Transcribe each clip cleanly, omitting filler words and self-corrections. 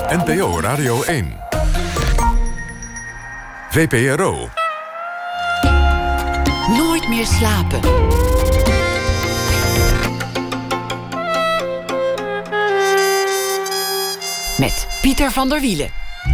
NPO Radio 1. VPRO. Nooit meer slapen. Met Pieter van der Wielen.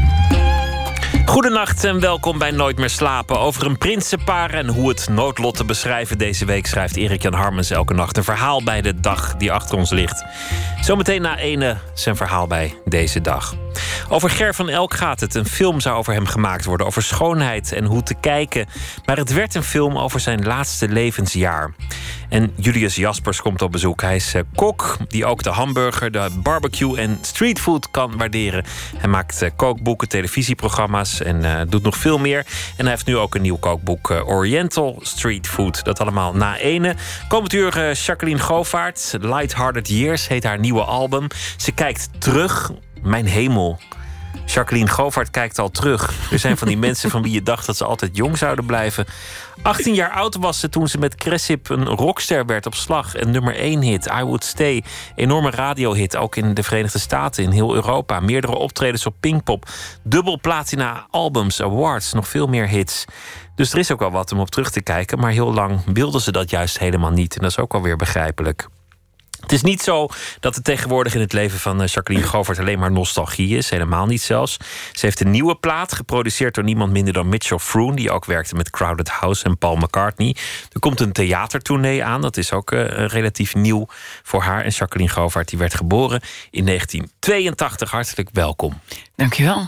Goedenacht en welkom bij Nooit meer slapen. Over een prinsenpaar en hoe het noodlot te beschrijven. Deze week schrijft Erik-Jan Harmens elke nacht een verhaal bij de dag die achter ons ligt. Zometeen na ene zijn verhaal bij deze dag. Over Ger van Elk gaat het. Een film zou over hem gemaakt worden. Over schoonheid en hoe te kijken. Maar het werd een film over zijn laatste levensjaar. En Julius Jaspers komt op bezoek. Hij is kok die ook de hamburger, de barbecue en streetfood kan waarderen. Hij maakt kookboeken, televisieprogramma's en doet nog veel meer. En hij heeft nu ook een nieuw kookboek, Oriental Street Food. Dat allemaal na ene. Komend uur Jacqueline Govaert. Lighthearted Years heet haar nieuwe album. Ze kijkt terug. Mijn hemel. Jacqueline Govaert kijkt al terug. Er zijn van die mensen van wie je dacht dat ze altijd jong zouden blijven. 18 jaar oud was ze toen ze met Cressip een rockster werd op slag. Een nummer 1 hit, I Would Stay. Enorme radiohit, ook in de Verenigde Staten, in heel Europa. Meerdere optredens op Pinkpop. Dubbel platina albums, awards, nog veel meer hits. Dus er is ook wel wat om op terug te kijken. Maar heel lang wilden ze dat juist helemaal niet. En dat is ook alweer begrijpelijk. Het is niet zo dat het tegenwoordig in het leven van Jacqueline Govaert alleen maar nostalgie is. Helemaal niet zelfs. Ze heeft een nieuwe plaat, geproduceerd door niemand minder dan Mitchell Froon, die ook werkte met Crowded House en Paul McCartney. Er komt een theatertournee aan. Dat is ook relatief nieuw voor haar. En Jacqueline Govaert die werd geboren in 1982. Hartelijk welkom. Dankjewel.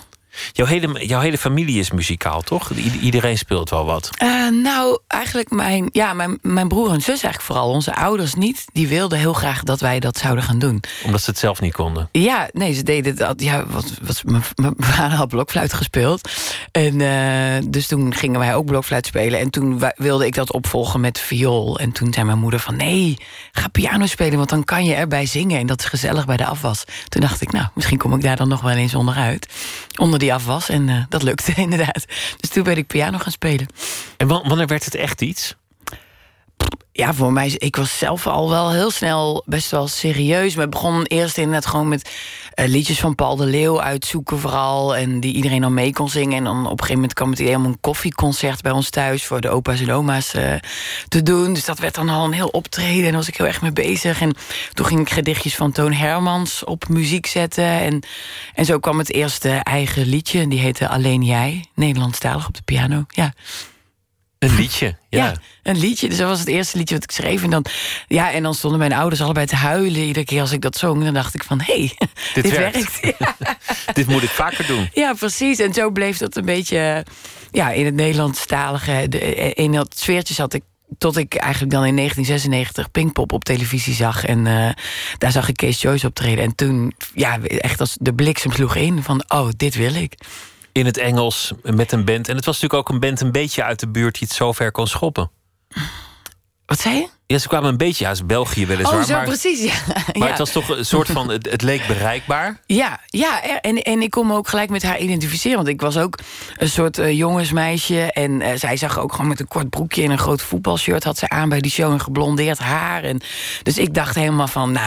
Jouw hele familie is muzikaal, toch? Iedereen speelt wel wat. Nou, eigenlijk mijn broer en zus eigenlijk vooral. Onze ouders niet. Die wilden heel graag dat wij dat zouden gaan doen. Omdat ze het zelf niet konden? Ja, nee, ze deden dat. Ja, mijn vader had blokfluit gespeeld. En dus toen gingen wij ook blokfluit spelen. En toen wilde ik dat opvolgen met viool. En toen zei mijn moeder van, nee, ga piano spelen, want dan kan je erbij zingen. En dat is gezellig bij de afwas. Toen dacht ik, nou, misschien kom ik daar dan nog wel eens onderuit. Onder die afwas. En dat lukte inderdaad. Dus toen ben ik piano gaan spelen. En wanneer werd het echt iets? Ja, voor mij, ik was zelf al wel heel snel best wel serieus. Maar ik begon eerst inderdaad gewoon met liedjes van Paul de Leeuw uitzoeken vooral. En die iedereen dan mee kon zingen. En dan op een gegeven moment kwam het idee om een koffieconcert bij ons thuis voor de opa's en oma's te doen. Dus dat werd dan al een heel optreden. En daar was ik heel erg mee bezig. En toen ging ik gedichtjes van Toon Hermans op muziek zetten. En zo kwam het eerste eigen liedje. Die heette Alleen Jij, Nederlandstalig op de piano. Ja. Een liedje, ja. Een liedje. Dus dat was het eerste liedje wat ik schreef. En dan stonden mijn ouders allebei te huilen iedere keer als ik dat zong. Dan dacht ik van, hé, dit werkt. Ja. Dit moet ik vaker doen. Ja, precies. En zo bleef dat een beetje in het Nederlandstalige. In dat sfeertje zat ik. Tot ik eigenlijk dan in 1996 Pinkpop op televisie zag. En daar zag ik Kees Joyce optreden. En toen, echt als de bliksem sloeg in van, oh, dit wil ik. In het Engels, met een band. En het was natuurlijk ook een band een beetje uit de buurt die het zo ver kon schoppen. Wat zei je? Ja, ze kwamen een beetje uit België weliswaar. Oh, zo precies, ja. Maar het was toch een soort van, het leek bereikbaar. Ja, en ik kon me ook gelijk met haar identificeren. Want ik was ook een soort jongensmeisje. En zij zag ook gewoon met een kort broekje en een groot voetbalshirt had ze aan bij die show en geblondeerd haar. En dus ik dacht helemaal van,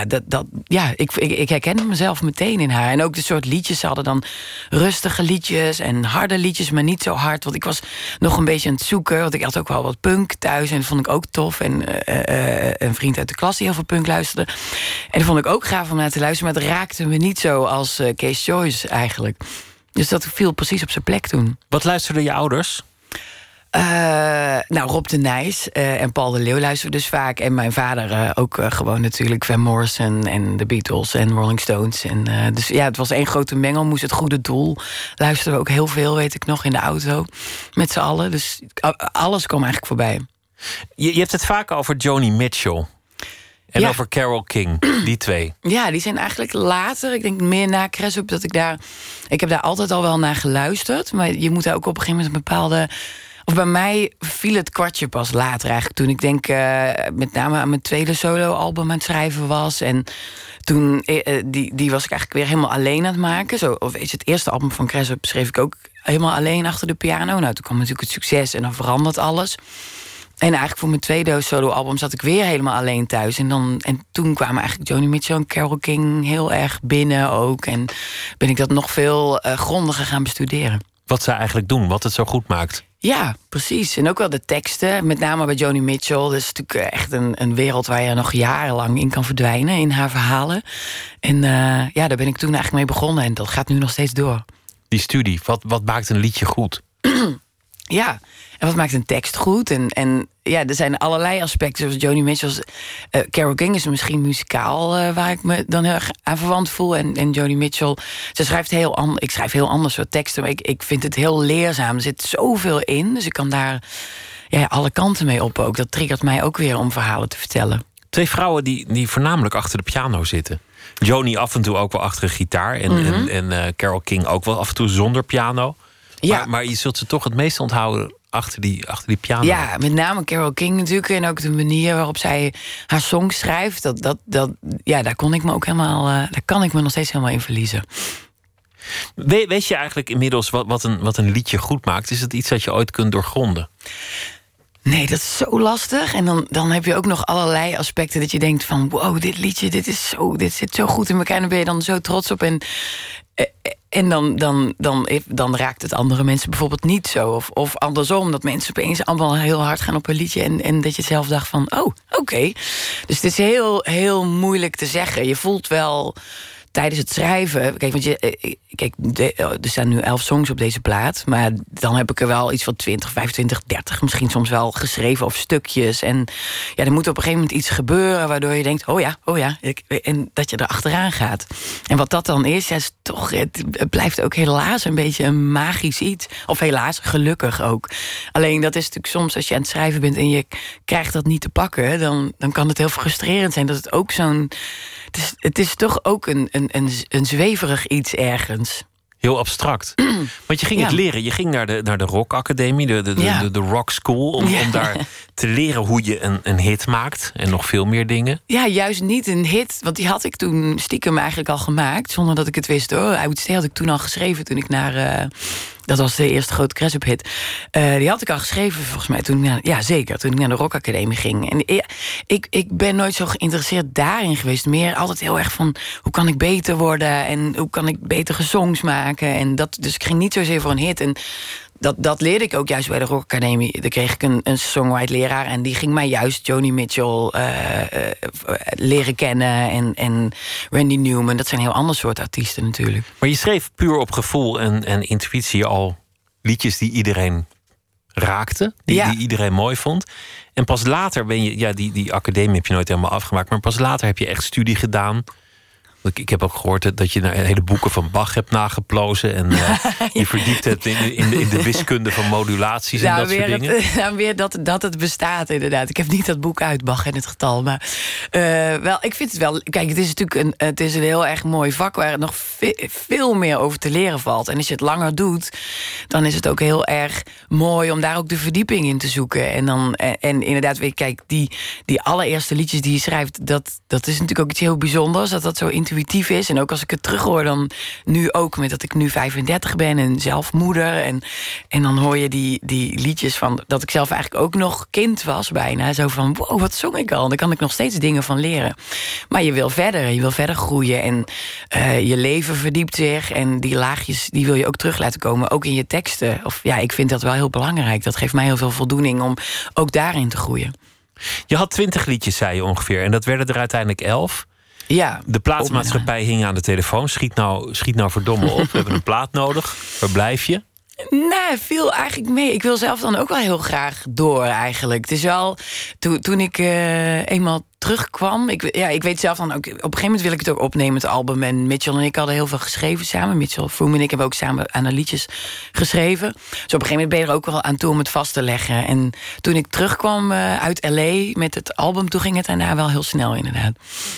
ik herkende mezelf meteen in haar. En ook de soort liedjes, ze hadden dan rustige liedjes en harde liedjes, maar niet zo hard. Want ik was nog een beetje aan het zoeken. Want ik had ook wel wat punk thuis en dat vond ik ook tof. En een vriend uit de klas die heel veel punk luisterde. En dat vond ik ook gaaf om naar te luisteren. Maar het raakte me niet zo als Kees Joyce eigenlijk. Dus dat viel precies op zijn plek toen. Wat luisterden je ouders? Rob de Nijs en Paul de Leeuw luisterden dus vaak. En mijn vader ook gewoon natuurlijk Van Morrison en de Beatles en Rolling Stones. En, dus ja, het was één grote mengelmoes. Het goede doel luisterden we ook heel veel, weet ik nog, in de auto. Met z'n allen. Dus alles kwam eigenlijk voorbij. Je hebt het vaak over Joni Mitchell. En over Carole King, die twee. Ja, die zijn eigenlijk later. Ik denk meer na Cressip dat ik heb daar altijd al wel naar geluisterd. Maar je moet daar ook op een gegeven moment een bepaalde. Of bij mij viel het kwartje pas later eigenlijk. Toen ik denk met name aan mijn tweede soloalbum aan het schrijven was. En toen die was ik eigenlijk weer helemaal alleen aan het maken. Zo, of weet je, het eerste album van Cressip schreef ik ook helemaal alleen achter de piano. Nou, toen kwam natuurlijk het succes en dan verandert alles. En eigenlijk voor mijn tweede soloalbum zat ik weer helemaal alleen thuis. En toen kwamen eigenlijk Joni Mitchell en Carole King heel erg binnen ook. En ben ik dat nog veel grondiger gaan bestuderen. Wat zij eigenlijk doen, wat het zo goed maakt. Ja, precies. En ook wel de teksten. Met name bij Joni Mitchell. Dat is natuurlijk echt een wereld waar je nog jarenlang in kan verdwijnen. In haar verhalen. En daar ben ik toen eigenlijk mee begonnen. En dat gaat nu nog steeds door. Die studie, wat maakt een liedje goed? Ja, en wat maakt een tekst goed? En er zijn allerlei aspecten. Zoals Joni Mitchell's... Carole King is misschien muzikaal waar ik me dan heel erg aan verwant voel. En Joni Mitchell, ze schrijft ik schrijf heel anders soort teksten. Maar ik vind het heel leerzaam. Er zit zoveel in. Dus ik kan daar alle kanten mee op ook. Dat triggert mij ook weer om verhalen te vertellen. 2 vrouwen die voornamelijk achter de piano zitten. Joni af en toe ook wel achter een gitaar. En Carole King ook wel af en toe zonder piano. Ja. Maar je zult ze toch het meest onthouden achter die piano. Ja, met name Carole King natuurlijk. En ook de manier waarop zij haar songs schrijft. Daar kon ik me ook helemaal... daar kan ik me nog steeds helemaal in verliezen. Weet je eigenlijk inmiddels wat een liedje goed maakt? Is het iets dat je ooit kunt doorgronden? Nee, dat is zo lastig. En dan heb je ook nog allerlei aspecten dat je denkt van... wow, dit liedje, dit zit zo goed in elkaar. En dan ben je dan zo trots op. En dan raakt het andere mensen bijvoorbeeld niet zo. Of andersom, dat mensen opeens allemaal heel hard gaan op een liedje... en dat je zelf dacht van, oh, oké. Dus het is heel, heel moeilijk te zeggen. Je voelt wel... tijdens het schrijven... er staan nu 11 songs op deze plaat... maar dan heb ik er wel iets van 20, 25, 30... misschien soms wel geschreven of stukjes. En er moet op een gegeven moment iets gebeuren... waardoor je denkt, oh ja... en dat je er achteraan gaat. En wat dat dan is toch... het blijft ook helaas een beetje een magisch iets. Of helaas, gelukkig ook. Alleen dat is natuurlijk soms als je aan het schrijven bent... en je krijgt dat niet te pakken... dan kan het heel frustrerend zijn dat het ook zo'n... Het is toch ook een zweverig iets ergens. Heel abstract. Want je ging het leren. Je ging naar de Rock Academie, de Rock School... om daar te leren hoe je een hit maakt. En nog veel meer dingen. Ja, juist niet een hit. Want die had ik toen stiekem eigenlijk al gemaakt. Zonder dat ik het wist hoor. I Would Stay had ik toen al geschreven toen ik naar... dat was de eerste grote Crash-up hit. Die had ik al geschreven volgens mij toen ik naar de Rock Academie ging. En ik ben nooit zo geïnteresseerd daarin geweest. Meer altijd heel erg van hoe kan ik beter worden... en hoe kan ik betere songs maken. En dus ik ging niet zozeer voor een hit. En dat leerde ik ook juist bij de Rock Academie. Daar kreeg ik een songwrite leraar... en die ging mij juist Joni Mitchell leren kennen... en Randy Newman. Dat zijn heel ander soort artiesten natuurlijk. Maar je schreef puur op gevoel en intuïtie al liedjes die iedereen raakte... die iedereen mooi vond. En pas later ben je... Ja, die academie heb je nooit helemaal afgemaakt... maar pas later heb je echt studie gedaan... Ik heb ook gehoord dat je hele boeken van Bach hebt nageplozen... en je verdiept hebt in de wiskunde van modulaties en dat soort dingen. Weer dat het bestaat, inderdaad. Ik heb niet dat boek uit, Bach en het getal. Maar ik vind het wel... Kijk, het is natuurlijk een heel erg mooi vak... waar het nog veel meer over te leren valt. En als je het langer doet, dan is het ook heel erg mooi... om daar ook de verdieping in te zoeken. En inderdaad, kijk, die allereerste liedjes die je schrijft... dat is natuurlijk ook iets heel bijzonders... dat zo intuïtief is. En ook als ik het terughoor dan nu ook... met dat ik nu 35 ben en zelf moeder. En dan hoor je die liedjes van... dat ik zelf eigenlijk ook nog kind was bijna. Zo van, wow, wat zong ik al? Daar kan ik nog steeds dingen van leren. Maar je wil verder groeien. En je leven verdiept zich. En die laagjes, die wil je ook terug laten komen. Ook in je teksten. Ik vind dat wel heel belangrijk. Dat geeft mij heel veel voldoening om ook daarin te groeien. Je had 20 liedjes, zei je ongeveer. En dat werden er uiteindelijk 11. Ja. De plaatsmaatschappij hing aan de telefoon. Schiet nou verdomme op. We hebben een plaat nodig. Waar blijf je? Nee, viel eigenlijk mee. Ik wil zelf dan ook wel heel graag door eigenlijk. Het is wel, toen ik eenmaal terugkwam... Ik weet zelf dan ook... Op een gegeven moment wil ik het ook opnemen, het album. En Mitchell en ik hadden heel veel geschreven samen. Mitchell Froome en ik hebben ook samen aan de liedjes geschreven. Dus op een gegeven moment ben je er ook wel aan toe om het vast te leggen. En toen ik terugkwam uit L.A. met het album... toen ging het daarna wel heel snel inderdaad.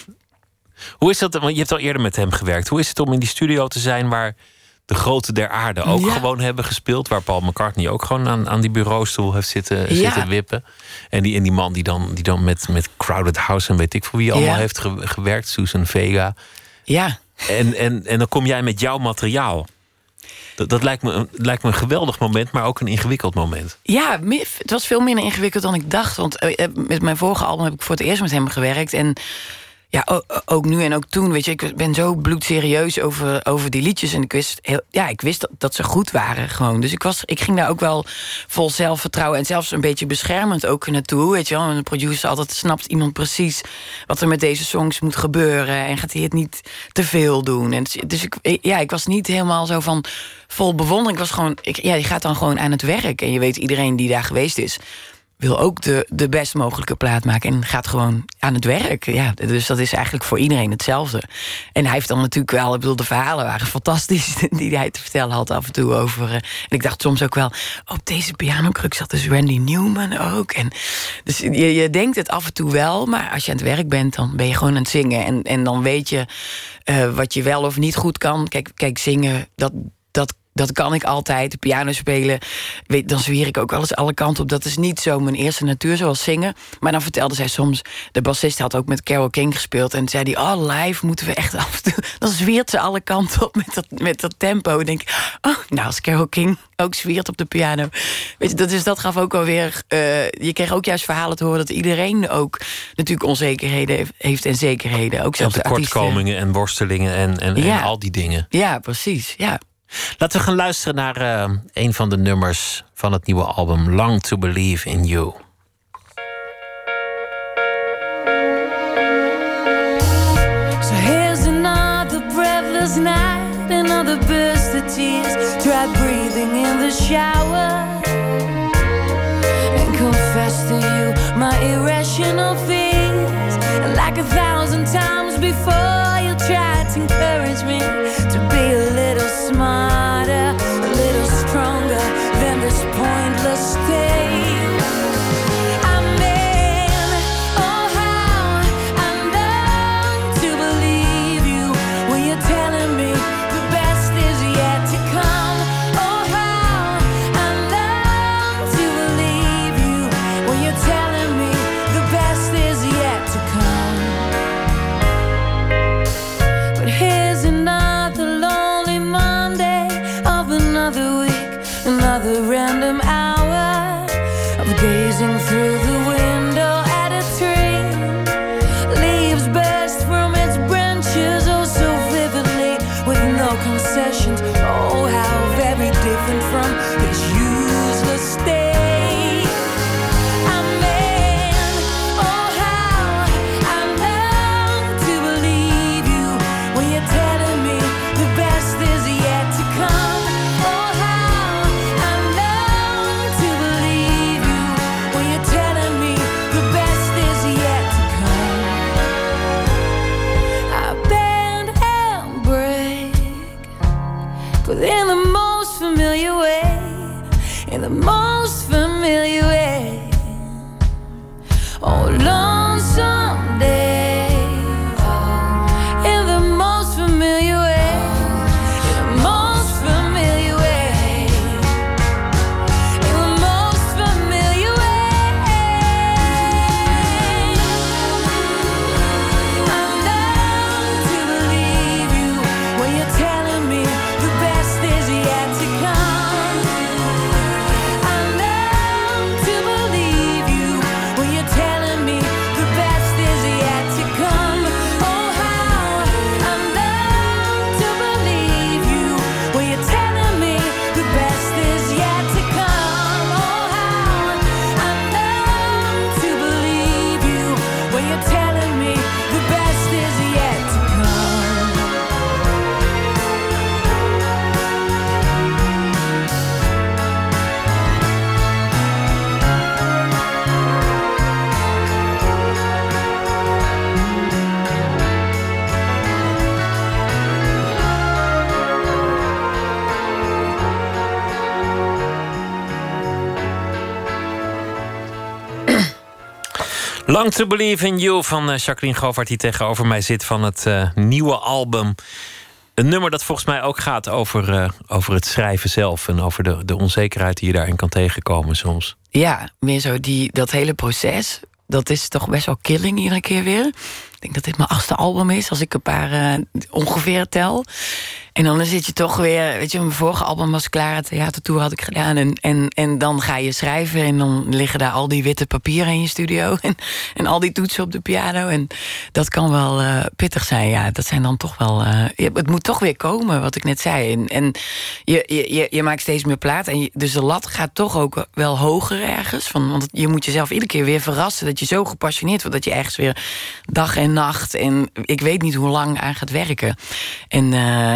Hoe is dat? Want je hebt al eerder met hem gewerkt. Hoe is het om in die studio te zijn waar de groten der aarde ook gewoon hebben gespeeld? Waar Paul McCartney ook gewoon aan die bureaustoel heeft zitten wippen. En die man die dan met Crowded House en weet ik voor wie allemaal heeft gewerkt. Susan Vega. Ja. En dan kom jij met jouw materiaal. Dat lijkt me een geweldig moment, maar ook een ingewikkeld moment. Ja, het was veel minder ingewikkeld dan ik dacht. Want met mijn vorige album heb ik voor het eerst met hem gewerkt. En ja, ook nu en ook toen, weet je, ik ben zo bloedserieus over die liedjes. En ik wist dat ze goed waren gewoon. Dus ik ging daar ook wel vol zelfvertrouwen en zelfs een beetje beschermend ook naartoe. Weet je wel, een producer altijd snapt iemand precies wat er met deze songs moet gebeuren. En gaat hij het niet te veel doen. En dus ik was niet helemaal zo van vol bewondering. Ik was gewoon, je gaat dan gewoon aan het werk. En je weet, iedereen die daar geweest is wil ook de best mogelijke plaat maken en gaat gewoon aan het werk. Ja, dus dat is eigenlijk voor iedereen hetzelfde. En hij heeft dan natuurlijk wel, de verhalen waren fantastisch die hij te vertellen had af en toe over. En ik dacht soms ook wel, op deze pianokruk zat dus Randy Newman ook. En dus je denkt het af en toe wel, maar als je aan het werk bent, dan ben je gewoon aan het zingen. En dan weet je wat je wel of niet goed kan. Kijk, zingen, dat kan ik altijd. De piano spelen, dan zwier ik ook wel eens alle kanten op. Dat is niet zo mijn eerste natuur, zoals zingen. Maar dan vertelde zij soms, de bassist had ook met Carole King gespeeld. En zei hij, live moeten we echt af en toe. Dan zwiert ze alle kanten op met dat tempo. En denk ik, als Carole King ook zwiert op de piano. Weet je, dus dat gaf ook wel weer. Je kreeg ook juist verhalen te horen dat iedereen ook natuurlijk onzekerheden heeft en zekerheden. Ook zelfs tekortkomingen en worstelingen en al die dingen. Ja, precies. Ja. Laten we gaan luisteren naar een van de nummers van het nieuwe album, Long to Believe in You. So here's another breathless night, another burst of tears. Try breathing in the shower and confess to you my irrational fears. And like 1,000 times before, you tried to encourage me to be a little smarter, a little stronger than this pointless state. Another random hour of gazing through the window at a tree. Leaves burst from its branches oh so vividly, with no concessions. Oh, how very different from this useless state. In the most familiar way, in the most familiar way. Oh, lonesome day. Oh, in the most familiar way, in the most familiar way, in the most familiar way. I'm down to believe you when you're telling me the best is yet to come. I'm down to believe you when you're telling me the best is yet to come. Oh, how I'm down to believe you when you're telling me the best is yet to come. Oh, how I'm down to believe you when you're telling me the best is yet to come. Long to Believe in You van Jacqueline Govaert, die tegenover mij zit, van het nieuwe album. Een nummer dat volgens mij ook gaat over het schrijven zelf en over de onzekerheid die je daarin kan tegenkomen soms. Ja, meer zo dat hele proces. Dat is toch best wel killing iedere keer weer. denk dat dit mijn 8e album is, als ik een paar ongeveer tel. En dan zit je toch weer, weet je, mijn vorige album was klaar, het theatertour had ik gedaan. En dan ga je schrijven en dan liggen daar al die witte papieren in je studio. En al die toetsen op de piano. En dat kan wel pittig zijn, ja. Dat zijn dan toch wel... het moet toch weer komen, wat ik net zei. En je maakt steeds meer plaat. Dus de lat gaat toch ook wel hoger ergens. Want je moet jezelf iedere keer weer verrassen dat je zo gepassioneerd wordt, dat je ergens weer dag en nacht en ik weet niet hoe lang aan gaat werken. En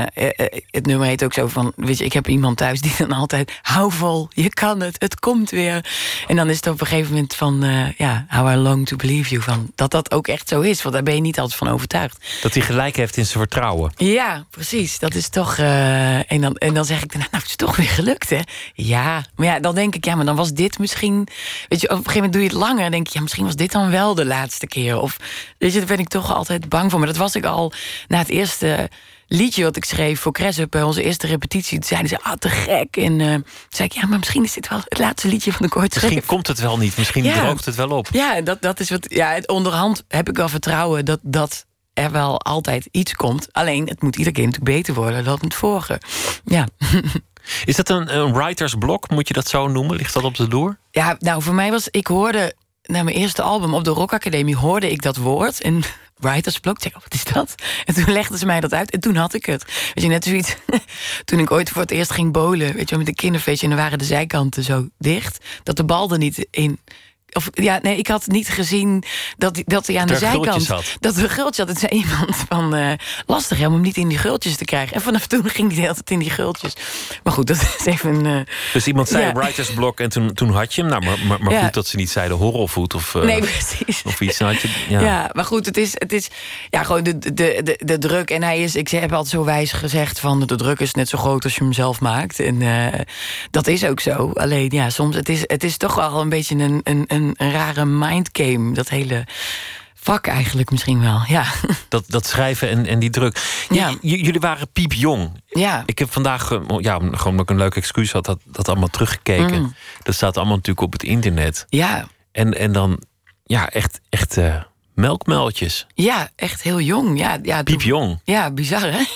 het nummer heet ook zo van, weet je, ik heb iemand thuis die dan altijd, hou vol, je kan het komt weer. En dan is het op een gegeven moment van, how I long to believe you, van dat ook echt zo is, want daar ben je niet altijd van overtuigd. Dat hij gelijk heeft in zijn vertrouwen. Ja, precies. Dat is toch... en dan zeg ik, nou, het is toch weer gelukt, hè? Ja, maar ja, dan denk ik, ja, maar dan was dit misschien... Weet je, op een gegeven moment doe je het langer en denk je, ja, misschien was dit dan wel de laatste keer. Of, weet je, daar ben ik toch altijd bang voor. Maar dat was ik al na het eerste liedje wat ik schreef voor Cressup, bij onze eerste repetitie. Toen zeiden ze, te gek. En toen zei ik, ja, maar misschien is dit wel het laatste liedje van de ooit schreef. Misschien komt het wel niet, misschien droogt het wel op. Ja, dat is wat... Ja, onderhand heb ik wel vertrouwen dat er wel altijd iets komt. Alleen, het moet iedere keer natuurlijk beter worden dan het vorige. Ja. Is dat een writersblok? Moet je dat zo noemen? Ligt dat op de loer? Ja, nou, voor mij was... Ik hoorde, na mijn eerste album op de Rock Academie, hoorde ik dat woord. En writersblok, zeg, wat is dat? En toen legden ze mij dat uit en toen had ik het. Weet je, net zoiets... Toen ik ooit voor het eerst ging bowlen, weet je, met een kinderfeestje, en dan waren de zijkanten zo dicht, dat de bal er niet in... Of ja, nee, ik had niet gezien dat hij aan de zijkant... Dat er een gultje had. Het zei iemand van... lastig hè, om hem niet in die gultjes te krijgen. En vanaf toen ging hij de hele tijd in die gultjes. Maar goed, dat is even... Dus iemand zei writersblok en toen had je hem. Nou, maar goed dat ze niet zeiden horrelvoet of... nee, precies. Of iets. Dan had je, ja, maar goed, het is ja, gewoon de druk. En ik heb altijd zo wijs gezegd van, de druk is net zo groot als je hem zelf maakt. En dat is ook zo. Alleen, ja, soms... Het is toch wel een beetje een rare mindgame, dat hele vak eigenlijk misschien wel, ja. Dat schrijven en die druk. Ja. Jullie waren piepjong. Ja. Ik heb vandaag, gewoon omdat ik een leuk excuus had, dat allemaal teruggekeken. Dat staat allemaal natuurlijk op het internet. Ja. En dan, ja, echt melkmuiltjes. Ja, echt heel jong. Ja, piepjong. Ja, bizar, hè?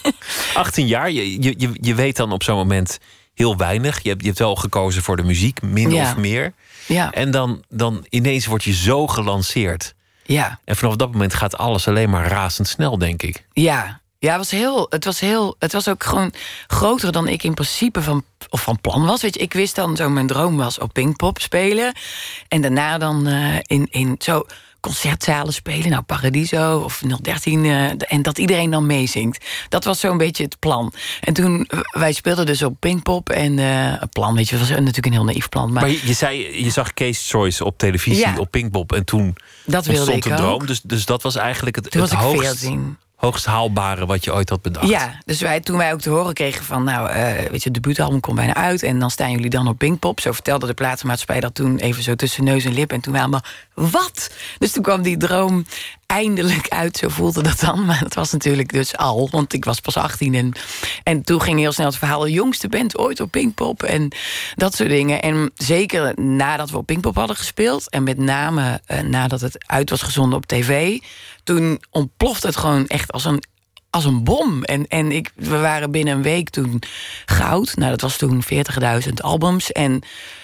18 jaar, je weet dan op zo'n moment heel weinig. Je hebt wel gekozen voor de muziek, min of meer. Ja. En dan ineens word je zo gelanceerd. Ja. En vanaf dat moment gaat alles alleen maar razendsnel, denk ik. Ja, het was ook gewoon groter dan ik in principe van plan was. Weet je, ik wist dan zo, mijn droom was op Pinkpop spelen. En daarna dan in zo concertzalen spelen, nou Paradiso of 013, en dat iedereen dan meezingt. Dat was zo'n beetje het plan. En toen, wij speelden dus op Pinkpop en het plan, weet je, was natuurlijk een heel naïef plan. Maar je zag Case Choice op televisie, op Pinkpop, en toen dat wilde ontstond de droom. Dus dat was eigenlijk het hoogst haalbare wat je ooit had bedacht. Ja, dus toen wij ook te horen kregen van, weet je, het debuutalbum komt bijna uit en dan staan jullie dan op Pinkpop. Zo vertelde de platenmaatschappij dat toen even zo tussen neus en lip. En toen waren we allemaal, wat? Dus toen kwam die droom eindelijk uit, zo voelde dat dan. Maar dat was natuurlijk dus al, want ik was pas 18. En toen ging heel snel het verhaal, de jongste band ooit op Pinkpop en dat soort dingen. En zeker nadat we op Pinkpop hadden gespeeld, en met name nadat het uit was gezonden op tv, toen ontplofte het gewoon echt als een bom. En we waren binnen een week toen goud. Nou, dat was toen 40.000 albums. En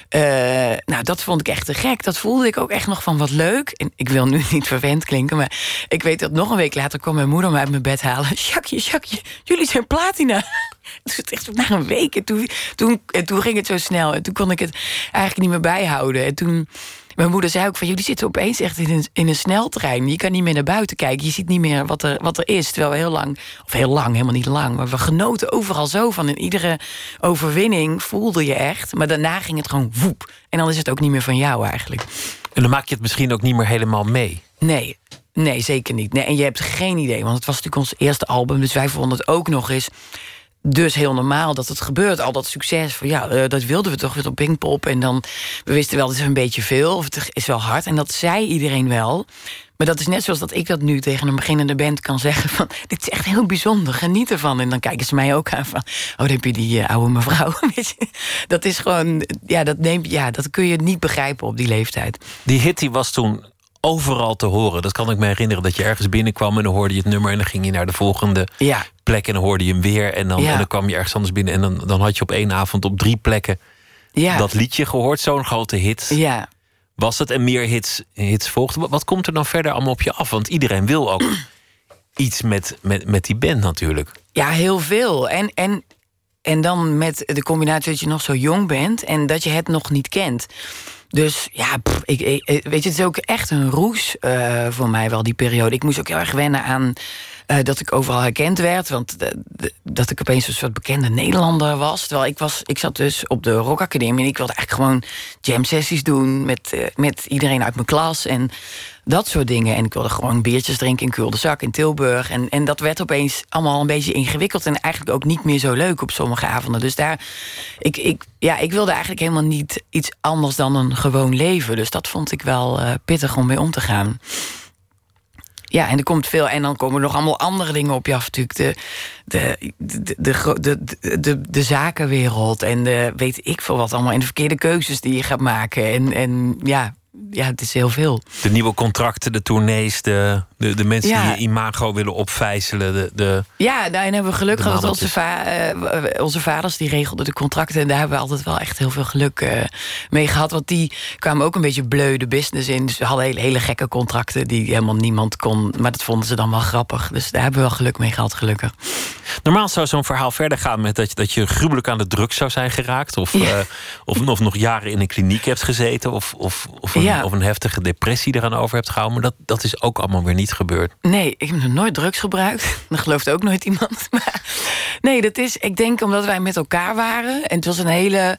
dat vond ik echt te gek. Dat voelde ik ook echt nog van, wat leuk. En ik wil nu niet verwend klinken, maar ik weet dat nog een week later kwam mijn moeder me uit mijn bed halen. Jackie, jullie zijn platina. Dus het echt na een week. En toen ging het zo snel. En toen kon ik het eigenlijk niet meer bijhouden. En toen... Mijn moeder zei ook van, jullie zitten opeens echt in een sneltrein. Je kan niet meer naar buiten kijken. Je ziet niet meer wat er is. Terwijl we heel lang, helemaal niet lang, maar we genoten overal zo van. In iedere overwinning voelde je echt. Maar daarna ging het gewoon woep. En dan is het ook niet meer van jou eigenlijk. En dan maak je het misschien ook niet meer helemaal mee. Nee, zeker niet. Nee, en je hebt geen idee, want het was natuurlijk ons eerste album. Dus wij vonden het ook nog eens dus heel normaal dat het gebeurt. Al dat succes, van dat wilden we toch weer op Pinkpop. En dan, we wisten wel, het is een beetje veel, of het is wel hard. En dat zei iedereen wel. Maar dat is net zoals dat ik dat nu tegen een beginnende band kan zeggen van, dit is echt heel bijzonder, geniet ervan. En dan kijken ze mij ook aan van, dan heb je die oude mevrouw. Weet je? Dat is gewoon, dat kun je niet begrijpen op die leeftijd. Die hit die was toen overal te horen. Dat kan ik me herinneren, dat je ergens binnenkwam en dan hoorde je het nummer en dan ging je naar de volgende Ja, plek en dan hoorde je hem weer en dan, Ja. en dan kwam je ergens anders binnen en dan had je op één avond op 3 plekken ja, dat liedje gehoord. Zo'n grote hit ja. was het en meer hits volgden. Wat komt er dan verder allemaal op je af? Want iedereen wil ook iets met die band natuurlijk. Ja, heel veel. En dan met de combinatie dat je nog zo jong bent en dat je het nog niet kent. Dus ja, weet je, het is ook echt een roes voor mij wel, die periode. Ik moest ook heel erg wennen aan dat ik overal herkend werd. Want dat ik opeens een soort bekende Nederlander was. Terwijl ik zat dus op de Rock Academie en ik wilde eigenlijk gewoon jam sessies doen met iedereen uit mijn klas en dat soort dingen. En ik wilde gewoon biertjes drinken in Kuldenzak in Tilburg. En dat werd opeens allemaal een beetje ingewikkeld en eigenlijk ook niet meer zo leuk op sommige avonden. Dus ik wilde eigenlijk helemaal niet iets anders dan een gewoon leven. Dus dat vond ik wel pittig om mee om te gaan. Ja, en er komt veel. En dan komen er nog allemaal andere dingen op je af. Natuurlijk de zakenwereld. En weet ik veel wat allemaal. En de verkeerde keuzes die je gaat maken. En ja, het is heel veel. De nieuwe contracten, de tournees, de mensen die je imago willen opvijzelen. Ja, daarin hebben we geluk gehad. Dat mannetjes. onze vaders die regelden de contracten. En daar hebben we altijd wel echt heel veel geluk mee gehad. Want die kwamen ook een beetje bleu de business in. Dus we hadden hele gekke contracten die helemaal niemand kon. Maar dat vonden ze dan wel grappig. Dus daar hebben we wel geluk mee gehad, gelukkig. Normaal zou zo'n verhaal verder gaan met dat je gruwelijk aan de drugs zou zijn geraakt. Of nog jaren in een kliniek hebt gezeten. Of een heftige depressie eraan over hebt gehouden. Maar dat is ook allemaal weer niet gebeurd. Nee, ik heb nog nooit drugs gebruikt. Dat gelooft ook nooit iemand. Maar nee, dat is, ik denk omdat wij met elkaar waren. En het was een hele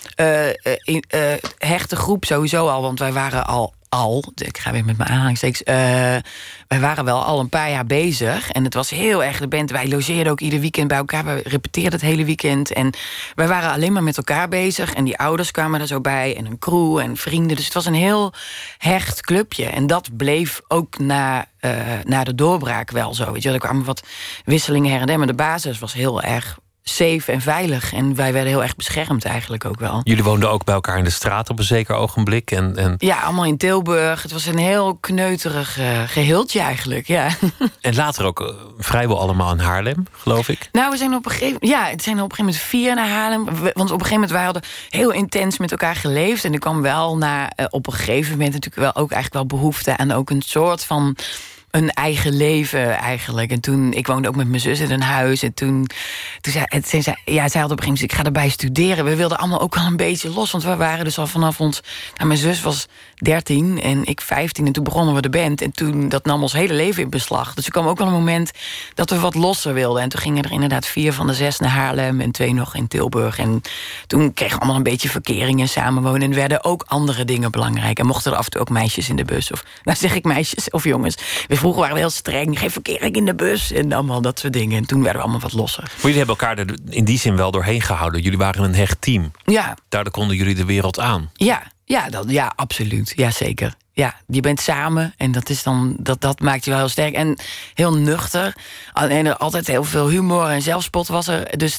hechte groep sowieso al. Want wij waren al, ik ga weer met mijn aanhalingstekens. Wij waren wel al een paar jaar bezig. En het was heel erg de band. Wij logeerden ook ieder weekend bij elkaar. We repeteerden het hele weekend. En wij waren alleen maar met elkaar bezig. En die ouders kwamen er zo bij. En een crew en vrienden. Dus het was een heel hecht clubje. En dat bleef ook na de doorbraak wel zo. Weet je, er kwamen wat wisselingen her en der. Maar de basis was heel erg safe en veilig. En wij werden heel erg beschermd eigenlijk ook wel. Jullie woonden ook bij elkaar in de straat op een zeker ogenblik. En Ja, allemaal in Tilburg. Het was een heel kneuterig geheeltje eigenlijk, ja. En later ook vrijwel allemaal in Haarlem, geloof ik. Nou, we zijn op een gegeven moment 4 naar Haarlem. Want op een gegeven moment, wij hadden heel intens met elkaar geleefd. En er kwam wel op een gegeven moment natuurlijk wel ook eigenlijk wel behoefte aan ook een soort van een eigen leven eigenlijk. En toen, ik woonde ook met mijn zus in een huis. En toen zij had op een gegeven moment, ik ga erbij studeren. We wilden allemaal ook wel een beetje los. Want we waren dus al vanaf ons, mijn zus was 13 en ik 15. En toen begonnen we de band. En toen, dat nam ons hele leven in beslag. Dus er kwam ook wel een moment dat we wat losser wilden. En toen gingen er inderdaad 4 van de 6 naar Haarlem en 2 nog in Tilburg. En toen kregen we allemaal een beetje verkering en samenwonen. En werden ook andere dingen belangrijk. En mochten er af en toe ook meisjes in de bus. Of, nou zeg ik meisjes of jongens. Vroeger waren we heel streng, geen verkering in de bus. En allemaal dat soort dingen. En toen werden we allemaal wat losser. Maar jullie hebben elkaar er in die zin wel doorheen gehouden. Jullie waren een hecht team. Ja. Daardoor konden jullie de wereld aan. Ja, absoluut. Ja, zeker. Ja, je bent samen en dat is dan dat maakt je wel heel sterk. En heel nuchter. En er altijd heel veel humor en zelfspot was er. Dus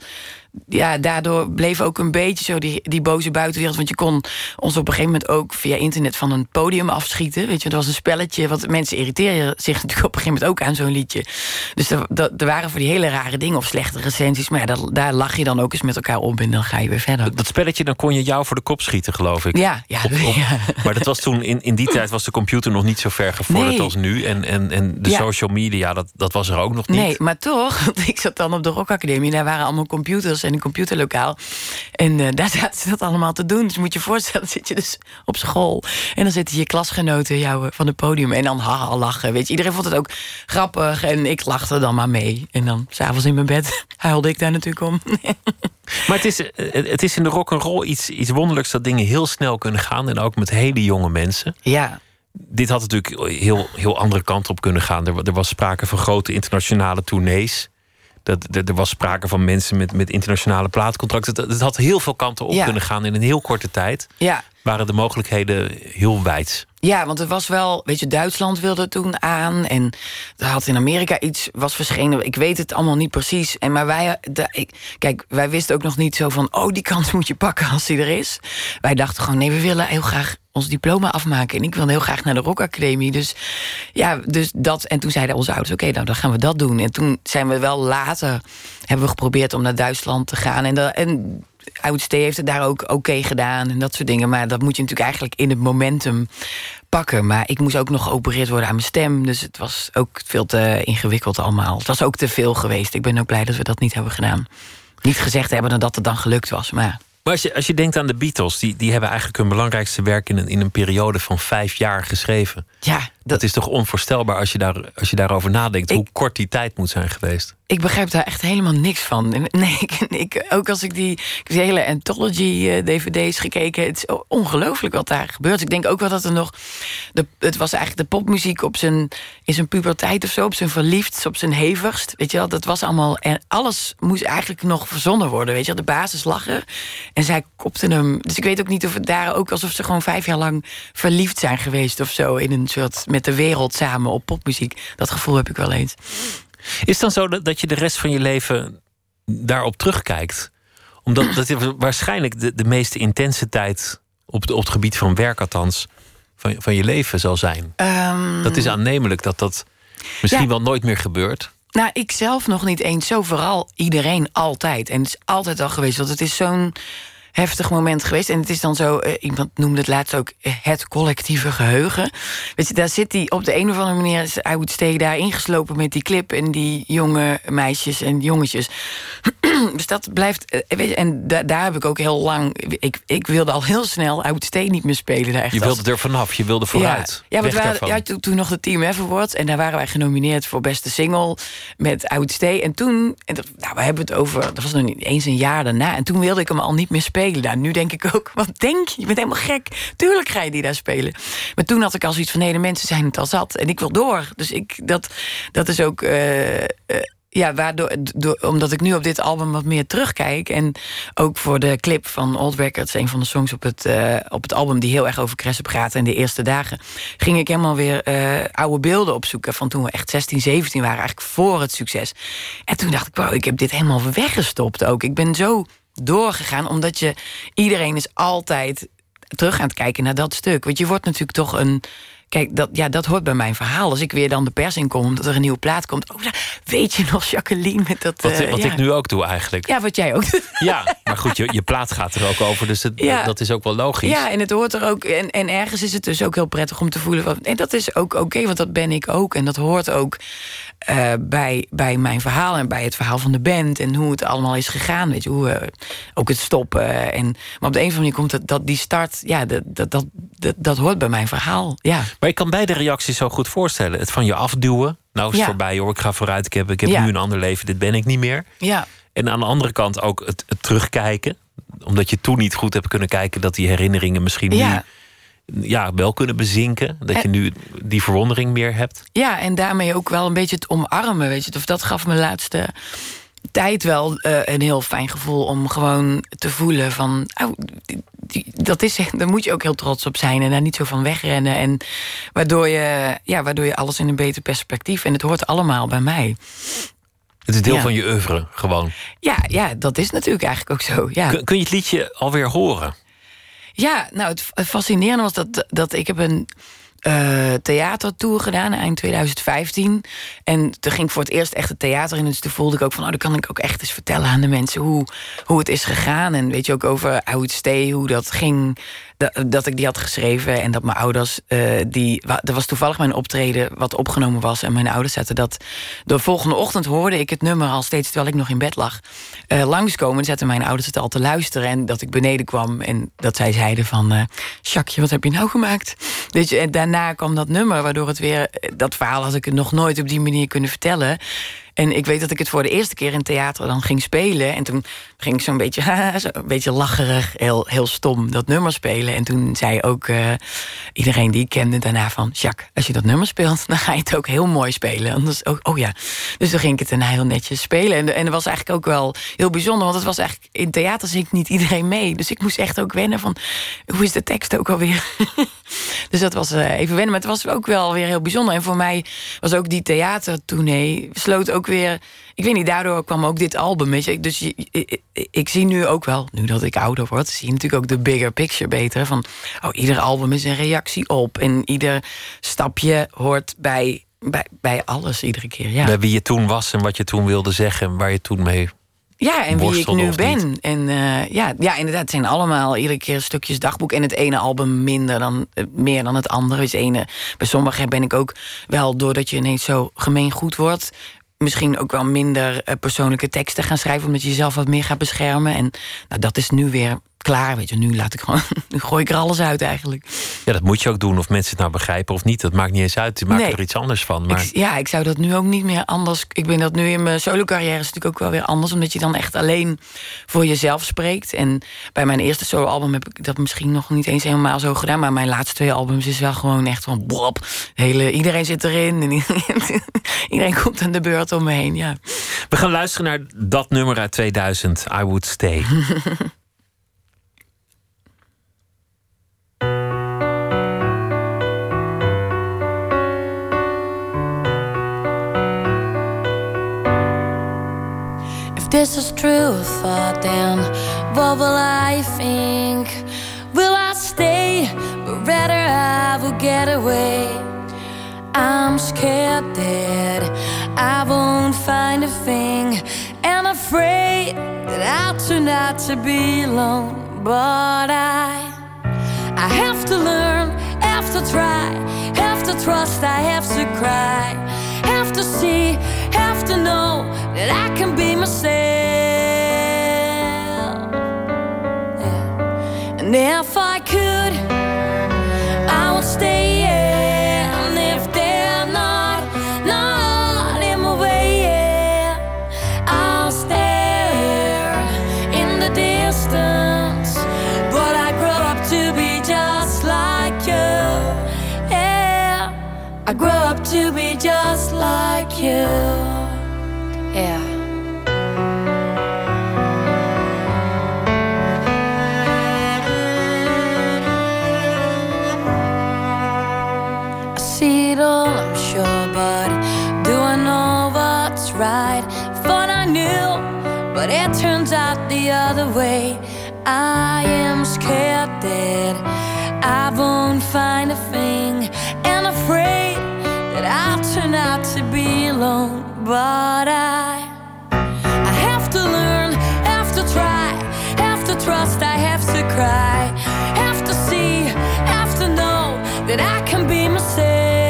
daardoor bleef ook een beetje zo die boze buitenwereld. Want je kon ons op een gegeven moment ook via internet van een podium afschieten. Weet je, dat was een spelletje. Want mensen irriteren zich natuurlijk op een gegeven moment ook aan zo'n liedje. Dus er waren voor die hele rare dingen of slechte recensies. Maar ja, daar lach je dan ook eens met elkaar op en dan ga je weer verder. Dat spelletje, dan kon je jou voor de kop schieten, geloof ik. Ja. Maar dat was toen, in die tijd was de computer nog niet zo ver gevorderd als nu. En de social media, dat was er ook nog niet. Nee, maar toch, want ik zat dan op de Rock Academie. Daar waren allemaal computers en een computerlokaal. En daar zaten ze dat allemaal te doen. Dus moet je je voorstellen, dan zit je dus op school. En dan zitten je klasgenoten jou van het podium. En dan lachen, weet je. Iedereen vond het ook grappig. En ik lachte dan maar mee. En dan 's avonds in mijn bed huilde ik daar natuurlijk om. Maar het is in de rock'n'roll iets wonderlijks dat dingen heel snel kunnen gaan. En ook met hele jonge mensen. Ja. Dit had natuurlijk heel andere kant op kunnen gaan. Er was sprake van grote internationale tournees. Er was sprake van mensen met internationale plaatcontracten. Het had heel veel kanten op kunnen gaan in een heel korte tijd. Ja. waren de mogelijkheden heel wijd. Ja, want het was wel, weet je, Duitsland wilde toen aan. En er had in Amerika iets was verschenen. Ik weet het allemaal niet precies. Maar wij wisten ook nog niet zo van, die kans moet je pakken als die er is. Wij dachten gewoon, nee, we willen heel graag ons diploma afmaken. En ik wilde heel graag naar de Rock Academie. Dus ja, dus dat. En toen zeiden onze ouders, oké, nou, dan gaan we dat doen. En toen zijn we wel later, hebben we geprobeerd om naar Duitsland te gaan. En Oud-T heeft het daar ook oké gedaan en dat soort dingen. Maar dat moet je natuurlijk eigenlijk in het momentum pakken. Maar ik moest ook nog geopereerd worden aan mijn stem. Dus het was ook veel te ingewikkeld allemaal. Het was ook te veel geweest. Ik ben ook blij dat we dat niet hebben gedaan. Niet gezegd hebben dat het dan gelukt was, maar... Maar als je denkt aan de Beatles, die hebben eigenlijk hun belangrijkste werk in een periode van 5 jaar geschreven. Ja, dat is toch onvoorstelbaar als je daarover nadenkt, hoe kort die tijd moet zijn geweest. Ik begrijp daar echt helemaal niks van. Nee, ook als ik die hele Anthology-dvd's gekeken, het is ongelooflijk wat daar gebeurt. Ik denk ook wel dat er nog... Het was eigenlijk de popmuziek in zijn puberteit of zo, op zijn verliefdst, op zijn hevigst. Weet je wel, dat was allemaal... En alles moest eigenlijk nog verzonnen worden, weet je wel. De basis lag er en zij kopten hem. Dus ik weet ook niet of het daar ook alsof ze gewoon 5 jaar lang verliefd zijn geweest of zo, in een soort met de wereld samen op popmuziek. Dat gevoel heb ik wel eens. Is het dan zo dat je de rest van je leven daarop terugkijkt? Omdat dat waarschijnlijk de meeste intense tijd op het gebied van werk althans van je leven zal zijn. Dat is aannemelijk dat misschien wel nooit meer gebeurt. Nou, ik zelf nog niet eens. Zo vooral iedereen altijd. En het is altijd al geweest. Want het is zo'n heftig moment geweest. En het is dan zo, iemand noemde het laatst ook het collectieve geheugen. Weet je, daar zit hij op de een of andere manier, is Oud-T daar ingeslopen met die clip en die jonge meisjes en jongetjes. Dus dat blijft, weet je, en daar heb ik ook heel lang, ik wilde al heel snel Oud-T niet meer spelen. Daar echt je wilde er vanaf, je wilde vooruit. Ja, want toen nog de Team Awards en daar waren wij genomineerd voor beste single met Oud-T. En toen, we hebben het over, dat was nog niet eens een jaar daarna, en toen wilde ik hem al niet meer spelen. Nou, nu denk ik ook, wat denk je? Je bent helemaal gek. Tuurlijk ga je die daar spelen. Maar toen had ik al zoiets van, nee, de mensen zijn het al zat. En ik wil door. Dus dat is ook... waardoor, omdat ik nu op dit album wat meer terugkijk. En ook voor de clip van Old Records, een van de songs op het album die heel erg over Cressip gaat. En de eerste dagen ging ik helemaal weer oude beelden opzoeken van toen we echt 16, 17 waren, eigenlijk voor het succes. En toen dacht ik, wow, ik heb dit helemaal weggestopt ook. Ik ben zo doorgegaan, omdat iedereen is altijd terug aan het kijken naar dat stuk. Want je wordt natuurlijk toch een... Kijk, dat hoort bij mijn verhaal. Als ik weer dan de pers in kom, dat er een nieuwe plaat komt. Weet je nog, Jacqueline, met dat... Wat ik nu ook doe eigenlijk. Ja, wat jij ook doet. Ja, maar goed, je plaat gaat er ook over, dus dat is ook wel logisch. Ja, en het hoort er ook... En ergens is het dus ook heel prettig om te voelen... En dat is ook oké, want dat ben ik ook. En dat hoort ook bij mijn verhaal en bij het verhaal van de band... en hoe het allemaal is gegaan, weet je. Hoe ook het stoppen. Maar op de een of andere manier komt dat die start... Ja, dat hoort bij mijn verhaal, ja. Maar ik kan beide reacties zo goed voorstellen. Het van je afduwen. Nou is het voorbij hoor, ik ga vooruit. Ik heb nu een ander leven, dit ben ik niet meer. Ja. En aan de andere kant ook het terugkijken. Omdat je toen niet goed hebt kunnen kijken... dat die herinneringen misschien nu wel kunnen bezinken. Dat je nu die verwondering meer hebt. Ja, en daarmee ook wel een beetje het omarmen. Weet je, of dat gaf me de laatste tijd wel een heel fijn gevoel... om gewoon te voelen van... daar moet je ook heel trots op zijn en daar niet zo van wegrennen. En waardoor je alles in een beter perspectief... en het hoort allemaal bij mij. Het is deel van je oeuvre, gewoon. Ja, dat is natuurlijk eigenlijk ook zo. Ja. Kun je het liedje alweer horen? Ja, nou, het fascinerende was dat ik heb een theatertour gedaan eind 2015. En toen ging ik voor het eerst echt het theater in. Dus toen voelde ik ook van, dan kan ik ook echt eens vertellen aan de mensen hoe het is gegaan. En weet je ook over Oud-T, hoe dat ging... Dat ik die had geschreven en dat mijn ouders... er was toevallig mijn optreden wat opgenomen was... en mijn ouders zetten dat... De volgende ochtend hoorde ik het nummer al steeds... terwijl ik nog in bed lag, langskomen. Zetten mijn ouders het al te luisteren... en dat ik beneden kwam en dat zij zeiden van... Jacques, wat heb je nou gemaakt? Weet je, en daarna kwam dat nummer, waardoor het weer... Dat verhaal had ik nog nooit op die manier kunnen vertellen... En ik weet dat ik het voor de eerste keer in theater dan ging spelen. En toen ging ik zo'n beetje lacherig, heel stom dat nummer spelen. En toen zei ook iedereen die ik kende daarna van... Jacques, als je dat nummer speelt, dan ga je het ook heel mooi spelen. Anders ook, oh ja. Dus toen ging ik het daarna heel netjes spelen. En dat was eigenlijk ook wel heel bijzonder. Want het was eigenlijk, in theater zingt niet iedereen mee. Dus ik moest echt ook wennen van, hoe is de tekst ook alweer? Dus dat was even wennen. Maar het was ook wel weer heel bijzonder. En voor mij was ook die theatertournee sloot ook weer... Ik weet niet, daardoor kwam ook dit album. Weet je. Dus ik zie nu ook wel, nu dat ik ouder word... zie je natuurlijk ook de bigger picture beter. Van, ieder album is een reactie op. En ieder stapje hoort bij alles iedere keer. Ja. Bij wie je toen was en wat je toen wilde zeggen... en waar je toen mee... Ja, en wie ik nu ben. Niet. En ja, inderdaad, het zijn allemaal iedere keer stukjes dagboek. En het ene album meer dan het andere. Dus bij sommigen ben ik ook wel, doordat je ineens zo gemeengoed wordt... misschien ook wel minder persoonlijke teksten gaan schrijven... omdat je jezelf wat meer gaat beschermen. En dat is nu weer klaar, weet je. Nu gooi ik er alles uit eigenlijk. Ja, dat moet je ook doen, of mensen het nou begrijpen of niet. Dat maakt niet eens uit, je maakt er iets anders van. Maar... Ik zou dat nu ook niet meer anders... Ik ben dat nu in mijn solo-carrière is natuurlijk ook wel weer anders... omdat je dan echt alleen voor jezelf spreekt. En bij mijn eerste solo-album heb ik dat misschien nog niet eens helemaal zo gedaan... maar mijn laatste 2 albums is wel gewoon echt van... Blop, iedereen zit erin en iedereen komt aan de beurt om me heen, ja. We gaan luisteren naar dat nummer uit 2000, I Would Stay. If this is true thought, then what will I think? Will I stay? But rather I will get away. I'm scared that I won't find a thing, and afraid that I'll turn out to be alone. But I have to learn, have to try, have to trust, I have to cry, have to see, have to know that I can be myself. Yeah. And if I could, I would stay. Yeah. And if they're not in my way, yeah, I'll stare in the distance. But I grew up to be just like you. Yeah, I grew up to be just like you. Yeah. I see it all, I'm sure, but do I know what's right? Thought I knew, but it turns out the other way. I am scared that I won't find a thing, and afraid that I'll turn out to be alone. But I have to learn, have to try, have to trust, I have to cry, have to see, have to know that I can be myself.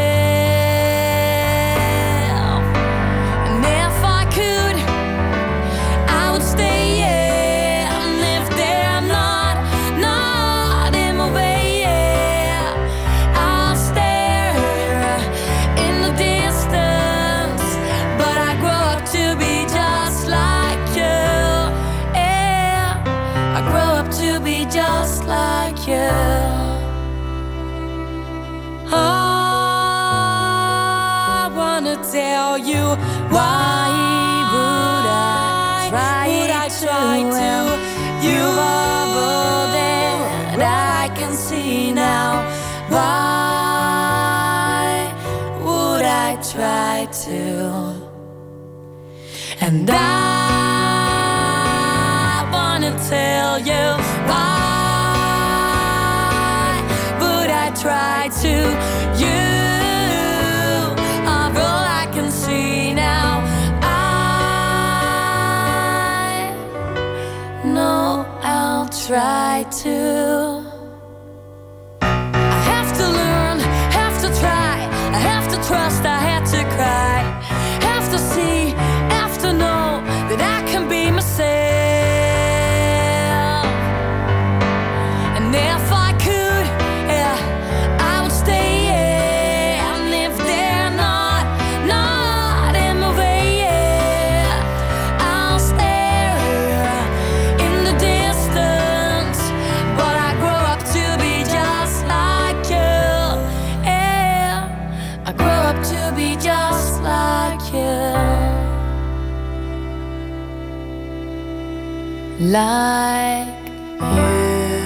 And if I could, I would stay, yeah. And if they're not in my way, yeah, I'll stare in the distance. But I grew up to be just like you, yeah, I grew up to be just like you. I wanna tell you, why would I try to? You are all that I can see now. Why would I try to? And I wanna tell you, why would I try to? You are all I can see now. I know I'll try to. I have to learn, have to try, I have to trust, I have to cry, have to see, have to know that I can be myself. And if I could, yeah, I would stay, yeah. And if they're not in my way, yeah, like you.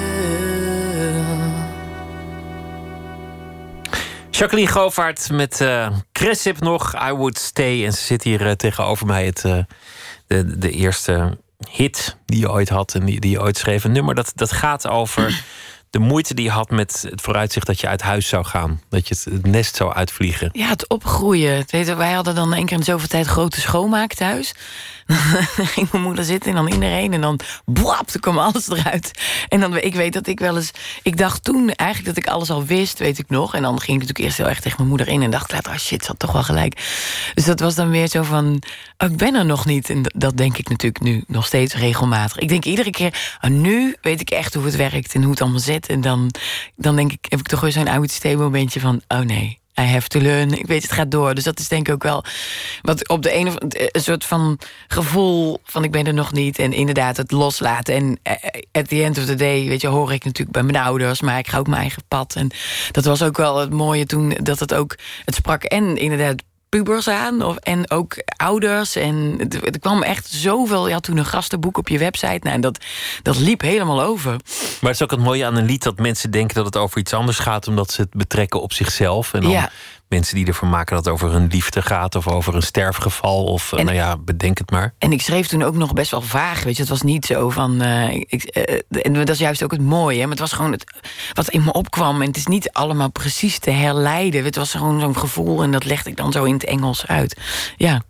Jacqueline Govaert met Cressip nog, I Would Stay. En ze zit hier tegenover mij, de eerste hit die je ooit had en die je ooit schreef. Een nummer dat gaat over de moeite die je had met het vooruitzicht dat je uit huis zou gaan. Dat je het nest zou uitvliegen. Ja, het opgroeien. Wij hadden dan 1 keer in zoveel tijd grote schoonmaak thuis. Dan ging mijn moeder zitten en dan iedereen. En dan boap, toen kwam alles eruit. En dan, ik weet dat ik wel eens... Ik dacht toen eigenlijk dat ik alles al wist, weet ik nog. En dan ging ik natuurlijk eerst heel erg tegen mijn moeder in. En dacht later, shit, ze had toch wel gelijk. Dus dat was dan weer zo van, ik ben er nog niet. En dat denk ik natuurlijk nu nog steeds regelmatig. Ik denk iedere keer, nu weet ik echt hoe het werkt en hoe het allemaal zit. En dan denk ik, heb ik toch weer zo'n oud momentje van, oh nee, I have to learn. Ik weet, het gaat door. Dus dat is denk ik ook wel wat op de een soort van gevoel van ik ben er nog niet. En inderdaad het loslaten. En at the end of the day, weet je, hoor ik natuurlijk bij mijn ouders, maar ik ga ook mijn eigen pad. En dat was ook wel het mooie toen, dat het sprak en inderdaad pubers aan en ook ouders. En er kwam echt zoveel. Je had toen een gastenboek op je website. Nou, en dat liep helemaal over. Maar het is ook het mooie aan een lied dat mensen denken dat het over iets anders gaat, omdat ze het betrekken op zichzelf. En dan mensen die ervan maken dat het over hun liefde gaat of over een sterfgeval of bedenk het maar. En ik schreef toen ook nog best wel vaag, weet je. Het was niet zo van en dat is juist ook het mooie, hè? Maar het was gewoon wat in me opkwam. En het is niet allemaal precies te herleiden. Het was gewoon zo'n gevoel en dat legde ik dan zo in het Engels uit. Ja.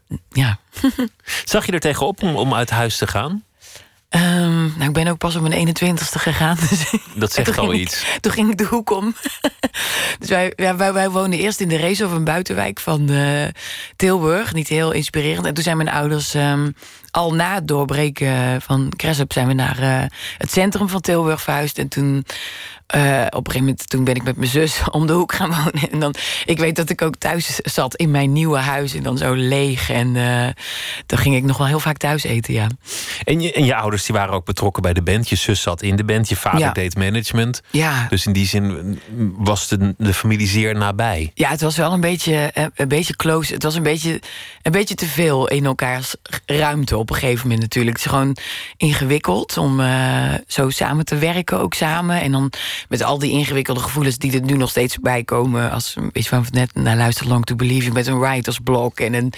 Zag je er tegenop om uit huis te gaan? Ik ben ook pas op mijn 21ste gegaan. Dus dat zegt al iets. Toen ging ik de hoek om. Dus wij woonden eerst in de Rees, of een buitenwijk van Tilburg. Niet heel inspirerend. En toen zijn mijn ouders al na het doorbreken van Cressip zijn we naar het centrum van Tilburg verhuisd. En toen op een gegeven moment toen ben ik met mijn zus om de hoek gaan wonen. En dan, ik weet dat ik ook thuis zat in mijn nieuwe huis en dan zo leeg. En dan ging ik nog wel heel vaak thuis eten, ja. En je ouders die waren ook betrokken bij de band. Je zus zat in de band, je vader deed management. Ja. Dus in die zin was de familie zeer nabij. Ja, het was wel een beetje close. Het was een beetje te veel in elkaars ruimte op een gegeven moment natuurlijk. Het is gewoon ingewikkeld om zo samen te werken, ook samen. En dan met al die ingewikkelde gevoelens die er nu nog steeds bij komen. Als weet je van net naar luister Long to Believe You met een writersblok. En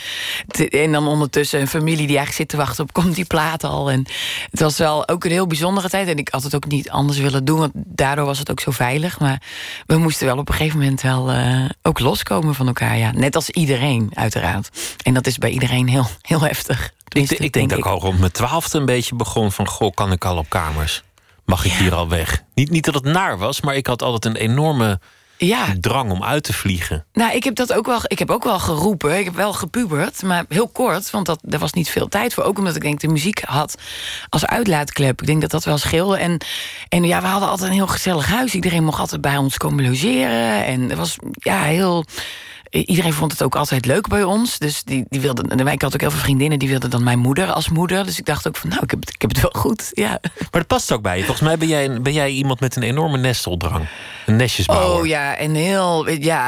dan ondertussen een familie die eigenlijk zit te wachten op komt die plaat al. En het was wel ook een heel bijzondere tijd. En ik had het ook niet anders willen doen, want daardoor was het ook zo veilig. Maar we moesten wel op een gegeven moment wel ook loskomen van elkaar. Ja. Net als iedereen, uiteraard. En dat is bij iedereen heel, heel heftig. Ik denk dat ik al rond mijn 12e een beetje begon van, goh, kan ik al op kamers? Mag ik hier al weg? Niet dat het naar was, maar ik had altijd een enorme drang om uit te vliegen. Nou, ik heb ook wel geroepen. Ik heb wel gepubert, maar heel kort. Want er was niet veel tijd voor. Ook omdat ik denk de muziek had als uitlaatklep. Ik denk dat dat wel scheelde. En we hadden altijd een heel gezellig huis. Iedereen mocht altijd bij ons komen logeren. En het was heel... Iedereen vond het ook altijd leuk bij ons. Dus die wilden. Ik had ook heel veel vriendinnen die wilden dan mijn moeder als moeder. Dus ik dacht ook van, ik heb het wel goed. Ja. Maar dat past ook bij je. Volgens mij ben jij iemand met een enorme nesteldrang. Een nestjesbouwer. Oh ja, en heel.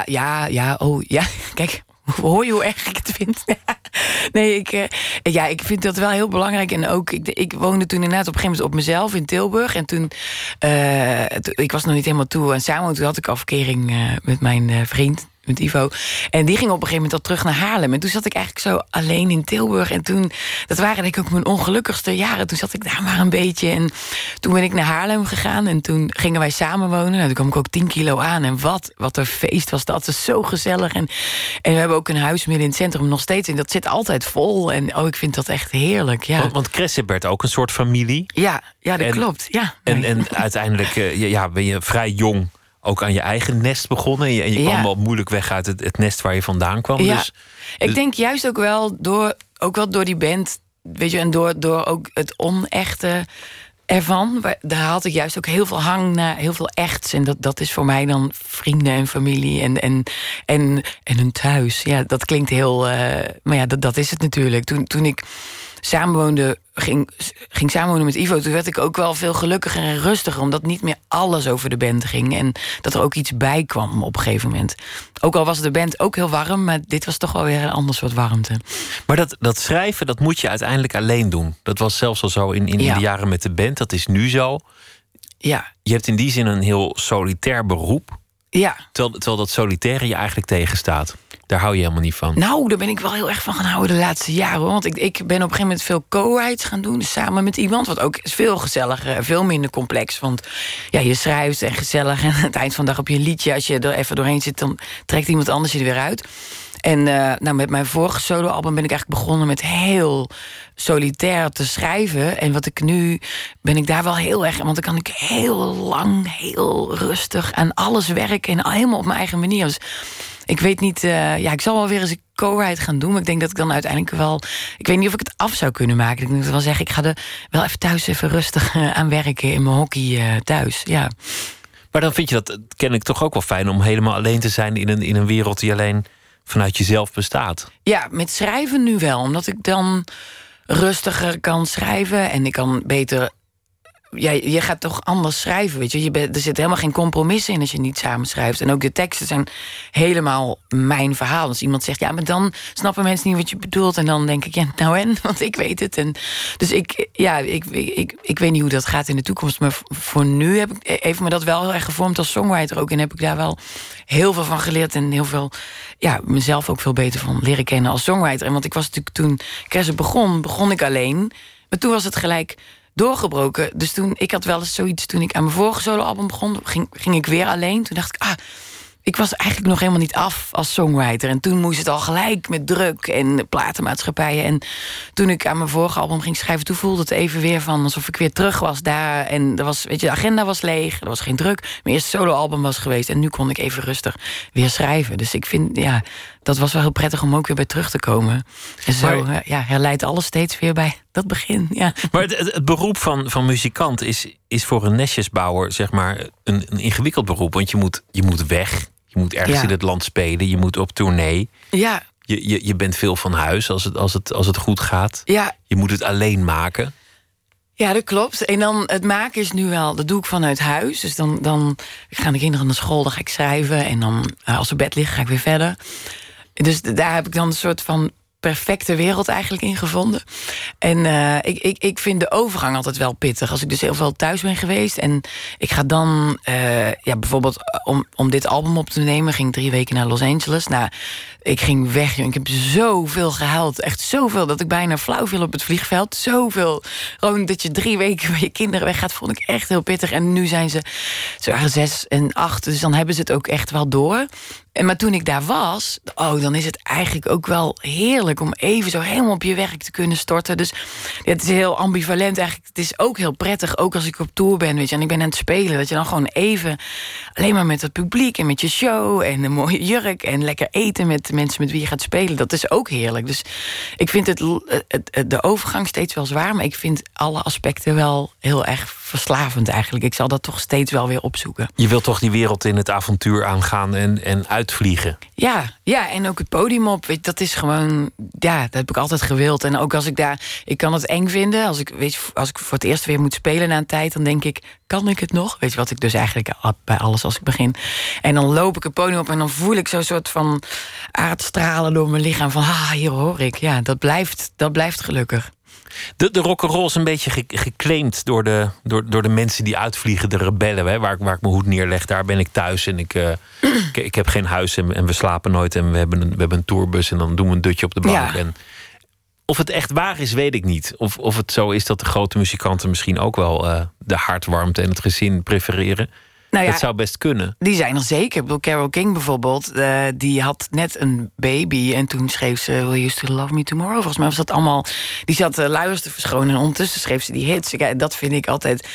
Ja. Oh ja. Kijk, hoor je hoe erg ik het vind? Nee, ik vind dat wel heel belangrijk. En ook, ik woonde toen inderdaad op een gegeven moment op mezelf in Tilburg. En toen, ik was nog niet helemaal toe aan samen. Toen had ik afkering met mijn vriend. Met Ivo. En die ging op een gegeven moment al terug naar Haarlem. En toen zat ik eigenlijk zo alleen in Tilburg. En toen, dat waren denk ik ook mijn ongelukkigste jaren. Toen zat ik daar maar een beetje. En toen ben ik naar Haarlem gegaan. En toen gingen wij samen wonen. Nou, toen kwam ik ook 10 kilo aan. En wat een feest was dat. Het is zo gezellig. En we hebben ook een huis midden in het centrum nog steeds. En dat zit altijd vol. En ik vind dat echt heerlijk. Ja. Want Cressip werd ook een soort familie. Ja, dat klopt. Ja. En uiteindelijk ben je vrij jong ook aan je eigen nest begonnen. En je kwam wel moeilijk weg uit het nest waar je vandaan kwam. Ja. Dus, ik denk juist ook wel door die band, weet je, en door ook het onechte ervan. Daar had ik juist ook heel veel hang naar, heel veel echts. En dat is voor mij dan vrienden en familie en een thuis. Ja, dat klinkt heel... maar ja, dat is het natuurlijk. Toen ik ging samenwonen met Ivo... toen werd ik ook wel veel gelukkiger en rustiger... omdat niet meer alles over de band ging... en dat er ook iets bij kwam op een gegeven moment. Ook al was de band ook heel warm... maar dit was toch wel weer een ander soort warmte. Maar dat schrijven, dat moet je uiteindelijk alleen doen. Dat was zelfs al zo in de jaren met de band. Dat is nu zo. Ja. Je hebt in die zin een heel solitair beroep. Ja. Terwijl dat solitaire je eigenlijk tegenstaat. Daar hou je helemaal niet van. Nou, daar ben ik wel heel erg van gaan houden de laatste jaren. Hoor. Want ik ben op een gegeven moment veel co-writes gaan doen. Dus samen met iemand. Wat ook is veel gezelliger, veel minder complex. Want ja, je schrijft en gezellig. En aan het eind van de dag heb je een liedje. Als je er even doorheen zit, dan trekt iemand anders je er weer uit. En met mijn vorige soloalbum ben ik eigenlijk begonnen met heel solitair te schrijven. En wat ik nu ben ik daar wel heel erg... want dan kan ik heel lang, heel rustig aan alles werken... en helemaal op mijn eigen manier. Dus ik weet niet... ik zal wel weer eens een co-write gaan doen... maar ik denk dat ik dan uiteindelijk wel... ik weet niet of ik het af zou kunnen maken. Ik moet wel zeggen, ik ga er wel even thuis even rustig aan werken... in mijn hockey thuis, ja. Maar dan vind je dat kennelijk toch ook wel fijn... om helemaal alleen te zijn in een wereld die alleen... vanuit jezelf bestaat. Ja, met schrijven nu wel. Omdat ik dan rustiger kan schrijven. En ik kan beter... Ja, je gaat toch anders schrijven, weet je. Er zit helemaal geen compromis in als je niet samen schrijft. En ook de teksten zijn helemaal mijn verhaal. Als iemand zegt, ja, maar dan snappen mensen niet wat je bedoelt. En dan denk ik, ja, nou en? Want ik weet het. En dus ik weet niet hoe dat gaat in de toekomst. Maar voor nu heeft me dat wel heel erg gevormd als songwriter ook. En heb ik daar wel heel veel van geleerd. En heel veel, mezelf ook veel beter van leren kennen als songwriter. En want ik was natuurlijk toen Kersen begon ik alleen. Maar toen was het gelijk doorgebroken. Dus ik had wel eens zoiets... toen ik aan mijn vorige soloalbum begon... ging ik weer alleen. Toen dacht ik, ik was eigenlijk nog helemaal niet af als songwriter. En toen moest het al gelijk met druk en platenmaatschappijen. En toen ik aan mijn vorige album ging schrijven... toen voelde het even weer van alsof ik weer terug was daar. En de agenda was leeg, er was geen druk. Mijn eerste soloalbum was geweest. En nu kon ik even rustig weer schrijven. Dus ik vind, dat was wel heel prettig om ook weer bij terug te komen. En zo herleidt alles steeds weer bij dat begin. Ja. Maar het beroep van muzikant is voor een nestjesbouwer zeg maar een ingewikkeld beroep. Want je moet weg. Je moet ergens in het land spelen. Je moet op tournee. Ja. Je bent veel van huis als het goed gaat. Ja. Je moet het alleen maken. Ja, dat klopt. En dan het maken is nu wel, dat doe ik vanuit huis. Dus dan gaan de kinderen naar school, dan ga ik schrijven. En dan als ze op bed liggen, ga ik weer verder. Dus daar heb ik dan een soort van perfecte wereld eigenlijk in gevonden. En ik vind de overgang altijd wel pittig. Als ik dus heel veel thuis ben geweest... en ik ga dan, bijvoorbeeld om dit album op te nemen... ging ik 3 weken naar Los Angeles. Nou, ik ging weg, ik heb zoveel gehuild. Echt zoveel, dat ik bijna flauw viel op het vliegveld. Zoveel. Gewoon dat je 3 weken met je kinderen weggaat... vond ik echt heel pittig. En nu zijn ze waren 6 en 8, dus dan hebben ze het ook echt wel door... Maar toen ik daar was, dan is het eigenlijk ook wel heerlijk... om even zo helemaal op je werk te kunnen storten. Dus het is heel ambivalent eigenlijk. Het is ook heel prettig, ook als ik op tour ben, weet je, en ik ben aan het spelen... dat je dan gewoon even alleen maar met het publiek en met je show... en een mooie jurk en lekker eten met de mensen met wie je gaat spelen... dat is ook heerlijk. Dus ik vind de overgang steeds wel zwaar... maar ik vind alle aspecten wel heel erg verslavend eigenlijk. Ik zal dat toch steeds wel weer opzoeken. Je wilt toch die wereld in het avontuur aangaan en uitvliegen? Ja, en ook het podium op. Weet, dat is gewoon, dat heb ik altijd gewild. En ook als ik kan het eng vinden. Als ik voor het eerst weer moet spelen na een tijd... dan denk ik, kan ik het nog? Weet je wat ik dus eigenlijk bij alles als ik begin. En dan loop ik het podium op en dan voel ik zo'n soort van aardstralen door mijn lichaam. Van, hier hoor ik. Ja, dat blijft gelukkig. De rock'n'roll is een beetje geclaimd door de mensen die uitvliegen, de rebellen. Hè, waar ik mijn hoed neerleg, daar ben ik thuis. En ik heb geen huis en we slapen nooit. En we hebben een tourbus en dan doen we een dutje op de bank. Ja. En of het echt waar is, weet ik niet. Of het zo is dat de grote muzikanten misschien ook wel de hartwarmte en het gezin prefereren. Nou dat zou best kunnen. Die zijn er zeker. Ik bedoel, Carole King bijvoorbeeld, die had net een baby... en toen schreef ze Will You Still Love Me Tomorrow? Volgens mij was dat allemaal... Die zat luiers te verschonen en ondertussen schreef ze die hits. Dat vind ik altijd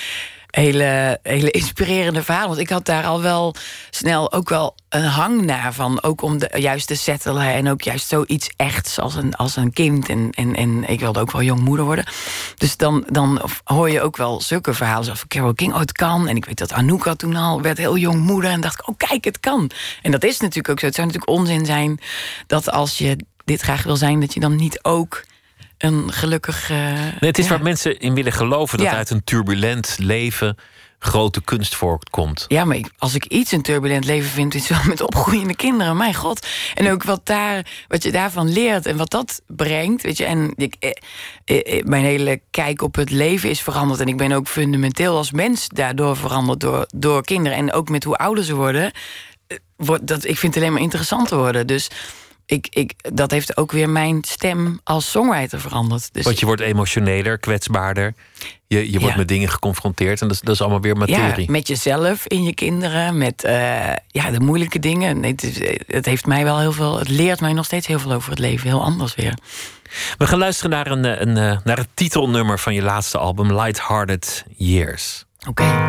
hele inspirerende verhaal. Want ik had daar al wel snel ook wel een hang naar van. Ook om juist te settelen en ook juist zoiets echts als een kind. En ik wilde ook wel jongmoeder worden. Dus dan hoor je ook wel zulke verhalen zoals Carole King. Het kan. En ik weet dat Anouk toen al werd heel jongmoeder. En dacht ik, kijk, het kan. En dat is natuurlijk ook zo. Het zou natuurlijk onzin zijn dat als je dit graag wil zijn, dat je dan niet ook een gelukkig... Nee, het is waar mensen in willen geloven... dat uit een turbulent leven grote kunst voortkomt. Ja, maar als ik iets een turbulent leven vind... is het wel met opgroeiende kinderen, mijn god. En ook wat je daarvan leert en wat dat brengt. Weet je, en mijn hele kijk op het leven is veranderd. En ik ben ook fundamenteel als mens daardoor veranderd... door kinderen. En ook met hoe ouder ze worden... ik vind het alleen maar interessanter worden. Dus... dat heeft ook weer mijn stem als songwriter veranderd. Dus want je wordt emotioneler, kwetsbaarder. Je wordt met dingen geconfronteerd. En dat is allemaal weer materie. Ja, met jezelf, in je kinderen. Met de moeilijke dingen. Het heeft mij wel heel veel... Het leert mij nog steeds heel veel over het leven. Heel anders weer. We gaan luisteren naar het titelnummer van je laatste album. Lighthearted Years. Oké.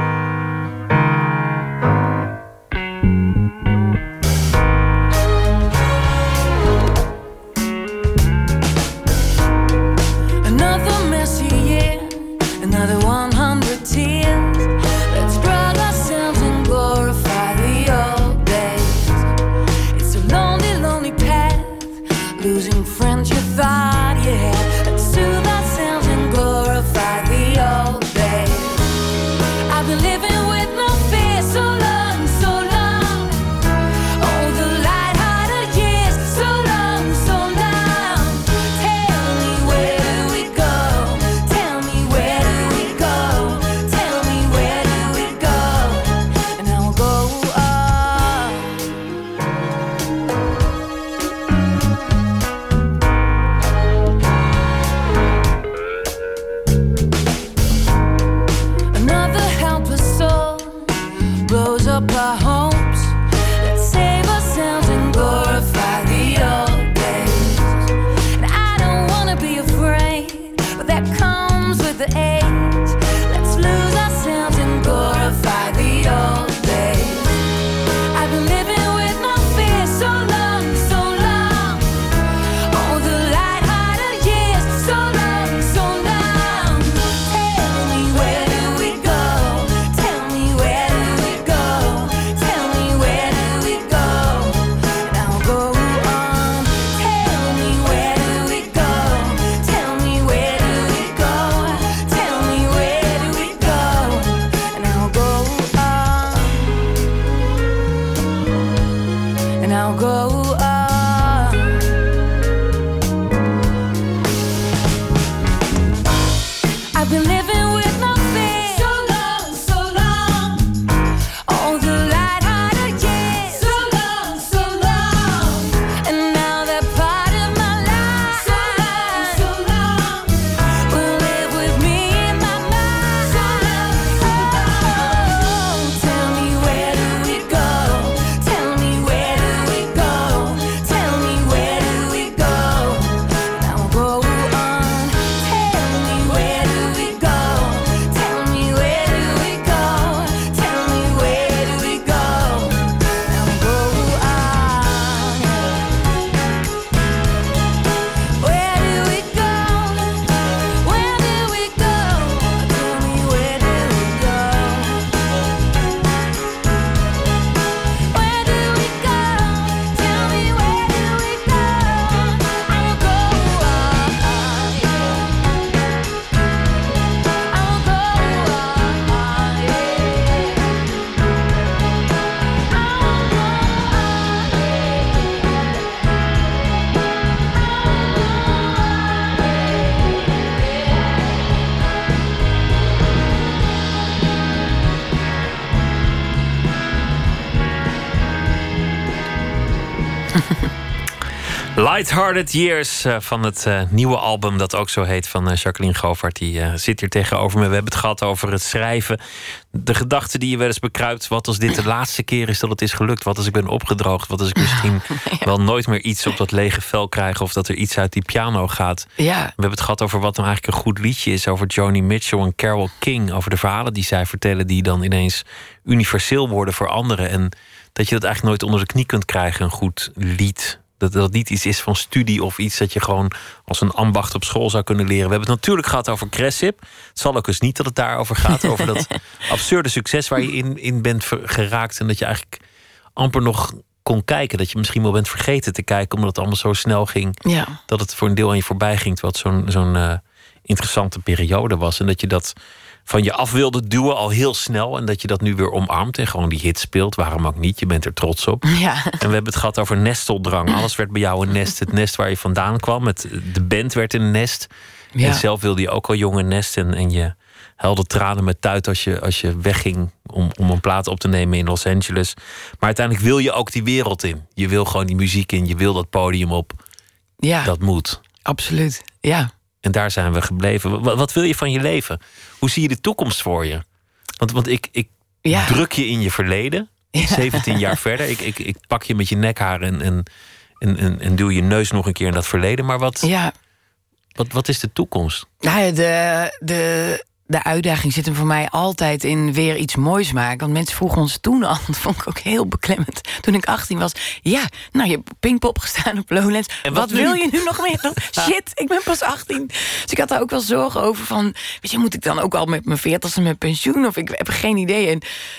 Another 100 tears. Let's drug ourselves and glorify the old days. It's a lonely, lonely path. Losing friends you thought you had. Let's soothe ourselves and glorify the old days. I've been living with no fear so long, so long. Oh, the light-hearted years, so long, so long. Tell me where do we go? Tell me where do we go? Tell me where do we go? And I'll go on. Another helpless soul blows up our hopes. Let's save ourselves and glorify the old days. And I don't wanna be afraid, but that comes with the age. Let's lose ourselves and glorify the old days. I've been living with no fear so long, so long. Oh, the light-hearted years, so long, so long. Tell me where do we go? Tell me where do we go? Tell me where do we go? And I'll go on. Tell me where do we go? Tell me where do we go? Tell me where do we go? And I'll go on. And I'll go on. I've been living with no fear so long, so long. Oh, the light-hearted years, so long, so long. And now that part of my life, so long, so long, will live with me in my mind, so long, so long. Tell me where do we go? Tell me where do we go? Tell me where do we go? And I'll go on. Tell me where do we go? Tell me where do we go? Tell me where do we go? And I'll go on. Where do we go? Where do we go? Tell me where do we go? Where do we go? Tell me where do we go? I'll go on. I'll go Lighthearted Years van het nieuwe album dat ook zo heet van Jacqueline Govaert. Die zit hier tegenover me. We hebben het gehad over het schrijven. De gedachte die je wel eens bekruipt. Wat als dit de laatste keer is dat het is gelukt? Wat als ik ben opgedroogd? Wat als ik misschien wel nooit meer iets op dat lege vel krijg? Of dat er iets uit die piano gaat? Ja. We hebben het gehad over wat nou eigenlijk een goed liedje is. Over Joni Mitchell en Carole King. Over de verhalen die zij vertellen. Die dan ineens universeel worden voor anderen. En dat je dat eigenlijk nooit onder de knie kunt krijgen. Een goed lied. Dat dat niet iets is van studie of iets dat je gewoon als een ambacht op school zou kunnen leren. We hebben het natuurlijk gehad over Cressip. Het zal ook eens niet dat het daarover gaat. Over dat absurde succes waar je in bent geraakt. En dat je eigenlijk amper nog kon kijken. Dat je misschien wel bent vergeten te kijken, omdat het allemaal zo snel ging. Ja. Dat het voor een deel aan je voorbij ging. Terwijl het zo'n interessante periode was. En dat je dat van je af wilde duwen al heel snel. En dat je dat nu weer omarmt en gewoon die hit speelt. Waarom ook niet? Je bent er trots op. Ja. En we hebben het gehad over nesteldrang. Alles werd bij jou een nest. Het nest waar je vandaan kwam. De band werd een nest. Ja. En zelf wilde je ook al jong een nest. En je huilde tranen met tuit als je wegging om een plaat op te nemen in Los Angeles. Maar uiteindelijk wil je ook die wereld in. Je wil gewoon die muziek in. Je wil dat podium op. Ja, Dat moet. absoluut. Ja. En daar zijn we gebleven. Wat wil je van je leven? Hoe zie je de toekomst voor je? Want ik Ja. druk je in je verleden. Ja. 17 jaar verder. Ik pak je met je nekhaar en duw je neus nog een keer in dat verleden. Maar Ja. wat is de toekomst? Nou ja, de uitdaging zit hem voor mij altijd in weer iets moois maken. Want mensen vroegen ons toen al, dat vond ik ook heel beklemmend. Toen ik 18 was, ja, nou, je hebt Pinkpop gestaan op Lowlands. En wat wat wil nu? je nu nog meer? Shit, ik ben pas 18. Dus ik had daar ook wel zorgen over van, weet je, moet ik dan ook al met mijn 40ste met pensioen? Of ik heb geen idee.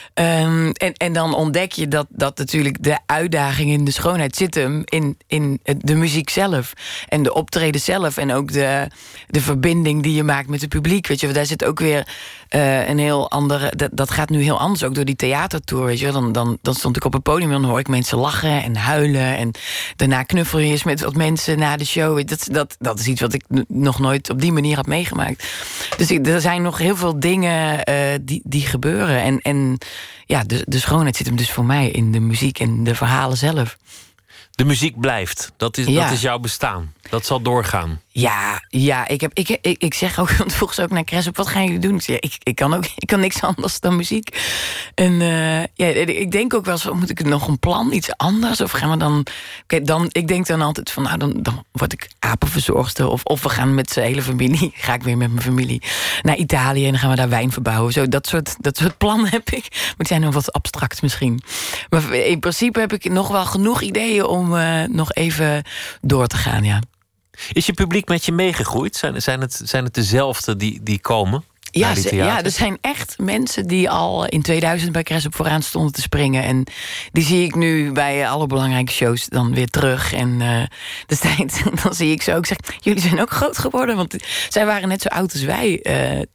En dan ontdek je dat natuurlijk de uitdaging in de schoonheid zit hem in de muziek zelf. En de optreden zelf. En ook de verbinding die je maakt met het publiek. Weet je, daar zit ook weer een heel andere. Dat gaat nu heel anders, ook door die theatertour. Weet je, dan stond ik op het podium en dan hoor ik mensen lachen en huilen. En daarna knuffel je eens met wat mensen na de show. Dat is iets wat ik nog nooit op die manier had meegemaakt. Dus er zijn nog heel veel dingen die gebeuren. En ja, de schoonheid zit hem dus voor mij in de muziek en de verhalen zelf. De muziek blijft. Dat is jouw bestaan. Dat zal doorgaan. Ja, ik zeg ook, want vroeg ze ook naar Cres op, wat gaan jullie doen? Ik kan niks anders dan muziek. En ik denk ook wel eens, moet ik nog een plan, iets anders? Of gaan we dan... ik denk dan altijd van, nou, dan word ik apenverzorgster. Of we gaan met z'n hele familie, ga ik weer met mijn familie naar Italië en dan gaan we daar wijn verbouwen. Zo, dat soort plannen heb ik. Maar die zijn nog wat abstract misschien. Maar in principe heb ik nog wel genoeg ideeën om nog even door te gaan, ja. Is je publiek met je meegegroeid? Zijn het dezelfde die komen? Ja, er zijn echt mensen die al in 2000 bij Cres op vooraan stonden te springen. En die zie ik nu bij alle belangrijke shows dan weer terug. En destijds, dan zie ik ze ook zeggen, jullie zijn ook groot geworden. Want zij waren net zo oud als wij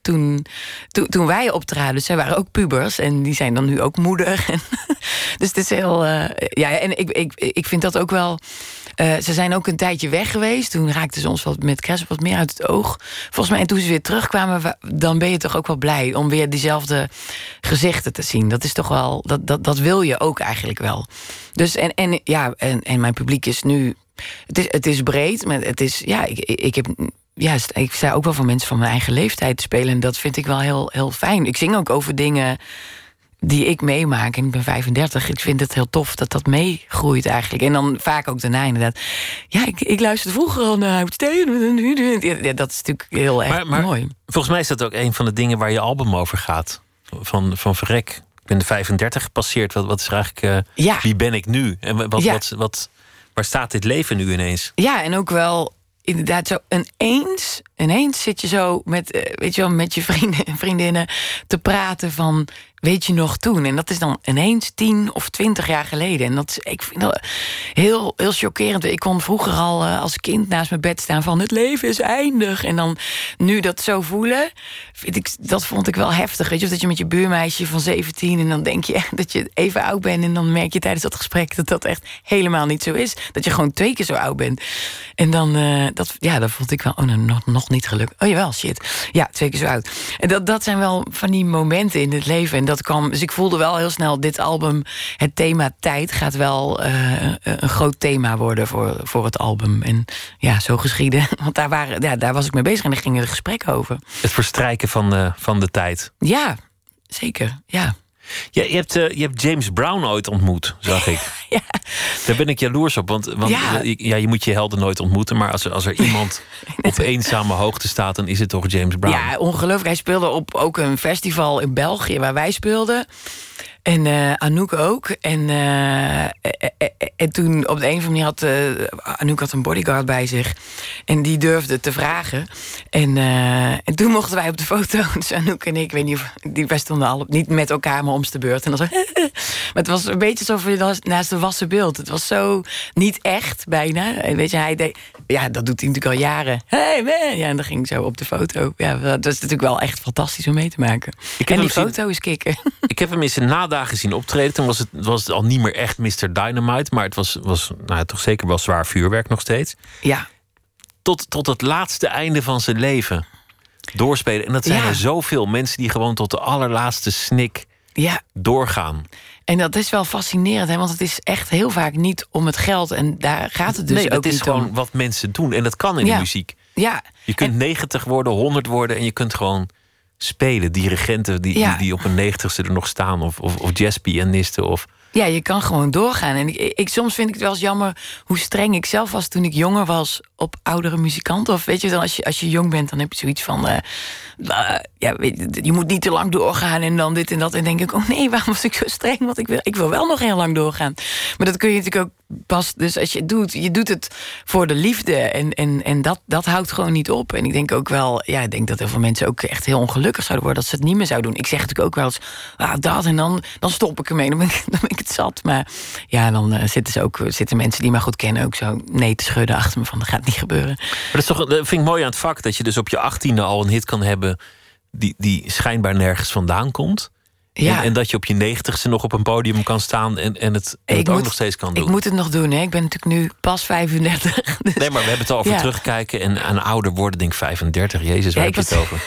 toen wij optraden. Zij waren ook pubers en die zijn dan nu ook moeder. Dus het is heel... en ik vind dat ook wel... ze zijn ook een tijdje weg geweest. Toen raakten ze ons met Cres wat meer uit het oog. Volgens mij, en toen ze weer terugkwamen, dan ben je toch ook wel blij om weer diezelfde gezichten te zien. Dat is toch wel, dat wil je ook eigenlijk wel. Dus en mijn publiek is nu, het is breed, maar het is, ik sta ook wel voor mensen van mijn eigen leeftijd te spelen. En dat vind ik wel heel, heel fijn. Ik zing ook over dingen die ik meemaak. En ik ben 35. Ik vind het heel tof dat meegroeit eigenlijk. En dan vaak ook daarna inderdaad. Ja, ik luisterde vroeger al naar Houtsteden. Ja, dat is natuurlijk heel erg mooi. Volgens mij is dat ook een van de dingen waar je album over gaat. Van Verrek. Ik ben de 35 gepasseerd. Wat is er eigenlijk... Wie ben ik nu? En waar staat dit leven nu ineens? Ja, en ook wel inderdaad zo ineens zit je zo met je vrienden en vriendinnen te praten van, weet je nog toen? En dat is dan ineens 10 of 20 jaar geleden. En ik vind dat heel, heel chockerend. Ik kon vroeger al als kind naast mijn bed staan van, het leven is eindig. En dan nu dat zo voelen, dat vond ik wel heftig. Weet je, of dat je met je buurmeisje van 17 en dan denk je echt dat je even oud bent en dan merk je tijdens dat gesprek dat echt helemaal niet zo is. Dat je gewoon 2 keer zo oud bent. En dan, dat vond ik wel, nog niet gelukt. Oh jawel, shit. Ja, 2 keer zo oud. En dat zijn wel van die momenten in het leven. En dat kwam, dus ik voelde wel heel snel, dit album, het thema tijd gaat wel een groot thema worden voor het album. En ja, zo geschieden. Want daar was ik mee bezig en daar gingen de gesprekken over. Het verstrijken van de tijd. Ja, zeker, ja. Ja, je hebt James Brown ooit ontmoet, zag ik. Ja. Daar ben ik jaloers op, want je moet je helden nooit ontmoeten, maar als er iemand op eenzame hoogte staat, dan is het toch James Brown. Ja, ongelooflijk. Hij speelde op ook een festival in België waar wij speelden. En Anouk ook. En toen op de een of andere manier had Anouk had een bodyguard bij zich. En die durfde te vragen. En toen mochten wij op de foto. Dus Anouk en ik weet niet of... Wij stonden al niet met elkaar, maar om de beurt. En dan zo... Maar het was een beetje alsof je naast een wassen beeld. Het was zo niet echt, bijna. En weet je, hij deed... Ja, dat doet hij natuurlijk al jaren. Hey man! Ja, en dan ging ik zo op de foto. Ja, dat is natuurlijk wel echt fantastisch om mee te maken. En die foto is kicken. Ik heb hem in zijn nadagen zien optreden. Toen was het al niet meer echt Mr. Dynamite. Maar het was toch zeker wel zwaar vuurwerk nog steeds. Ja. Tot het laatste einde van zijn leven doorspelen. En dat zijn er zoveel mensen die gewoon tot de allerlaatste snik doorgaan. En dat is wel fascinerend, hè? Want het is echt heel vaak niet om het geld. En daar gaat het dus ook niet om. Het is gewoon wat mensen doen. En dat kan in de muziek. Ja. Je kunt 90 worden, 100 worden... en je kunt gewoon spelen. Dirigenten die op een 90ste er nog staan. Of jazzpianisten. Of... Ja, je kan gewoon doorgaan. En ik soms vind ik het wel eens jammer hoe streng ik zelf was toen ik jonger was op oudere muzikanten. Of weet je dan, als je jong bent, dan heb je zoiets van... je moet niet te lang doorgaan en dan dit en dat. En denk ik, oh nee, waarom was ik zo streng? Want ik wil wel nog heel lang doorgaan. Maar dat kun je natuurlijk ook pas... Dus als je het doet, je doet het voor de liefde. En dat houdt gewoon niet op. En ik denk ook wel... Ja, ik denk dat heel veel mensen ook echt heel ongelukkig zouden worden... dat ze het niet meer zouden doen. Ik zeg natuurlijk ook wel eens... dat en dan stop ik ermee. Dan ben ik het zat. Maar ja, dan zitten mensen die mij goed kennen... ook zo nee te schudden achter me van... dat gaat niet gebeuren. Maar dat vind ik mooi aan het vak... dat je dus op je 18e al een hit kan hebben... die schijnbaar nergens vandaan komt. Ja. En dat je op je 90ste nog op een podium kan staan... en het ook nog steeds kan doen. Ik moet het nog doen, hè. Ik ben natuurlijk nu pas 35. Dus... Nee, maar we hebben het al over terugkijken... en aan ouder worden, denk ik 35. Jezus, waar heb je het over?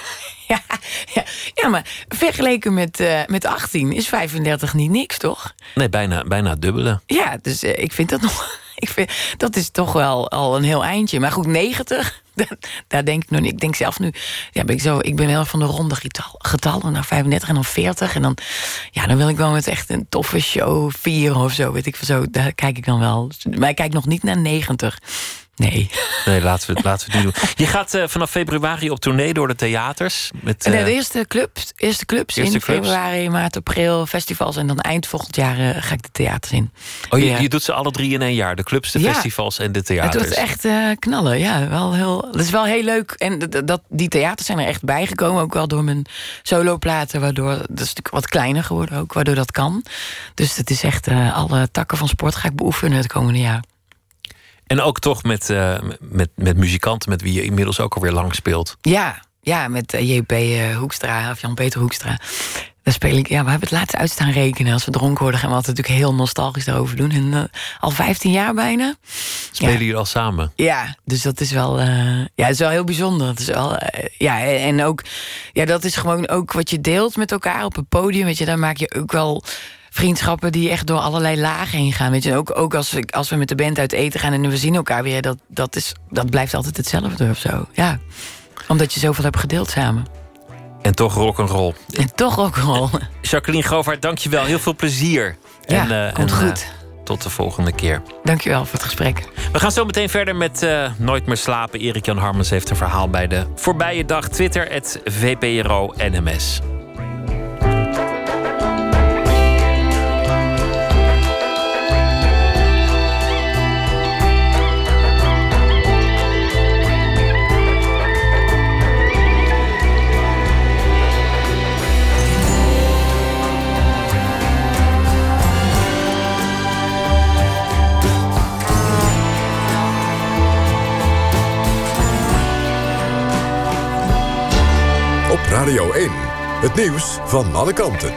Ja, maar vergeleken met 18 is 35 niet niks, toch? Nee, bijna het dubbele. Ja, dus ik vind dat nog... dat is toch wel al een heel eindje. Maar goed, 90, daar denk ik nog niet. Ik denk zelf nu... Ja, ik ben heel van de ronde getallen. Nou, 35 en dan 40. En dan wil ik wel met echt een toffe show vieren of zo. Weet ik veel zo. Daar kijk ik dan wel. Maar ik kijk nog niet naar 90. Nee, laten we het niet doen. Je gaat vanaf februari op tournee door de theaters. Met, de eerste clubs in februari, maart, april, festivals. En dan eind volgend jaar ga ik de theaters in. Oh, je doet ze alle 3 in 1 jaar? De clubs, de festivals en de theaters? Het wordt echt knallen, ja. Dat is wel heel leuk. En die theaters zijn er echt bijgekomen. Ook wel door mijn soloplaten. Waardoor, dat is natuurlijk wat kleiner geworden ook. Waardoor dat kan. Dus het is echt alle takken van sport ga ik beoefenen het komende jaar. En ook toch met muzikanten met wie je inmiddels ook alweer lang speelt. Ja, met JP Hoekstra of Jan-Peter Hoekstra. Daar speel ik, we hebben het laatst uit staan rekenen. Als we dronken worden gaan we altijd natuurlijk heel nostalgisch daarover doen. En al 15 jaar bijna. Spelen jullie al samen? Ja, dus dat is wel, het is wel heel bijzonder. Het is wel, en ook, dat is gewoon ook wat je deelt met elkaar op het podium. Weet je, daar maak je ook wel... vriendschappen die echt door allerlei lagen heen gaan. Weet je, ook als we met de band uit eten gaan en we zien elkaar weer, dat blijft altijd hetzelfde of zo. Ja, omdat je zoveel hebt gedeeld samen. En toch rock'n'roll. Jacqueline Govaert, dank je wel. Heel veel plezier. Ja, komt goed. Tot de volgende keer. Dank je wel voor het gesprek. We gaan zo meteen verder met Nooit meer slapen. Erik-Jan Harmens heeft een verhaal bij de voorbije dag. Twitter @VPRO-NMS. Op Radio 1, het nieuws van alle kanten.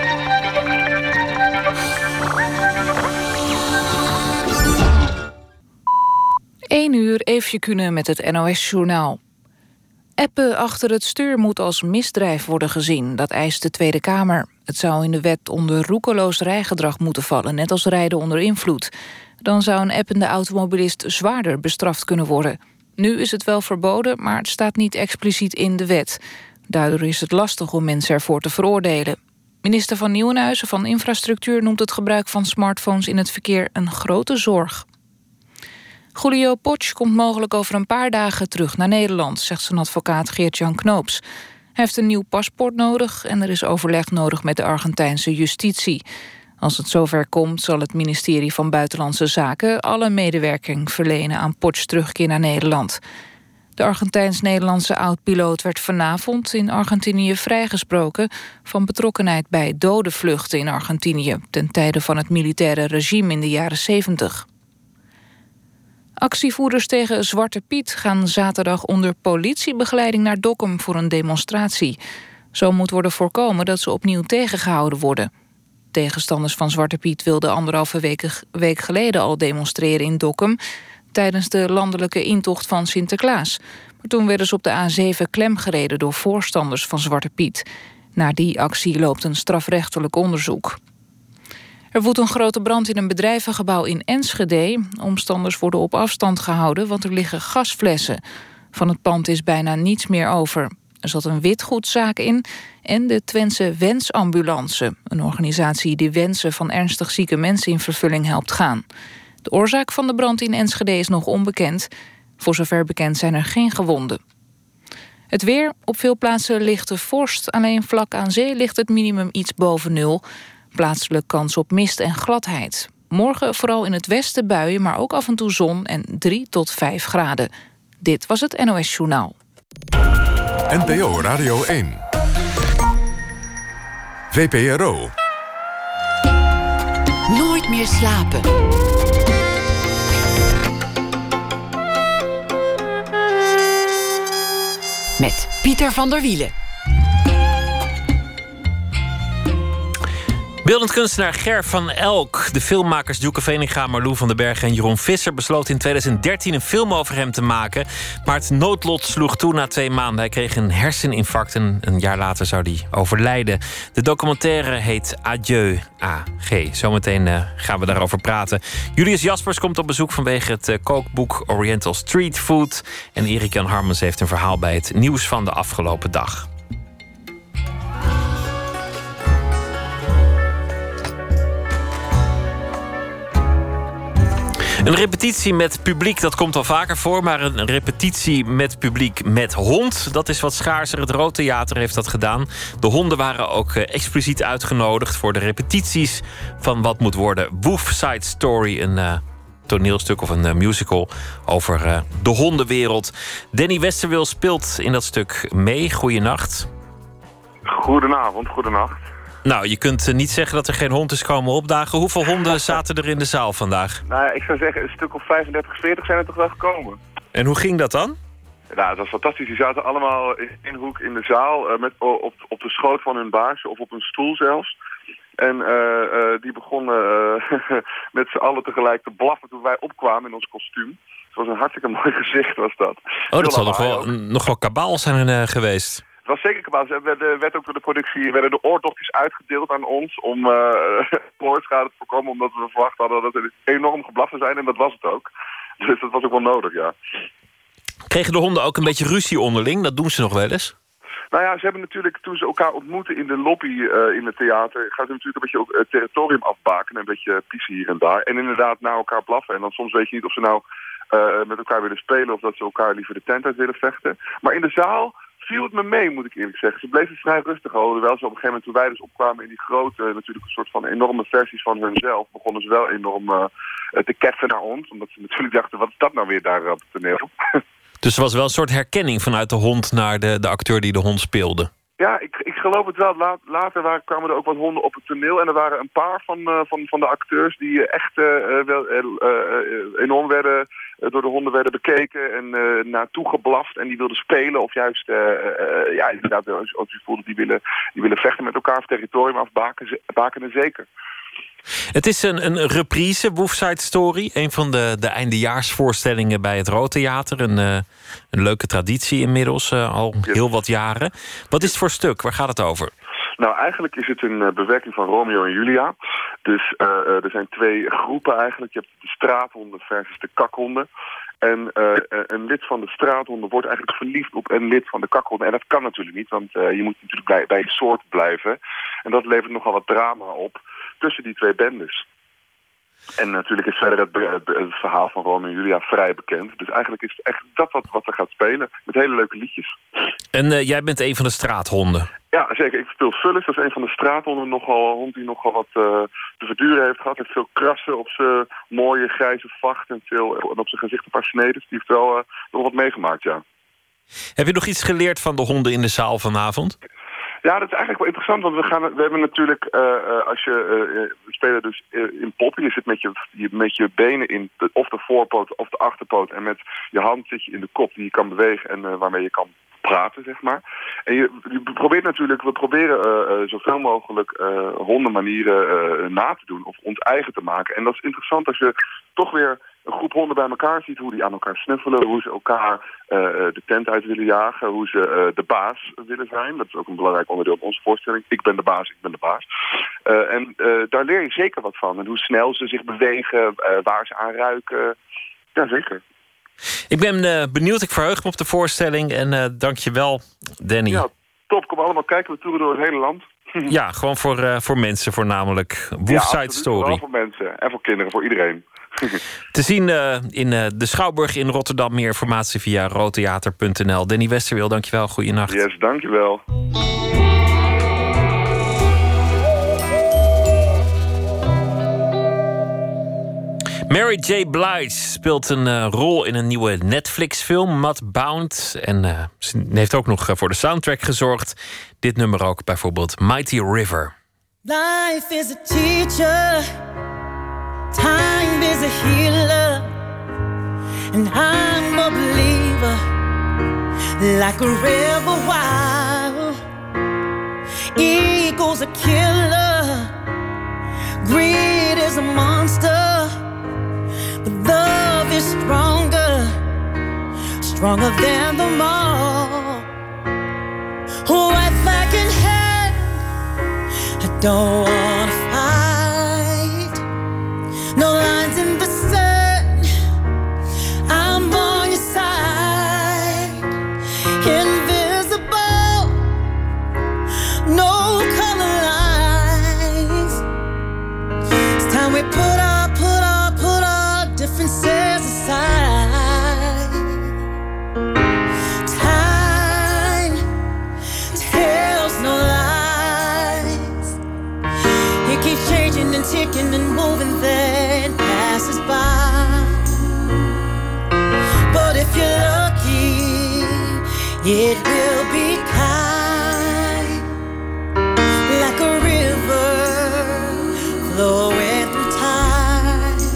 1 uur, Eefje Kunnen met het NOS-journaal. Appen achter het stuur moet als misdrijf worden gezien. Dat eist de Tweede Kamer. Het zou in de wet onder roekeloos rijgedrag moeten vallen, net als rijden onder invloed. Dan zou een appende automobilist zwaarder bestraft kunnen worden. Nu is het wel verboden, maar het staat niet expliciet in de wet. Daardoor is het lastig om mensen ervoor te veroordelen. Minister van Nieuwenhuizen van Infrastructuur noemt het gebruik van smartphones in het verkeer een grote zorg. Julio Potsch komt mogelijk over een paar dagen terug naar Nederland, zegt zijn advocaat Geert-Jan Knoops. Hij heeft een nieuw paspoort nodig en er is overleg nodig met de Argentijnse justitie. Als het zover komt, zal het ministerie van Buitenlandse Zaken alle medewerking verlenen aan Potts terugkeer naar Nederland. De Argentijns-Nederlandse oud-piloot werd vanavond in Argentinië vrijgesproken van betrokkenheid bij dode vluchten in Argentinië ten tijde van het militaire regime in de jaren 70. Actievoerders tegen Zwarte Piet gaan zaterdag onder politiebegeleiding naar Dokkum voor een demonstratie. Zo moet worden voorkomen dat ze opnieuw tegengehouden worden. Tegenstanders van Zwarte Piet wilden 1,5 week geleden al demonstreren in Dokkum tijdens de landelijke intocht van Sinterklaas. Maar toen werden ze op de A7 klemgereden door voorstanders van Zwarte Piet. Naar die actie loopt een strafrechtelijk onderzoek. Er woedt een grote brand in een bedrijvengebouw in Enschede. Omstanders worden op afstand gehouden, want er liggen gasflessen. Van het pand is bijna niets meer over. Er zat een witgoedzaak in en de Twentse Wensambulance, een organisatie die wensen van ernstig zieke mensen in vervulling helpt gaan. De oorzaak van de brand in Enschede is nog onbekend. Voor zover bekend zijn er geen gewonden. Het weer, op veel plaatsen lichte vorst. Alleen vlak aan zee ligt het minimum iets boven nul. Plaatselijk kans op mist en gladheid. Morgen vooral in het westen buien, maar ook af en toe zon en 3 tot 5 graden. Dit was het NOS Journaal. NPO Radio 1. VPRO. Nooit meer slapen. Met Pieter van der Wielen. Beeldend kunstenaar Ger van Elk, de filmmakers Djoeke Veninga, Marlou van den Berg en Jeroen Visser besloten in 2013 een film over hem te maken. Maar het noodlot sloeg toe na 2 maanden. Hij kreeg een herseninfarct en een jaar later zou hij overlijden. De documentaire heet Adieu A.G. Zometeen gaan we daarover praten. Julius Jaspers komt op bezoek vanwege het kookboek Oriental Street Food. En Erik-Jan Harmens heeft een verhaal bij het nieuws van de afgelopen dag. Een repetitie met publiek, dat komt al vaker voor. Maar een repetitie met publiek met hond, dat is wat schaarser. Het Rood Theater heeft dat gedaan. De honden waren ook expliciet uitgenodigd voor de repetities van wat moet worden Wolf Side Story. Een toneelstuk of een musical over de hondenwereld. Danny Westerwil speelt in dat stuk mee. Goeienacht. Goedenavond, goedenacht. Nou, je kunt niet zeggen dat er geen hond is komen opdagen. Hoeveel honden zaten er in de zaal vandaag? Nou ja, ik zou zeggen, een stuk of 35, 40 zijn er toch wel gekomen. En hoe ging dat dan? Nou, het was fantastisch. Die zaten allemaal in een hoek in de zaal, op de schoot van hun baasje of op een stoel zelfs. En die begonnen met z'n allen tegelijk te blaffen toen wij opkwamen in ons kostuum. Het was een hartstikke mooi gezicht, was dat. Oh, dat zal nog wel kabaal zijn geweest. Het was zeker kabaal. Werd ook door de productie werden de oordopjes uitgedeeld aan ons om gehoorschade te voorkomen, omdat we verwacht hadden dat er enorm geblaf zou zijn. En dat was het ook. Dus dat was ook wel nodig, ja. Kregen de honden ook een beetje ruzie onderling? Dat doen ze nog wel eens? Nou ja, ze hebben natuurlijk, toen ze elkaar ontmoeten in de lobby in het theater, gaan ze natuurlijk een beetje ook het territorium afbaken, een beetje piezen hier en daar. En inderdaad naar elkaar blaffen. En dan soms weet je niet of ze nou met elkaar willen spelen of dat ze elkaar liever de tent uit willen vechten. Maar in de zaal viel het me mee, moet ik eerlijk zeggen. Ze bleven vrij rustig houden. Hoewel ze op een gegeven moment, toen wij dus opkwamen in die grote, natuurlijk een soort van enorme versies van hunzelf, begonnen ze wel enorm te keffen naar ons. Omdat ze natuurlijk dachten, wat is dat nou weer daar op het toneel? Dus er was wel een soort herkenning vanuit de hond naar de acteur die de hond speelde. Ja, ik geloof het wel. Later kwamen er ook wat honden op het toneel. En er waren een paar van de acteurs die echt enorm werden, door de honden werden bekeken en naartoe geblaft. En die wilden spelen of juist, ja, inderdaad, als je voelde, die willen vechten met elkaar of territorium afbakenen, zeker. Het is een reprise, Wolf Side Story. Een van de eindejaarsvoorstellingen bij het Rood Theater. Een leuke traditie inmiddels, al heel wat jaren. Wat is het voor stuk? Waar gaat het over? Nou, eigenlijk is het een bewerking van Romeo en Julia. Dus er zijn 2 groepen eigenlijk. Je hebt de straathonden versus de kakhonden. En een lid van de straathonden wordt eigenlijk verliefd op een lid van de kakhonden. En dat kan natuurlijk niet, want je moet natuurlijk bij je soort blijven. En dat levert nogal wat drama op tussen die 2 bendes. En natuurlijk is verder het verhaal van Romeo en Julia vrij bekend. Dus eigenlijk is het echt dat wat er gaat spelen. Met hele leuke liedjes. En jij bent een van de straathonden. Ja, zeker. Ik speel Vullis. Dat is een van de straathonden. Een hond die nogal wat te verduren heeft gehad. Hij heeft veel krassen op zijn mooie grijze vacht. En op zijn gezicht een paar sneden. Dus die heeft wel nog wat meegemaakt, ja. Heb je nog iets geleerd van de honden in de zaal vanavond? Ja, dat is eigenlijk wel interessant, want we hebben natuurlijk, we spelen dus in poppen. Je zit met je benen in of de voorpoot of de achterpoot en met je hand zit je in de kop die je kan bewegen en waarmee je kan praten, zeg maar. En we proberen zoveel mogelijk hondenmanieren na te doen of ons eigen te maken. En dat is interessant als je toch weer een groep honden bij elkaar ziet, hoe die aan elkaar snuffelen, hoe ze elkaar de tent uit willen jagen, hoe ze de baas willen zijn. Dat is ook een belangrijk onderdeel van onze voorstelling. Ik ben de baas, ik ben de baas. Daar leer je zeker wat van. En hoe snel ze zich bewegen, waar ze aan ruiken. Ja, zeker. Ik ben benieuwd, ik verheug me op de voorstelling en dank je wel, Danny. Ja, top. Kom allemaal kijken, we toeren door het hele land. Ja, gewoon voor mensen voornamelijk. Wolfside Story. Vooral voor mensen en voor kinderen, voor iedereen. Te zien in de Schouwburg in Rotterdam. Meer informatie via roodtheater.nl. Danny Westerweel, dankjewel. Goeienacht. Yes, dankjewel. Mary J. Blige speelt een rol in een nieuwe Netflix-film, Mudbound. En ze heeft ook nog voor de soundtrack gezorgd. Dit nummer ook, bijvoorbeeld Mighty River. Life is a teacher, time is a healer, and I'm a believer, like a river wild. Ego's a killer, greed is a monster, but love is stronger, stronger than them all. White flag in hand, I don't wanna fight. No lines in the sand, I'm on your side. Invisible, no color lines. It's time we put our differences aside. Time tells no lies. It keeps changing and ticking and moving, then passes by. But if you're lucky, it will be kind, like a river flowing through time.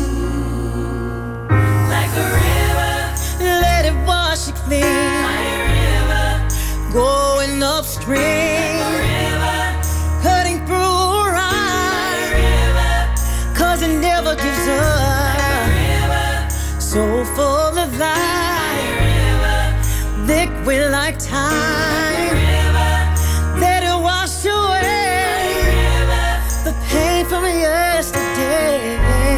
Like a river, let it wash you clean. Like a river, going upstream. Like a river, cutting through rhyme. Like a river, 'cause it never gives up. Like a river, so full of life. Like a river, liquid like time. Like a river, let it wash away. Like a river, the pain from yesterday.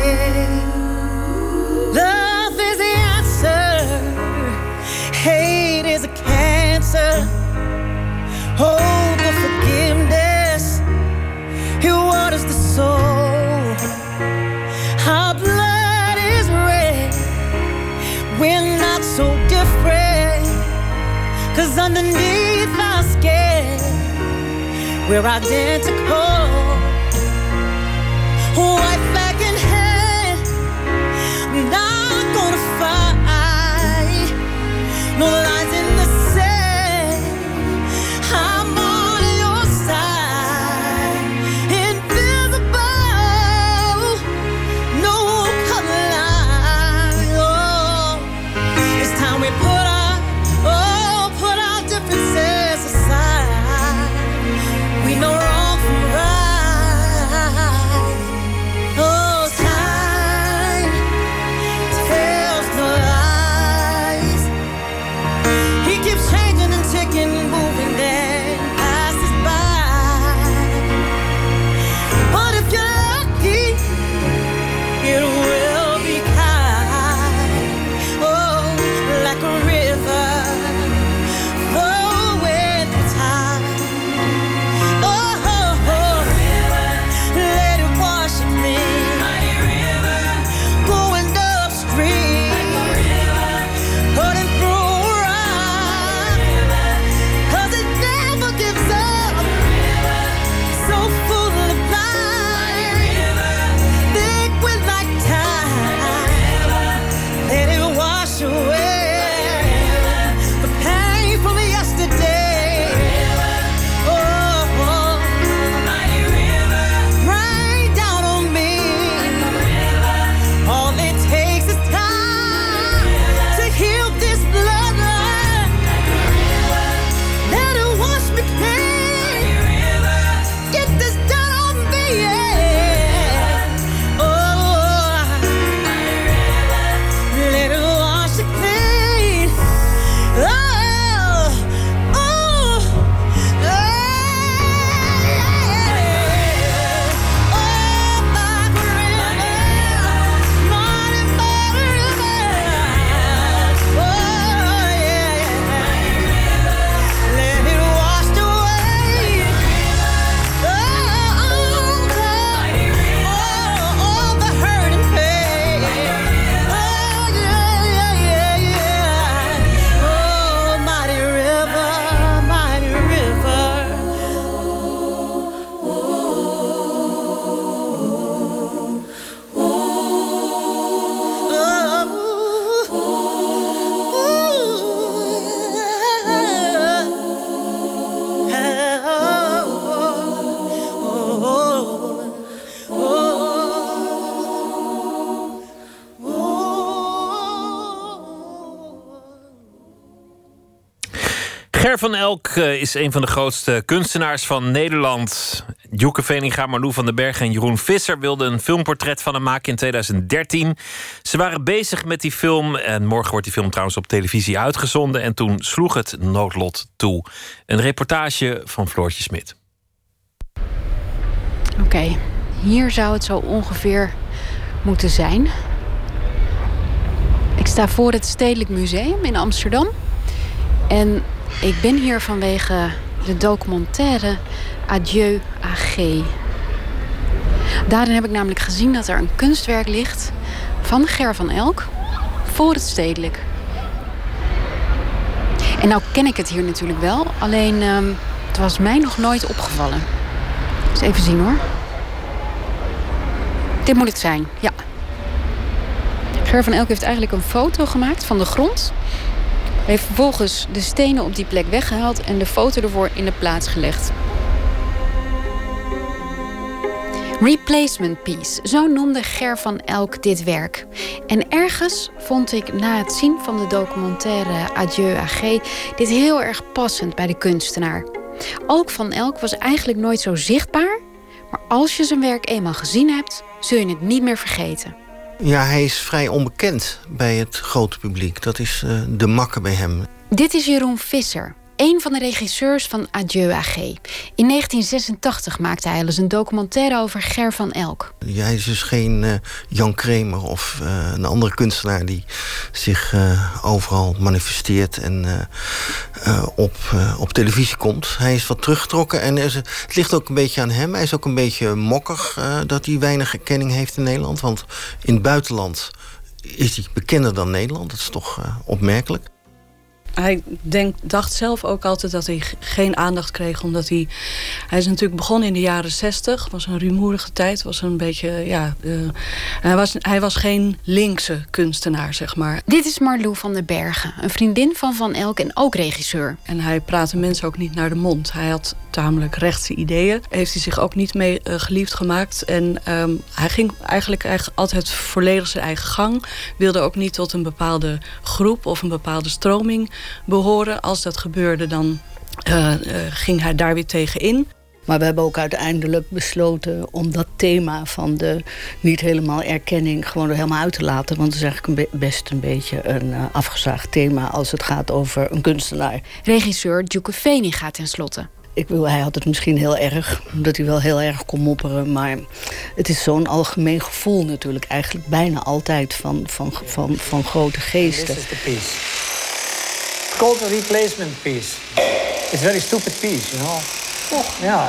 Love is the answer, hate is a cancer. Hope of forgiveness, it waters the soul. Our blood is red, we're not so different, 'cause underneath our skin, we're identical. White flag in hand, I'm not gonna fight. No lies in the sand, I'm on your side. Invisible, no color line. Oh, it's time we put our differences aside. We know wrong from right. Ger van Elk is een van de grootste kunstenaars van Nederland. Joeke Veninga, Marlou van den Berg en Jeroen Visser wilden een filmportret van hem maken in 2013. Ze waren bezig met die film en morgen wordt die film trouwens op televisie uitgezonden. En toen sloeg het noodlot toe. Een reportage van Floortje Smit. Oké, hier zou het zo ongeveer moeten zijn. Ik sta voor het Stedelijk Museum in Amsterdam. En ik ben hier vanwege de documentaire Adieu AG. Daarin heb ik namelijk gezien dat er een kunstwerk ligt van Ger van Elk voor het Stedelijk. En nou ken ik het hier natuurlijk wel, alleen het was mij nog nooit opgevallen. Dus even zien hoor. Dit moet het zijn, ja. Ger van Elk heeft eigenlijk een foto gemaakt van de grond. Hij heeft vervolgens de stenen op die plek weggehaald en de foto ervoor in de plaats gelegd. Replacement piece, zo noemde Ger van Elk dit werk. En ergens vond ik na het zien van de documentaire Adieu AG dit heel erg passend bij de kunstenaar. Ook Van Elk was eigenlijk nooit zo zichtbaar, maar als je zijn werk eenmaal gezien hebt, zul je het niet meer vergeten. Ja, hij is vrij onbekend bij het grote publiek. Dat is de makke bij hem. Dit is Jeroen Visser, een van de regisseurs van Adieu AG. In 1986 maakte hij al eens een documentaire over Ger van Elk. Ja, hij is dus geen Jan Kramer of een andere kunstenaar die zich overal manifesteert en op televisie komt. Hij is wat teruggetrokken en het ligt ook een beetje aan hem. Hij is ook een beetje mokkig dat hij weinig erkenning heeft in Nederland. Want in het buitenland is hij bekender dan Nederland. Dat is toch opmerkelijk. Hij dacht zelf ook altijd dat hij geen aandacht kreeg, omdat hij is natuurlijk begonnen in de jaren 60. Het was een rumoerige tijd. Was een beetje, hij was geen linkse kunstenaar, zeg maar. Dit is Marlou van den Bergen, een vriendin van Van Elk en ook regisseur. En hij praatte mensen ook niet naar de mond. Hij had tamelijk rechtse ideeën. Heeft hij zich ook niet mee geliefd gemaakt. En hij ging eigenlijk altijd volledig zijn eigen gang. Wilde ook niet tot een bepaalde groep of een bepaalde stroming behoren. Als dat gebeurde, dan ging hij daar weer tegen in. Maar we hebben ook uiteindelijk besloten om dat thema van de niet helemaal erkenning gewoon er helemaal uit te laten. Want het is eigenlijk best een beetje een afgezaagd thema als het gaat over een kunstenaar. Regisseur Joeke Veninga tenslotte. Hij had het misschien heel erg, omdat hij wel heel erg kon mopperen. Maar het is zo'n algemeen gevoel natuurlijk eigenlijk bijna altijd van grote geesten. This is the piece. It's called a replacement piece. It's a very stupid piece, you know. Yeah.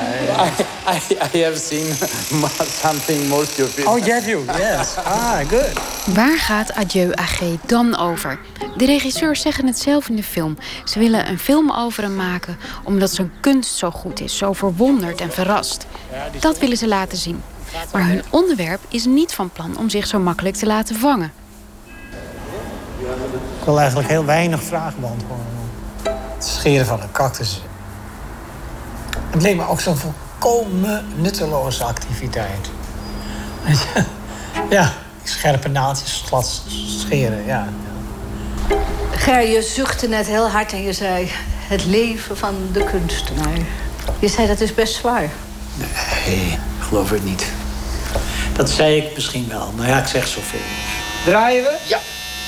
I have seen something more stupid. Oh, have you? Yes. Good. Waar gaat Adieu AG dan over? De regisseurs zeggen het zelf in de film. Ze willen een film over hem maken omdat zijn kunst zo goed is, zo verwonderd en verrast. Dat willen ze laten zien. Maar hun onderwerp is niet van plan om zich zo makkelijk te laten vangen. Ik wil eigenlijk heel weinig vragen beantwoorden. Het scheren van een cactus. Het leek me ook zo'n volkomen nutteloze activiteit. Ja, scherpe naaldjes glad scheren, ja. Ger, je zuchtte net heel hard en je zei het leven van de kunstenaar. Je zei dat is best zwaar. Nee, ik geloof het niet. Dat zei ik misschien wel, maar ja, ik zeg zoveel. Draaien we? Ja.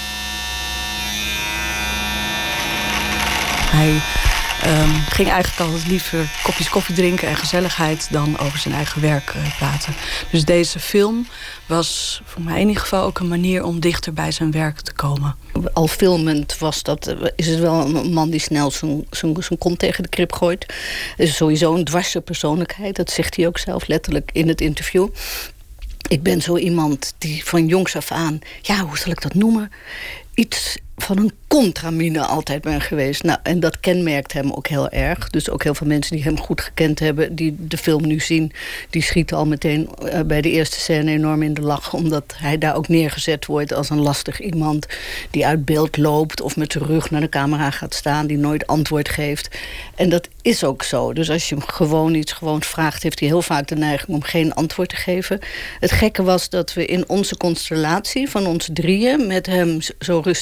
Hij ging eigenlijk altijd liever kopjes koffie drinken en gezelligheid dan over zijn eigen werk praten. Dus deze film was voor mij in ieder geval ook een manier om dichter bij zijn werk te komen. Al filmend is het wel een man die snel zijn kont tegen de krip gooit. Het is sowieso een dwarse persoonlijkheid, dat zegt hij ook zelf letterlijk in het interview. Ik ben zo iemand die van jongs af aan, ja, hoe zal ik dat noemen? Iets van een contramine altijd ben geweest. Nou, en dat kenmerkt hem ook heel erg. Dus ook heel veel mensen die hem goed gekend hebben, die de film nu zien, die schieten al meteen bij de eerste scène enorm in de lach, omdat hij daar ook neergezet wordt als een lastig iemand die uit beeld loopt of met zijn rug naar de camera gaat staan, die nooit antwoord geeft. En dat is ook zo. Dus als je hem gewoon vraagt, heeft hij heel vaak de neiging om geen antwoord te geven. Het gekke was dat we in onze constellatie van ons drieën met hem zo rustig zitten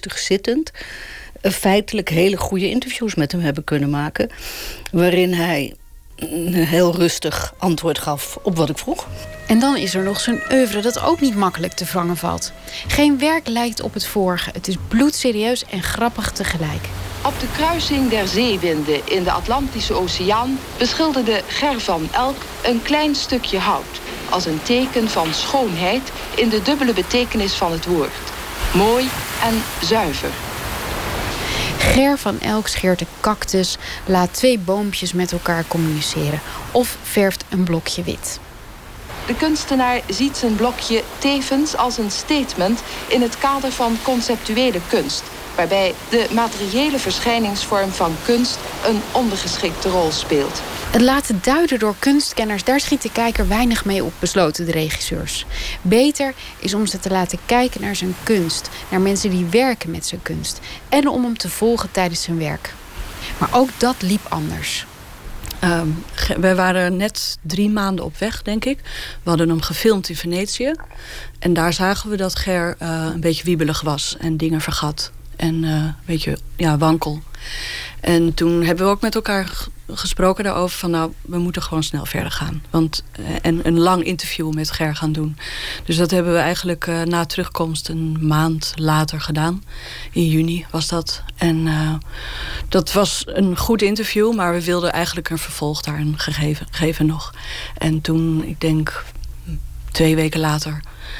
zittend feitelijk hele goede interviews met hem hebben kunnen maken, waarin hij heel rustig antwoord gaf op wat ik vroeg. En dan is er nog zijn oeuvre dat ook niet makkelijk te vangen valt. Geen werk lijkt op het vorige. Het is bloedserieus en grappig tegelijk. Op de kruising der zeewinden in de Atlantische Oceaan beschilderde Ger van Elk een klein stukje hout als een teken van schoonheid in de dubbele betekenis van het woord. Mooi en zuiver. Ger van Elk scheert een cactus, laat 2 boompjes met elkaar communiceren of verft een blokje wit. De kunstenaar ziet zijn blokje tevens als een statement in het kader van conceptuele kunst, waarbij de materiële verschijningsvorm van kunst een ondergeschikte rol speelt. Het laten duiden door kunstkenners, daar schiet de kijker weinig mee op, besloten de regisseurs. Beter is om ze te laten kijken naar zijn kunst, naar mensen die werken met zijn kunst, en om hem te volgen tijdens zijn werk. Maar ook dat liep anders. Wij waren net 3 maanden op weg, denk ik. We hadden hem gefilmd in Venetië. En daar zagen we dat Ger een beetje wiebelig was en dingen vergat. En een beetje wankel. En toen hebben we ook met elkaar gesproken daarover van, nou, we moeten gewoon snel verder gaan. En een lang interview met Ger gaan doen. Dus dat hebben we eigenlijk na terugkomst een maand later gedaan. In juni was dat. En dat was een goed interview, maar we wilden eigenlijk een vervolg daarin geven nog. En toen, ik denk 2 weken later,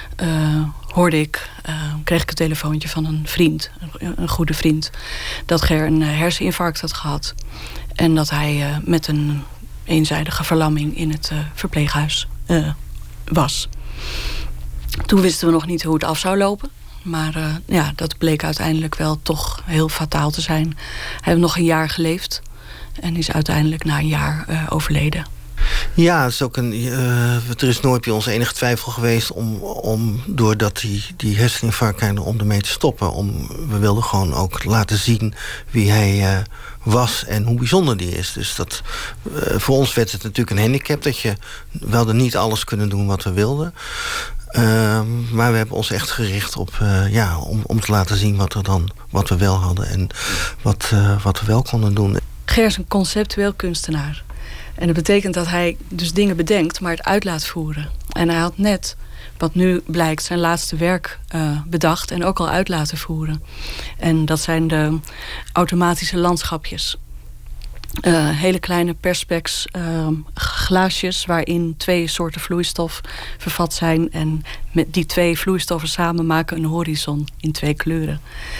kreeg ik een telefoontje van een vriend, een goede vriend, dat Ger een herseninfarct had gehad. En dat hij met een eenzijdige verlamming in het verpleeghuis was. Toen wisten we nog niet hoe het af zou lopen. Maar dat bleek uiteindelijk wel toch heel fataal te zijn. Hij heeft nog een jaar geleefd en is uiteindelijk na een jaar overleden. Ja, het is ook er is nooit bij ons enige twijfel geweest om doordat die herseninfarct krijgt, om ermee te stoppen. We wilden gewoon ook laten zien wie hij was en hoe bijzonder die is. Dus voor ons werd het natuurlijk een handicap dat we hadden niet alles kunnen doen wat we wilden. Maar we hebben ons echt gericht op om te laten zien wat we wel hadden en wat we wel konden doen. Ger is een conceptueel kunstenaar. En dat betekent dat hij dus dingen bedenkt, maar het uit laat voeren. En hij had net, wat nu blijkt, zijn laatste werk bedacht en ook al uit laten voeren. En dat zijn de automatische landschapjes. Hele kleine perspex glaasjes waarin 2 soorten vloeistof vervat zijn. En met die 2 vloeistoffen samen maken een horizon in 2 kleuren.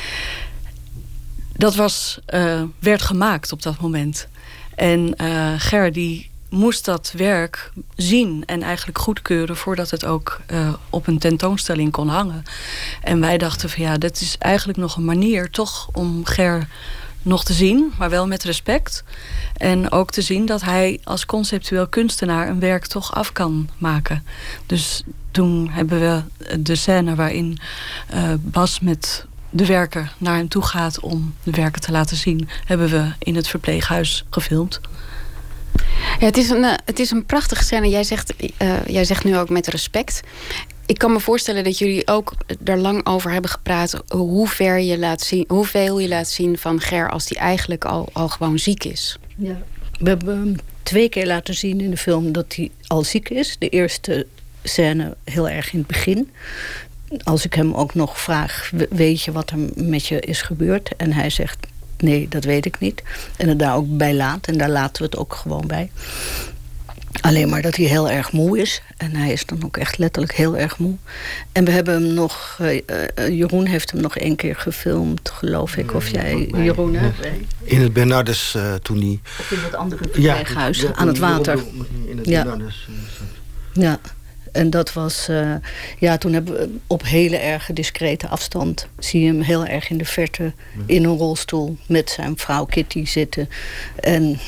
Dat werd gemaakt op dat moment. En Ger die moest dat werk zien en eigenlijk goedkeuren voordat het ook op een tentoonstelling kon hangen. En wij dachten van dat is eigenlijk nog een manier toch om Ger nog te zien, maar wel met respect. En ook te zien dat hij als conceptueel kunstenaar een werk toch af kan maken. Dus toen hebben we de scène waarin Bas met de werker naar hem toe gaat om de werken te laten zien, hebben we in het verpleeghuis gefilmd. Ja, het is een prachtige scène. Jij zegt nu ook met respect. Ik kan me voorstellen dat jullie ook er lang over hebben gepraat hoeveel je laat zien van Ger als die eigenlijk al gewoon ziek is. Ja. We hebben hem 2 keer laten zien in de film dat hij al ziek is. De eerste scène heel erg in het begin. Als ik hem ook nog vraag, weet je wat er met je is gebeurd? En hij zegt, nee, dat weet ik niet. En het daar ook bij laat. En daar laten we het ook gewoon bij. Alleen maar dat hij heel erg moe is. En hij is dan ook echt letterlijk heel erg moe. En we hebben hem nog... Jeroen heeft hem nog 1 keer gefilmd, geloof ik. Of jij, Jeroen, hè? In het Bernardus toen hij... Of in dat andere verpleeghuis, aan het water. In het Bernardus. Ja. En dat was... toen hebben we op hele erg discrete afstand... zie je hem heel erg in de verte in een rolstoel met zijn vrouw Kitty zitten. En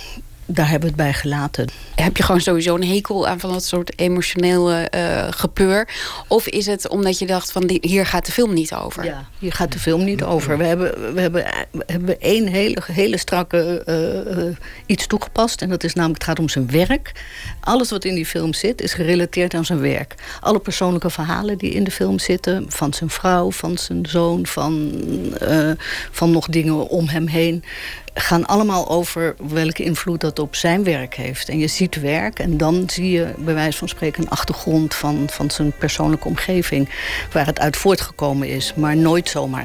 daar hebben we het bij gelaten. Heb je gewoon sowieso een hekel aan van dat soort emotioneel gepeur? Of is het omdat je dacht van hier gaat de film niet over? Ja, hier gaat de film niet over. We hebben één hele strakke iets toegepast. En dat is namelijk, het gaat om zijn werk. Alles wat in die film zit is gerelateerd aan zijn werk. Alle persoonlijke verhalen die in de film zitten, van zijn vrouw, van zijn zoon, van nog dingen om hem heen, gaan allemaal over welke invloed dat op zijn werk heeft. En je ziet werk en dan zie je bij wijze van spreken een achtergrond van zijn persoonlijke omgeving waar het uit voortgekomen is, maar nooit zomaar.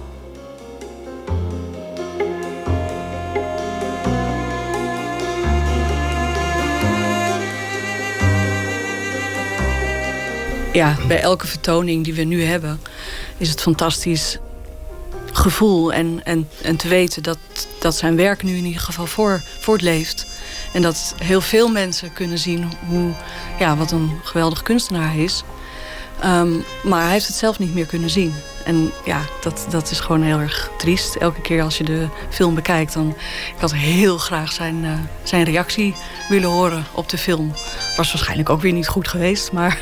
Ja, bij elke vertoning die we nu hebben is het fantastisch gevoel en te weten dat zijn werk nu in ieder geval voortleeft. En dat heel veel mensen kunnen zien wat een geweldig kunstenaar hij is. Maar hij heeft het zelf niet meer kunnen zien. En ja, dat is gewoon heel erg triest. Elke keer als je de film bekijkt, ik had heel graag zijn reactie willen horen op de film. Was waarschijnlijk ook weer niet goed geweest, maar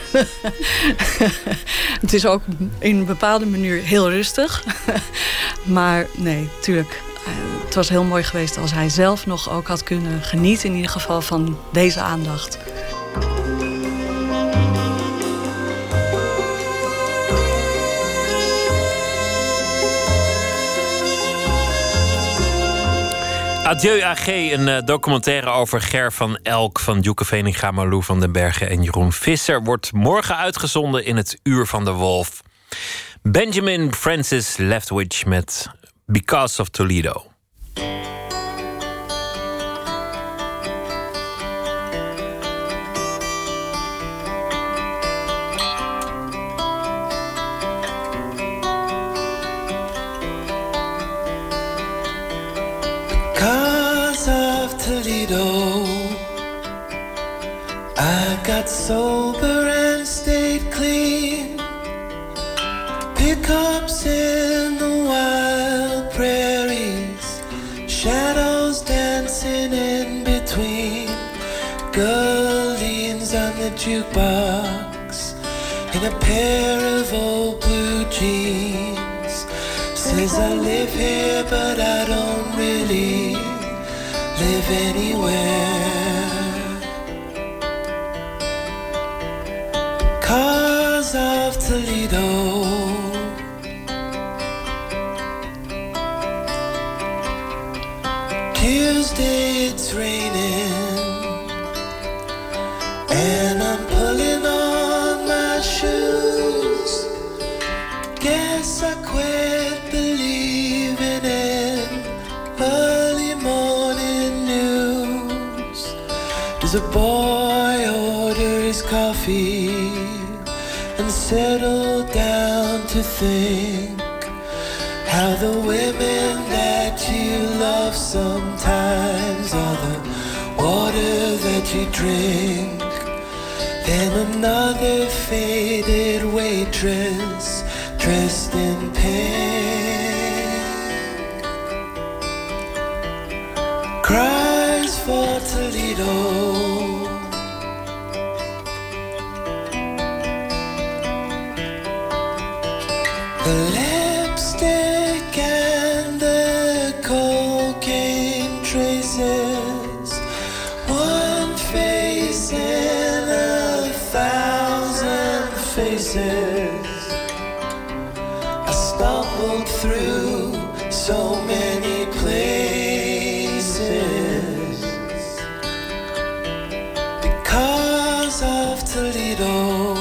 het is ook in een bepaalde manier heel rustig. Maar nee, tuurlijk. Het was heel mooi geweest als hij zelf nog ook had kunnen genieten, in ieder geval, van deze aandacht. Adieu AG, een documentaire over Ger van Elk van Djoeke Veninga, Malou van den Bergen en Jeroen Visser wordt morgen uitgezonden in het Uur van de Wolf. Benjamin Francis Leftwich met Because of Toledo. Because of Toledo, I got sober and stayed clean. Pickups in the wild prairies, shadows dancing in between. Girl leans on the jukebox in a pair of old blue jeans. Says I live here but I don't really live anywhere. 'Cause of Toledo. Tuesday it's raining and I'm pulling on my shoes. Guess I quit believing in early morning news. Does a boy order his coffee and settle down to think how the women that you love sometimes are the water that you drink? Then another faded waitress dressed in pink cries for Toledo. The lipstick and the cocaine traces, one face in 1,000 faces. I stumbled through so many places because of Toledo.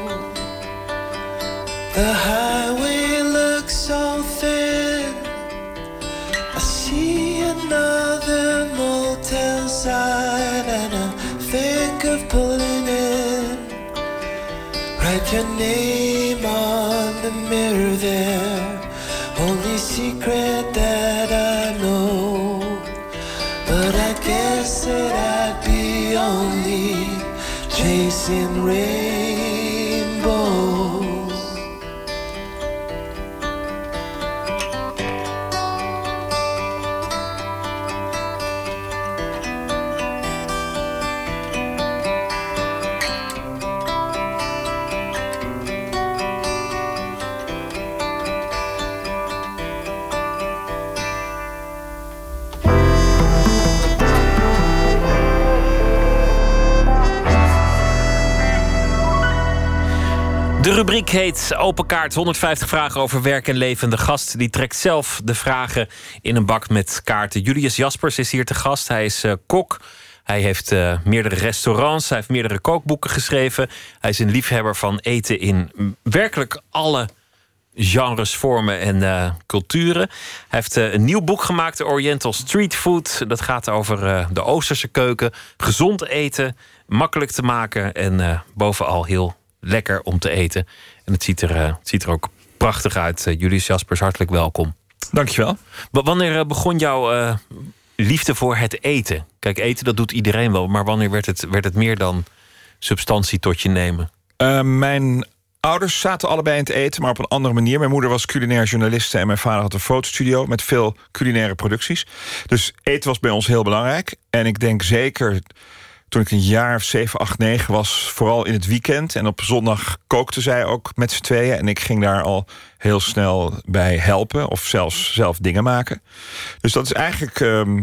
The highway looks so thin. I see another motel sign and I think of pulling in. Write your name on the mirror there. Only secret that I know. But I guess that I'd be only chasing rainbows. De rubriek heet Open Kaart. 150 vragen over werk en leven. De gast die trekt zelf de vragen in een bak met kaarten. Julius Jaspers is hier te gast. Hij is kok. Hij heeft meerdere restaurants. Hij heeft meerdere kookboeken geschreven. Hij is een liefhebber van eten in werkelijk alle genres, vormen en culturen. Hij heeft een nieuw boek gemaakt, Oriental Street Food. Dat gaat over de Oosterse keuken. Gezond eten, makkelijk te maken en bovenal heel lekker om te eten. En het ziet er ook prachtig uit. Julius Jaspers, hartelijk welkom. Dankjewel. Wanneer begon jouw liefde voor het eten? Kijk, eten dat doet iedereen wel. Maar wanneer werd het meer dan substantie tot je nemen? Mijn ouders zaten allebei in het eten, maar op een andere manier. Mijn moeder was culinair journaliste en mijn vader had een fotostudio met veel culinaire producties. Dus eten was bij ons heel belangrijk. En ik denk zeker toen ik een jaar of 7, 8, 9 was, vooral in het weekend. En op zondag kookte zij ook met z'n tweeën. En ik ging daar al heel snel bij helpen of zelfs zelf dingen maken. Dus dat is eigenlijk,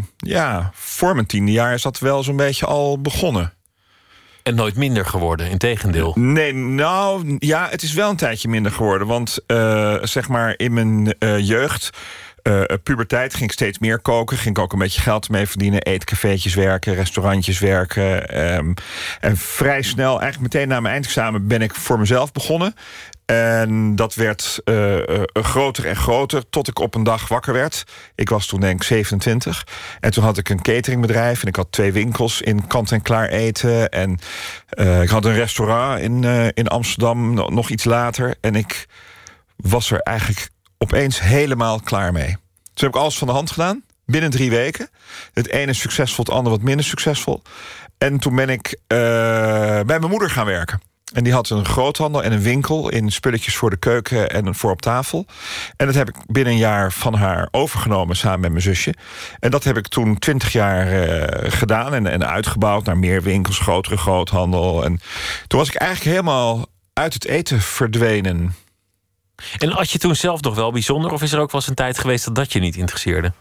voor mijn 10e jaar is dat wel zo'n beetje al begonnen. En nooit minder geworden, integendeel. Nee, nou ja, het is wel een tijdje minder geworden. Want zeg maar in mijn jeugd, puberteit, ging ik steeds meer koken. Ging ik ook een beetje geld mee verdienen. Eetcafeetjes werken, restaurantjes werken. En vrij snel, eigenlijk meteen na mijn eindexamen, ben ik voor mezelf begonnen. En dat werd groter en groter, tot ik op een dag wakker werd. Ik was toen denk ik 27. En toen had ik een cateringbedrijf en ik had 2 winkels in kant-en-klaar eten. En ik had een restaurant in Amsterdam nog iets later. En ik was er eigenlijk opeens helemaal klaar mee. Toen heb ik alles van de hand gedaan, binnen 3 weken. Het ene succesvol, het andere wat minder succesvol. En toen ben ik bij mijn moeder gaan werken. En die had een groothandel en een winkel in spulletjes voor de keuken en voor op tafel. En dat heb ik binnen een jaar van haar overgenomen samen met mijn zusje. En dat heb ik toen 20 jaar gedaan en uitgebouwd naar meer winkels, grotere groothandel. En toen was ik eigenlijk helemaal uit het eten verdwenen. En at je toen zelf nog wel bijzonder? Of is er ook wel eens een tijd geweest dat je niet interesseerde?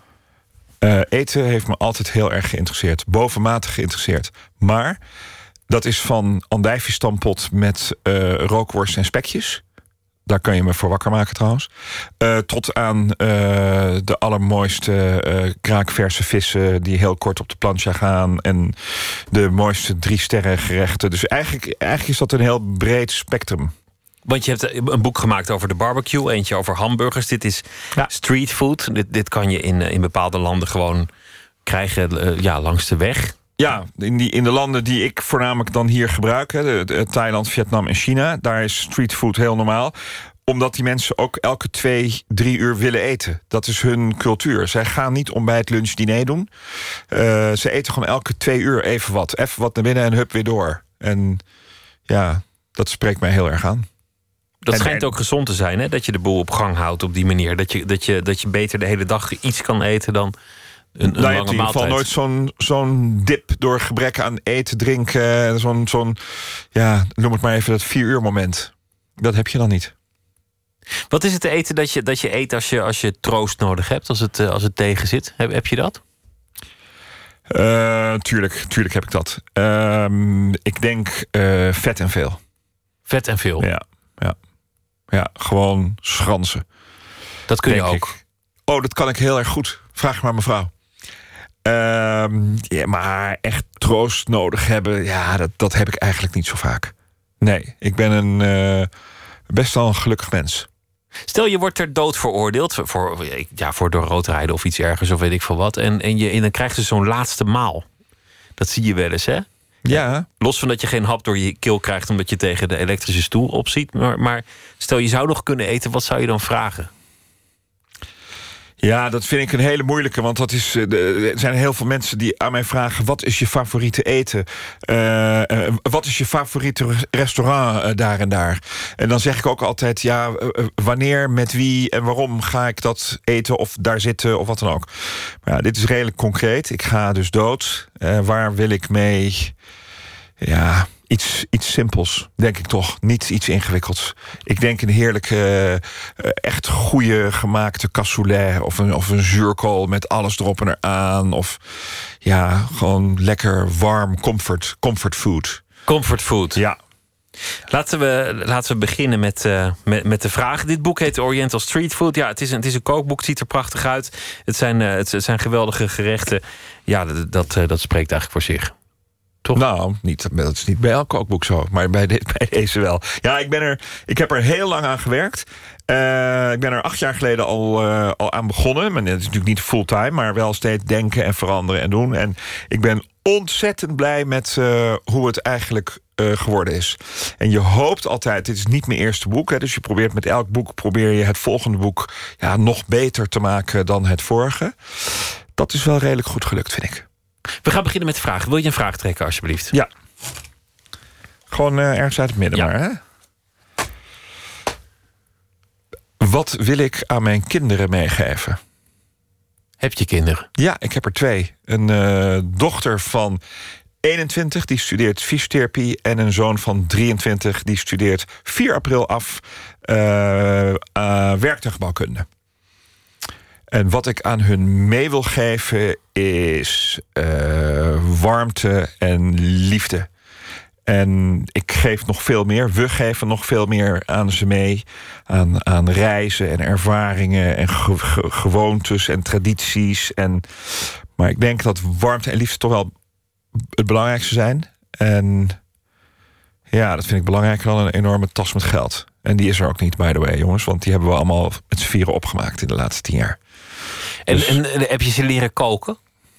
Eten heeft me altijd heel erg geïnteresseerd. Bovenmatig geïnteresseerd. Maar dat is van andijviestampot met rookworst en spekjes. Daar kan je me voor wakker maken trouwens. Tot aan de allermooiste kraakverse vissen die heel kort op de plancha gaan. En de mooiste 3-sterren gerechten. Dus eigenlijk is dat een heel breed spectrum. Want je hebt een boek gemaakt over de barbecue. Eentje over hamburgers. Dit is street food. Dit kan je in bepaalde landen gewoon krijgen langs de weg. Ja, in de landen die ik voornamelijk dan hier gebruik, Thailand, Vietnam en China, daar is streetfood heel normaal. Omdat die mensen ook elke 2-3 uur willen eten. Dat is hun cultuur. Zij gaan niet ontbijt, lunch, diner doen. Ze eten gewoon elke 2 uur even wat naar binnen en hup weer door. En ja, dat spreekt mij heel erg aan. Dat schijnt ook gezond te zijn, hè? Dat je de boel op gang houdt op die manier. Dat je beter de hele dag iets kan eten dan een lange maaltijd. In ieder geval nooit zo'n dip door gebrek aan eten, drinken. Zo'n noem het maar even dat 4 uur moment. Dat heb je dan niet. Wat is het eten dat je eet als je troost nodig hebt? Als het tegen zit? Heb je dat? Tuurlijk heb ik dat. Ik denk vet en veel. Vet en veel? Ja, gewoon schransen. Dat kun je ook? Dat kan ik heel erg goed. Vraag maar mevrouw. Maar echt troost nodig hebben, dat heb ik eigenlijk niet zo vaak. Nee, ik ben best wel een gelukkig mens. Stel, je wordt ter dood veroordeeld voor door rood rijden of iets ergers of weet ik veel wat. En dan krijg je zo'n laatste maal. Dat zie je wel eens, hè? Ja. Los van dat je geen hap door je keel krijgt omdat je tegen de elektrische stoel opziet. Maar stel, je zou nog kunnen eten, wat zou je dan vragen? Ja, dat vind ik een hele moeilijke. Want er zijn heel veel mensen die aan mij vragen: wat is je favoriete eten? Wat is je favoriete restaurant daar en daar? En dan zeg ik ook altijd: wanneer, met wie en waarom ga ik dat eten of daar zitten of wat dan ook. Maar ja, dit is redelijk concreet. Ik ga dus dood. Waar wil ik mee? Ja, iets simpels, denk ik toch. Niet iets ingewikkelds. Ik denk een heerlijke, echt goede gemaakte cassoulet of een zuurkool met alles erop en eraan. Of gewoon lekker warm comfort food. Comfort food? Ja. Laten we beginnen met de vraag. Dit boek heet Oriental Street Food. Ja, het is een kookboek, het ziet er prachtig uit. Het zijn geweldige gerechten. Ja, dat spreekt eigenlijk voor zich. Toch? Nou, dat is niet bij elk kookboek zo, maar bij deze wel. Ja, ik heb er heel lang aan gewerkt. Ik ben er 8 jaar geleden al aan begonnen. Maar het is natuurlijk niet fulltime, maar wel steeds denken en veranderen en doen. En ik ben ontzettend blij met hoe het eigenlijk geworden is. En je hoopt altijd, dit is niet mijn eerste boek, hè, dus je probeert met elk boek het volgende boek nog beter te maken dan het vorige. Dat is wel redelijk goed gelukt, vind ik. We gaan beginnen met de vraag. Wil je een vraag trekken, alsjeblieft? Ja. Gewoon ergens uit het midden maar, hè? Wat wil ik aan mijn kinderen meegeven? Heb je kinderen? Ja, ik heb er 2. Een dochter van 21, die studeert fysiotherapie. En een zoon van 23, die studeert 4 april af werktuigbouwkunde. En wat ik aan hun mee wil geven is warmte en liefde. En ik geef nog veel meer. We geven nog veel meer aan ze mee. Aan reizen en ervaringen en gewoontes en tradities. Maar ik denk dat warmte en liefde toch wel het belangrijkste zijn. En ja, dat vind ik belangrijker dan een enorme tas met geld. En die is er ook niet, by the way, jongens. Want die hebben we allemaal met z'n vieren opgemaakt in de laatste 10 jaar. En heb je ze leren koken?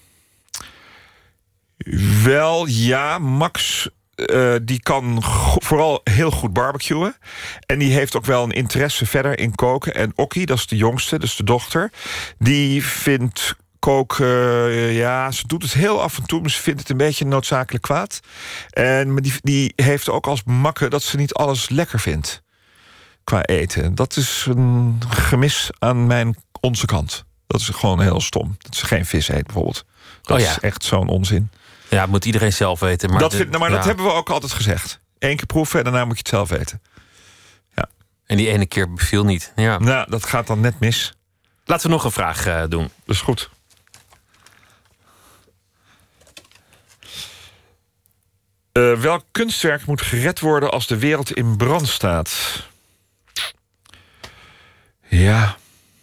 Wel, ja. Max die kan vooral heel goed barbecuen. En die heeft ook wel een interesse verder in koken. En Okkie, dat is de jongste, dus de dochter, die vindt koken, ze doet het heel af en toe, maar ze vindt het een beetje noodzakelijk kwaad. Maar die heeft ook als makke dat ze niet alles lekker vindt qua eten. Dat is een gemis aan onze kant. Dat is gewoon heel stom. Dat ze geen vis eet, bijvoorbeeld. Dat is echt zo'n onzin. Ja, moet iedereen zelf weten. Maar dat hebben we ook altijd gezegd. 1 keer proeven en daarna moet je het zelf weten. Ja. En die ene keer beviel niet. Ja. Nou, dat gaat dan net mis. Laten we nog een vraag doen. Dat is goed. Welk kunstwerk moet gered worden als de wereld in brand staat? Ja.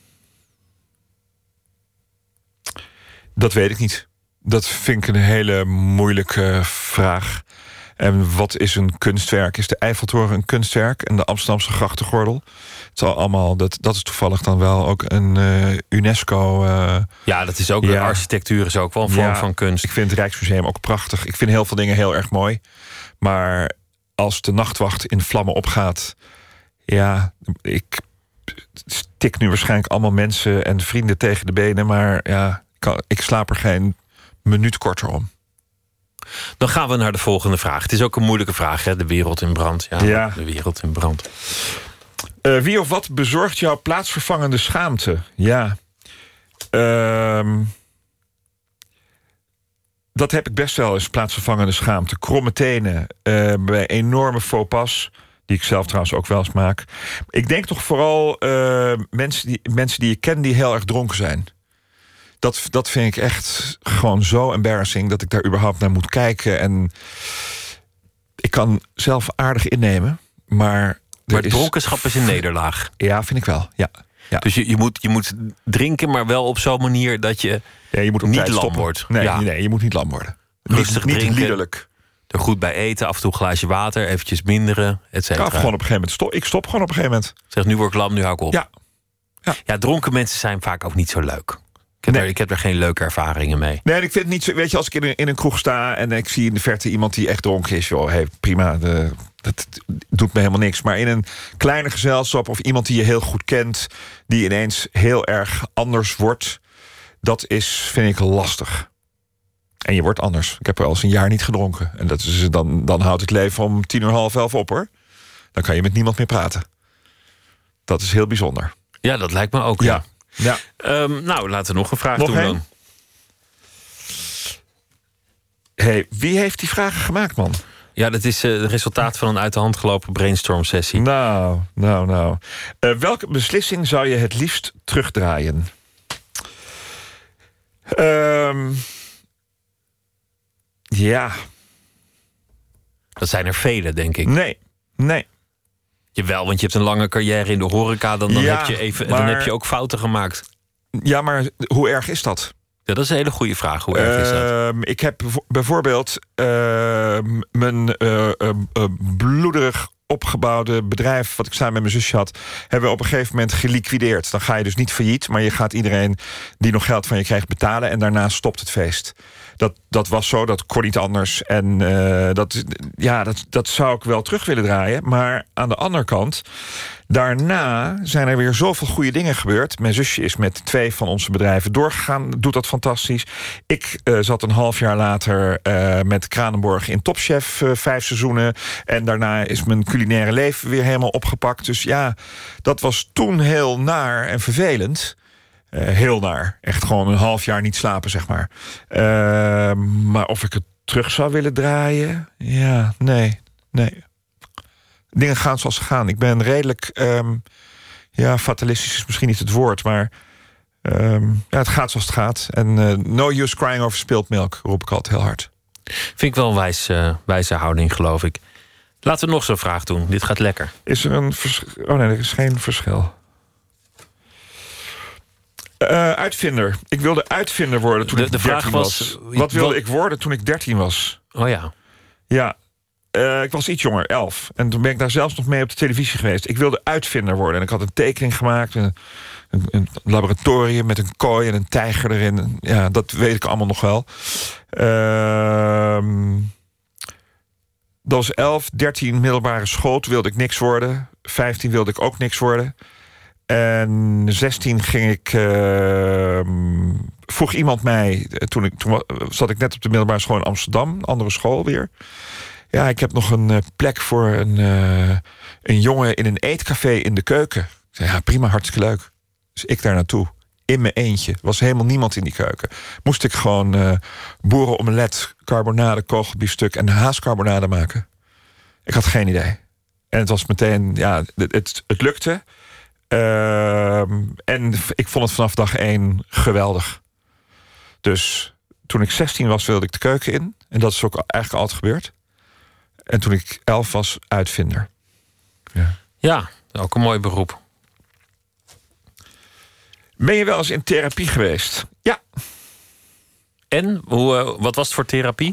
Dat weet ik niet. Dat vind ik een hele moeilijke vraag. En wat is een kunstwerk? Is de Eiffeltoren een kunstwerk? En de Amsterdamse grachtengordel? Het zal allemaal, dat is toevallig dan wel ook een UNESCO... ja, dat is ook de architectuur is ook wel een vorm van kunst. Ik vind het Rijksmuseum ook prachtig. Ik vind heel veel dingen heel erg mooi. Maar als de nachtwacht in vlammen opgaat... ja, ik stik nu waarschijnlijk allemaal mensen en vrienden tegen de benen... maar ja, ik slaap er geen minuut korter om. Dan gaan we naar de volgende vraag. Het is ook een moeilijke vraag, hè? De wereld in brand. Ja. De wereld in brand. Wie of wat bezorgt jouw plaatsvervangende schaamte? Ja. Dat heb ik best wel eens, plaatsvervangende schaamte. Kromme tenen, bij enorme faux pas... die ik zelf trouwens ook wel eens maak. Ik denk toch vooral mensen die ik ken die heel erg dronken zijn. Dat vind ik echt gewoon zo embarrassing... dat ik daar überhaupt naar moet kijken. En ik kan zelf aardig innemen, maar dronkenschap is een nederlaag. Ja, vind ik wel, ja. Dus je moet drinken, maar wel op zo'n manier dat je, je moet niet lam wordt. Nee, je moet niet lam worden. Rustig niet drinken. liederlijk. Er goed bij eten, af en toe een glaasje water, eventjes minderen, et cetera. Ja, gewoon op een gegeven moment ik stop gewoon op een gegeven moment. Zeg, nu word ik lam, nu hou ik op. Ja, dronken mensen zijn vaak ook niet zo leuk. Ik heb er geen leuke ervaringen mee. Nee, ik vind het niet zo. Weet je, als ik in een kroeg sta en ik zie in de verte iemand die echt dronken is, joh, prima. Dat doet me helemaal niks. Maar in een kleiner gezelschap of iemand die je heel goed kent, die ineens heel erg anders wordt, dat vind ik lastig. En je wordt anders. Ik heb wel eens een jaar niet gedronken. En dat is, dan houdt het leven om 10:30, 11 op, hoor. Dan kan je met niemand meer praten. Dat is heel bijzonder. Ja, dat lijkt me ook. Ja. Nou, laten we nog een vraag doen dan. Hey, wie heeft die vragen gemaakt, man? Ja, dat is het resultaat van een uit de hand gelopen brainstorm-sessie. Nou. Welke beslissing zou je het liefst terugdraaien? Ja. Dat zijn er vele, denk ik. Nee. Nee. Jawel, want je hebt een lange carrière in de horeca. Dan Ja, dan heb je ook fouten gemaakt. Ja, maar hoe erg is dat? Ja, dat is een hele goede vraag. Hoe erg is dat? Ik heb bijvoorbeeld mijn bloederig opgebouwde bedrijf, wat ik samen met mijn zusje had, hebben we op een gegeven moment geliquideerd. Dan ga je dus niet failliet, maar je gaat iedereen die nog geld van je krijgt betalen en daarna stopt het feest. Dat was zo, dat kon niet anders. En dat zou ik wel terug willen draaien. Maar aan de andere kant, daarna zijn er weer zoveel goede dingen gebeurd. Mijn zusje is met 2 van onze bedrijven doorgegaan, doet dat fantastisch. Ik zat een half jaar later met Kranenborg in Top Chef 5 seizoenen. En daarna is mijn culinaire leven weer helemaal opgepakt. Dus ja, dat was toen heel naar en vervelend. Heel naar. Echt gewoon een half jaar niet slapen, zeg maar. Maar of ik het terug zou willen draaien? Ja, nee. Dingen gaan zoals ze gaan. Ik ben redelijk... fatalistisch is misschien niet het woord, maar... het gaat zoals het gaat. En no use crying over spilled milk, roep ik altijd heel hard. Vind ik wel een wijze houding, geloof ik. Laten we nog zo'n vraag doen. Dit gaat lekker. Is er een verschil? Oh nee, er is geen verschil. Uitvinder. Ik wilde uitvinder worden toen ik 13 was. Wat wilde ik worden toen ik 13 was? Oh ja. Ja. Ik was iets jonger, 11. En toen ben ik daar zelfs nog mee op de televisie geweest. Ik wilde uitvinder worden. En ik had een tekening gemaakt. Een laboratorium met een kooi en een tijger erin. Ja, dat weet ik allemaal nog wel. Dat was 11, 13 middelbare school. Toen wilde ik niks worden. 15 wilde ik ook niks worden. En 16 ging ik... vroeg iemand mij... Toen zat ik net op de middelbare school in Amsterdam. Een andere school weer. Ja, ik heb nog een plek voor een jongen in een eetcafé in de keuken. Ik zei, ja, prima, hartstikke leuk. Dus ik daar naartoe. In mijn eentje. Er was helemaal niemand in die keuken. Moest ik gewoon boerenomelet, carbonade, kogelbiefstuk en haascarbonade maken. Ik had geen idee. En het was meteen... Ja, het lukte. En ik vond het vanaf dag 1 geweldig. Dus toen ik 16 was, wilde ik de keuken in. En dat is ook eigenlijk altijd gebeurd. En toen ik 11 was, uitvinder. Ja, ook een mooi beroep. Ben je wel eens in therapie geweest? Ja. En? Wat was het voor therapie?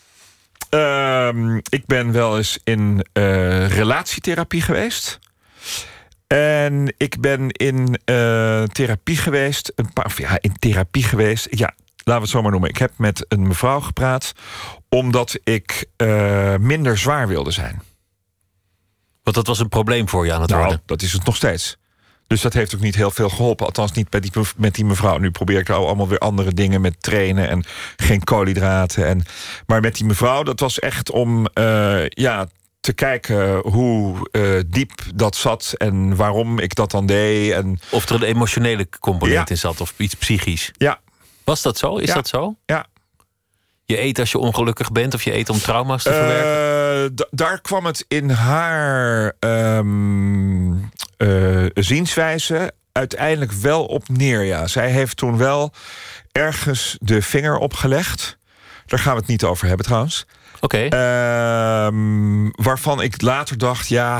Ik ben wel eens in relatietherapie geweest. En ik ben in therapie geweest. In therapie geweest. Ja, laten we het zo maar noemen. Ik heb met een mevrouw gepraat omdat ik minder zwaar wilde zijn. Want dat was een probleem voor je aan het worden? Dat is het nog steeds. Dus dat heeft ook niet heel veel geholpen. Althans niet met die mevrouw. Nu probeer ik allemaal weer andere dingen met trainen en geen koolhydraten. Maar met die mevrouw, dat was echt om te kijken hoe diep dat zat en waarom ik dat dan deed. En of er een emotionele component in zat of iets psychisch. Ja. Was dat zo? Is dat zo? Ja. Je eet als je ongelukkig bent of je eet om trauma's te verwerken? Daar kwam het in haar zienswijze uiteindelijk wel op neer, ja. Zij heeft toen wel ergens de vinger opgelegd. Daar gaan we het niet over hebben trouwens. Oké. Waarvan ik later dacht, ja,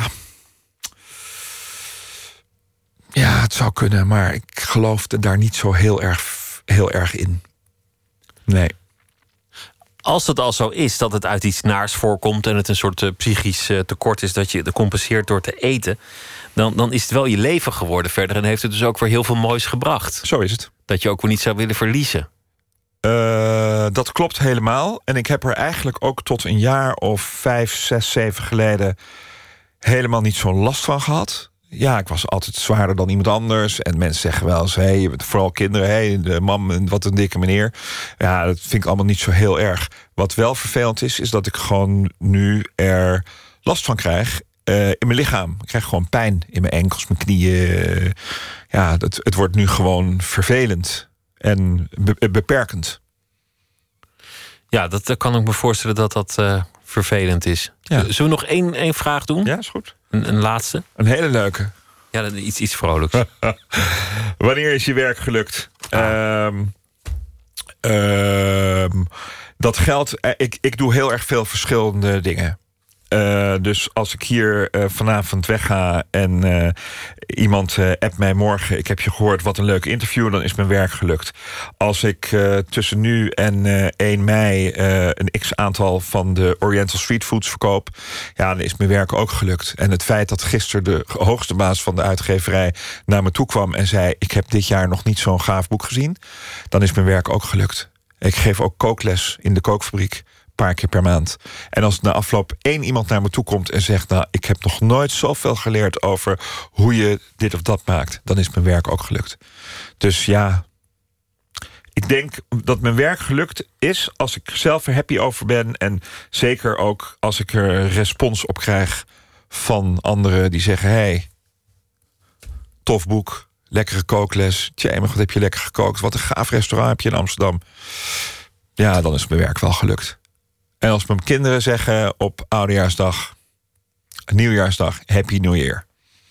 het zou kunnen, maar ik geloofde daar niet zo heel erg in. Nee. Als het al zo is dat het uit iets naars voorkomt en het een soort psychisch tekort is dat je het compenseert door te eten, dan is het wel je leven geworden verder en heeft het dus ook weer heel veel moois gebracht. Zo is het. Dat je ook weer niet zou willen verliezen. Dat klopt helemaal. En ik heb er eigenlijk ook tot een jaar of 5, 6, 7 geleden helemaal niet zo'n last van gehad. Ja, ik was altijd zwaarder dan iemand anders. En mensen zeggen wel eens, vooral kinderen, de mam, wat een dikke meneer. Ja, dat vind ik allemaal niet zo heel erg. Wat wel vervelend is dat ik gewoon nu er last van krijg in mijn lichaam. Ik krijg gewoon pijn in mijn enkels, mijn knieën. Het wordt nu gewoon vervelend en beperkend. Ja, dat kan ik me voorstellen dat vervelend is. Ja. Zullen we nog één vraag doen? Ja, is goed. Een laatste? Een hele leuke. Ja, iets vrolijks. Wanneer is je werk gelukt? Dat geldt... Ik doe heel erg veel verschillende dingen. dus als ik hier vanavond wegga en iemand appt mij morgen, ik heb je gehoord, wat een leuk interview, dan is mijn werk gelukt. Als ik tussen nu en 1 mei een x-aantal van de Oriental Street Foods verkoop, ja, dan is mijn werk ook gelukt. En het feit dat gisteren de hoogste baas van de uitgeverij naar me toe kwam en zei, ik heb dit jaar nog niet zo'n gaaf boek gezien, dan is mijn werk ook gelukt. Ik geef ook kookles in de kookfabriek, een paar keer per maand. En als na afloop 1 iemand naar me toe komt en zegt, nou, ik heb nog nooit zoveel geleerd over hoe je dit of dat maakt, dan is mijn werk ook gelukt. Dus ja, ik denk dat mijn werk gelukt is als ik zelf er happy over ben. En zeker ook als ik er respons op krijg van anderen die zeggen, hey, tof boek, lekkere kookles. Tjee, maar wat heb je lekker gekookt. Wat een gaaf restaurant heb je in Amsterdam. Ja, dan is mijn werk wel gelukt. En als mijn kinderen zeggen op Oudejaarsdag, Nieuwjaarsdag, Happy New Year.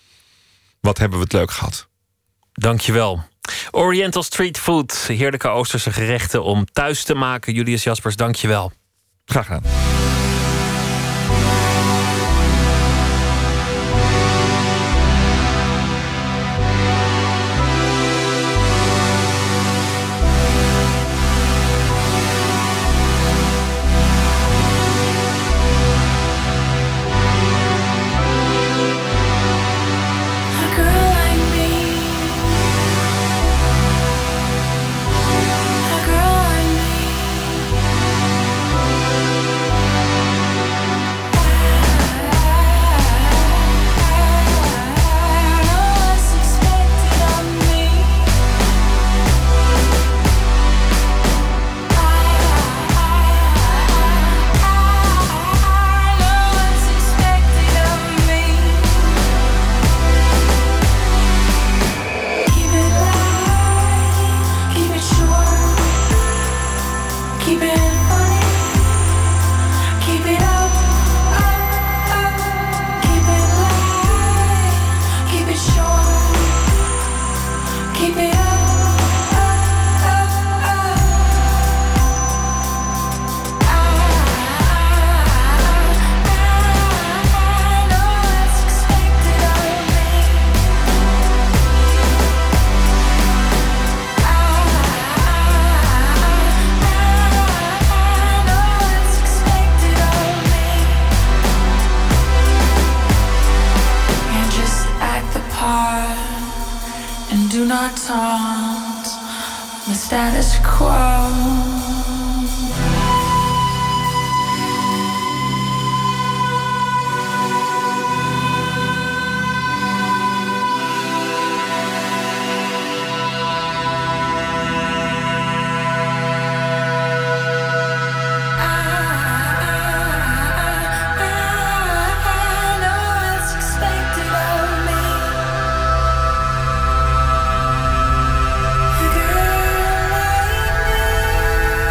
Wat hebben we het leuk gehad. Dankjewel. Oriental Street Food, heerlijke Oosterse gerechten om thuis te maken. Julius Jaspers, dankjewel. Graag gedaan. Girl like me.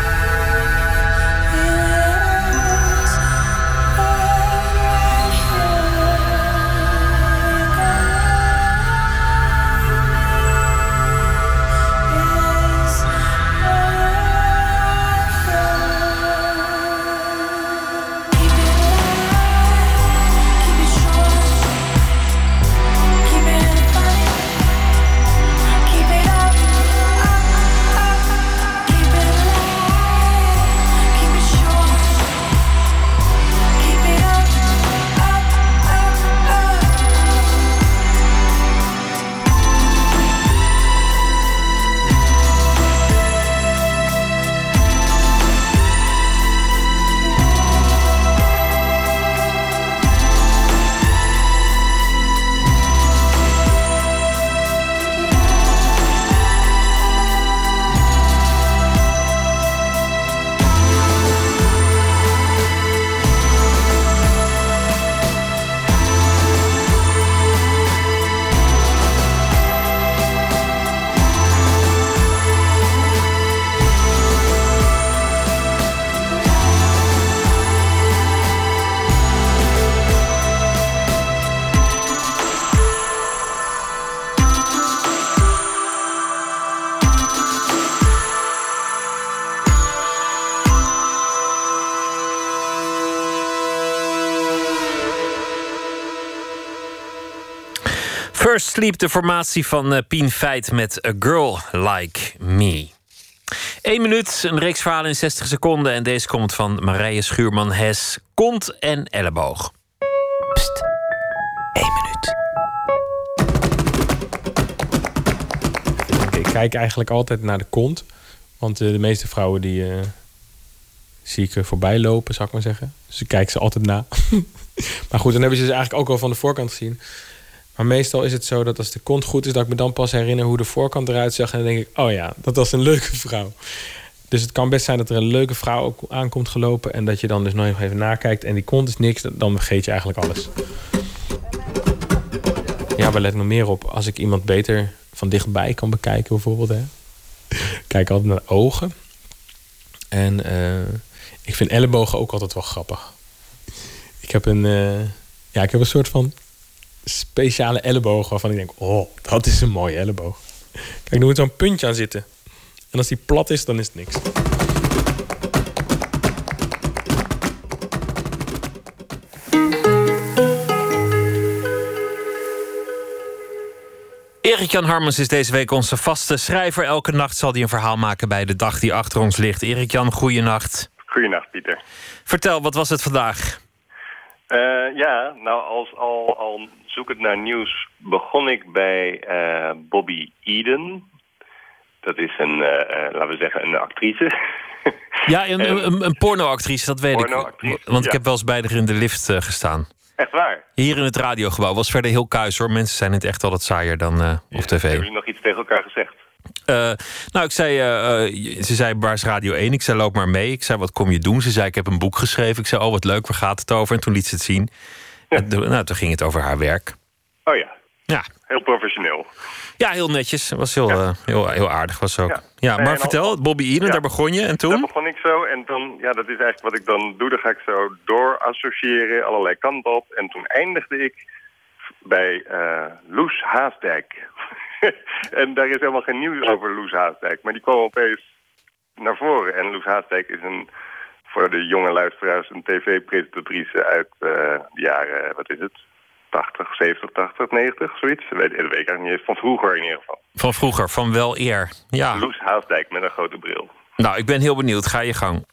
First Sleep, de formatie van Pien Feit met A Girl Like Me. 1 minuut, een reeks verhalen in 60 seconden. En deze komt van Marije Schuurman-Hes. Kont en elleboog. Pst, 1 minuut. Ik kijk eigenlijk altijd naar de kont. Want de meeste vrouwen die zie ik voorbij lopen, zou ik maar zeggen. Dus ik kijk ze altijd na. Maar goed, dan hebben ze eigenlijk ook al van de voorkant gezien. Maar meestal is het zo dat als de kont goed is, dat ik me dan pas herinner hoe de voorkant eruit zag. En dan denk ik, oh ja, dat was een leuke vrouw. Dus het kan best zijn dat er een leuke vrouw ook aankomt gelopen. En dat je dan dus nog even nakijkt. En die kont is niks, dan vergeet je eigenlijk alles. Ja, waar let ik nog meer op? Als ik iemand beter van dichtbij kan bekijken bijvoorbeeld. Hè. Kijk altijd naar de ogen. En ik vind ellebogen ook altijd wel grappig. Ik heb een soort van speciale elleboog waarvan ik denk, oh, dat is een mooie elleboog. Kijk, er moet zo'n puntje aan zitten. En als die plat is, dan is het niks. Erik-Jan Harmens is deze week onze vaste schrijver. Elke nacht zal hij een verhaal maken bij de dag die achter ons ligt. Erik-Jan, goeienacht. Goeienacht, Pieter. Vertel, wat was het vandaag? Al zoekend naar nieuws begon ik bij Bobby Eden. Dat is laten we zeggen, een actrice. Ja, een pornoactrice, dat weet ik. Want ik heb wel eens bij haar in de lift gestaan. Echt waar? Hier in het radiogebouw. Was verder heel kuis hoor. Mensen zijn het echt altijd saaier dan op tv. Hebben jullie nog iets tegen elkaar gezegd? Ik zei, ze zei, waar is Radio 1? Ik zei, loop maar mee. Ik zei, wat kom je doen? Ze zei, ik heb een boek geschreven. Ik zei, oh, wat leuk, waar gaat het over? En toen liet ze het zien. Ja. En, toen ging het over haar werk. Oh ja. Ja. Heel professioneel. Ja, heel netjes. Het was heel aardig. Was ook. Ja, maar vertel, Bobby Eden, daar begon je. En toen? Daar begon ik zo. En dan, dat is eigenlijk wat ik dan doe. Dan ga ik zo door associëren, allerlei kanten op. En toen eindigde ik bij Loes Haasdijk. En daar is helemaal geen nieuws over Loes Haasdijk. Maar die kwam opeens naar voren. En Loes Haasdijk is voor de jonge luisteraars een tv-presentatrice uit de jaren, 80, 70, 80, 90, zoiets. Dat weet ik eigenlijk niet eens. Van vroeger in ieder geval. Van vroeger, van wel eer. Ja. Loes Haasdijk met een grote bril. Nou, ik ben heel benieuwd. Ga je gang.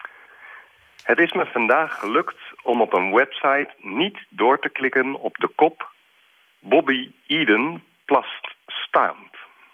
Het is me vandaag gelukt om op een website niet door te klikken op de kop Bobby Eden plast staand.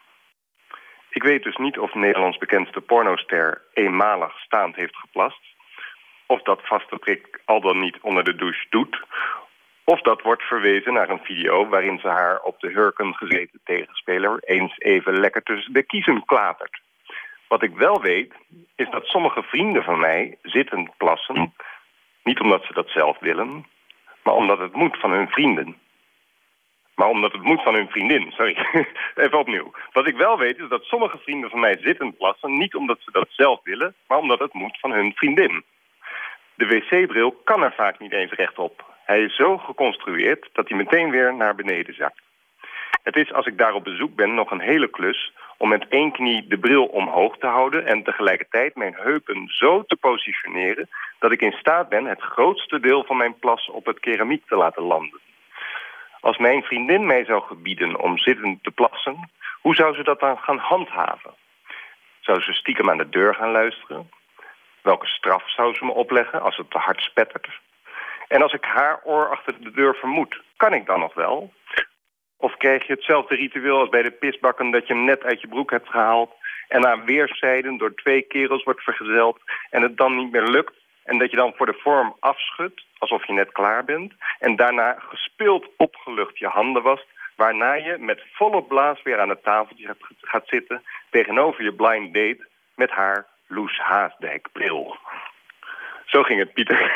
Ik weet dus niet of Nederlands bekendste pornoster eenmalig staand heeft geplast, of dat vaste prik al dan niet onder de douche doet, of dat wordt verwezen naar een video waarin ze haar op de hurken gezeten tegenspeler eens even lekker tussen de kiezen klatert. Wat ik wel weet, is dat sommige vrienden van mij zittend plassen, niet omdat ze dat zelf willen, maar omdat het moet van hun vrienden. Maar omdat het moet van hun vriendin, sorry. Even opnieuw. Wat ik wel weet is dat sommige vrienden van mij zittend plassen, niet omdat ze dat zelf willen, maar omdat het moet van hun vriendin. De wc-bril kan er vaak niet eens rechtop. Hij is zo geconstrueerd dat hij meteen weer naar beneden zakt. Het is, als ik daar op bezoek ben, nog een hele klus om met één knie de bril omhoog te houden en tegelijkertijd mijn heupen zo te positioneren dat ik in staat ben het grootste deel van mijn plas op het keramiek te laten landen. Als mijn vriendin mij zou gebieden om zittend te plassen, hoe zou ze dat dan gaan handhaven? Zou ze stiekem aan de deur gaan luisteren? Welke straf zou ze me opleggen als het te hard spettert? En als ik haar oor achter de deur vermoed, kan ik dan nog wel? Of krijg je hetzelfde ritueel als bij de pisbakken dat je hem net uit je broek hebt gehaald en aan weerszijden door 2 kerels wordt vergezeld en het dan niet meer lukt en dat je dan voor de vorm afschudt alsof je net klaar bent en daarna gespeeld opgelucht je handen wast, waarna je met volle blaas weer aan het tafeltje gaat zitten tegenover je blind date met haar Loes Haasdijk bril. Zo ging het, Pieter.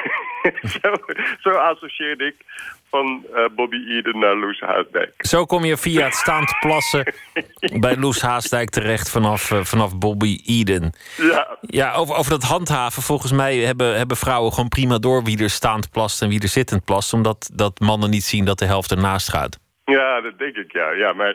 zo associeerde ik van Bobby Eden naar Loes Haasdijk. Zo kom je via het staand plassen bij Loes Haasdijk terecht vanaf Bobby Eden. Ja, over dat handhaven. Volgens mij hebben vrouwen gewoon prima door wie er staand plast en wie er zittend plast. Omdat dat mannen niet zien dat de helft ernaast gaat. Ja, dat denk ik, ja. Maar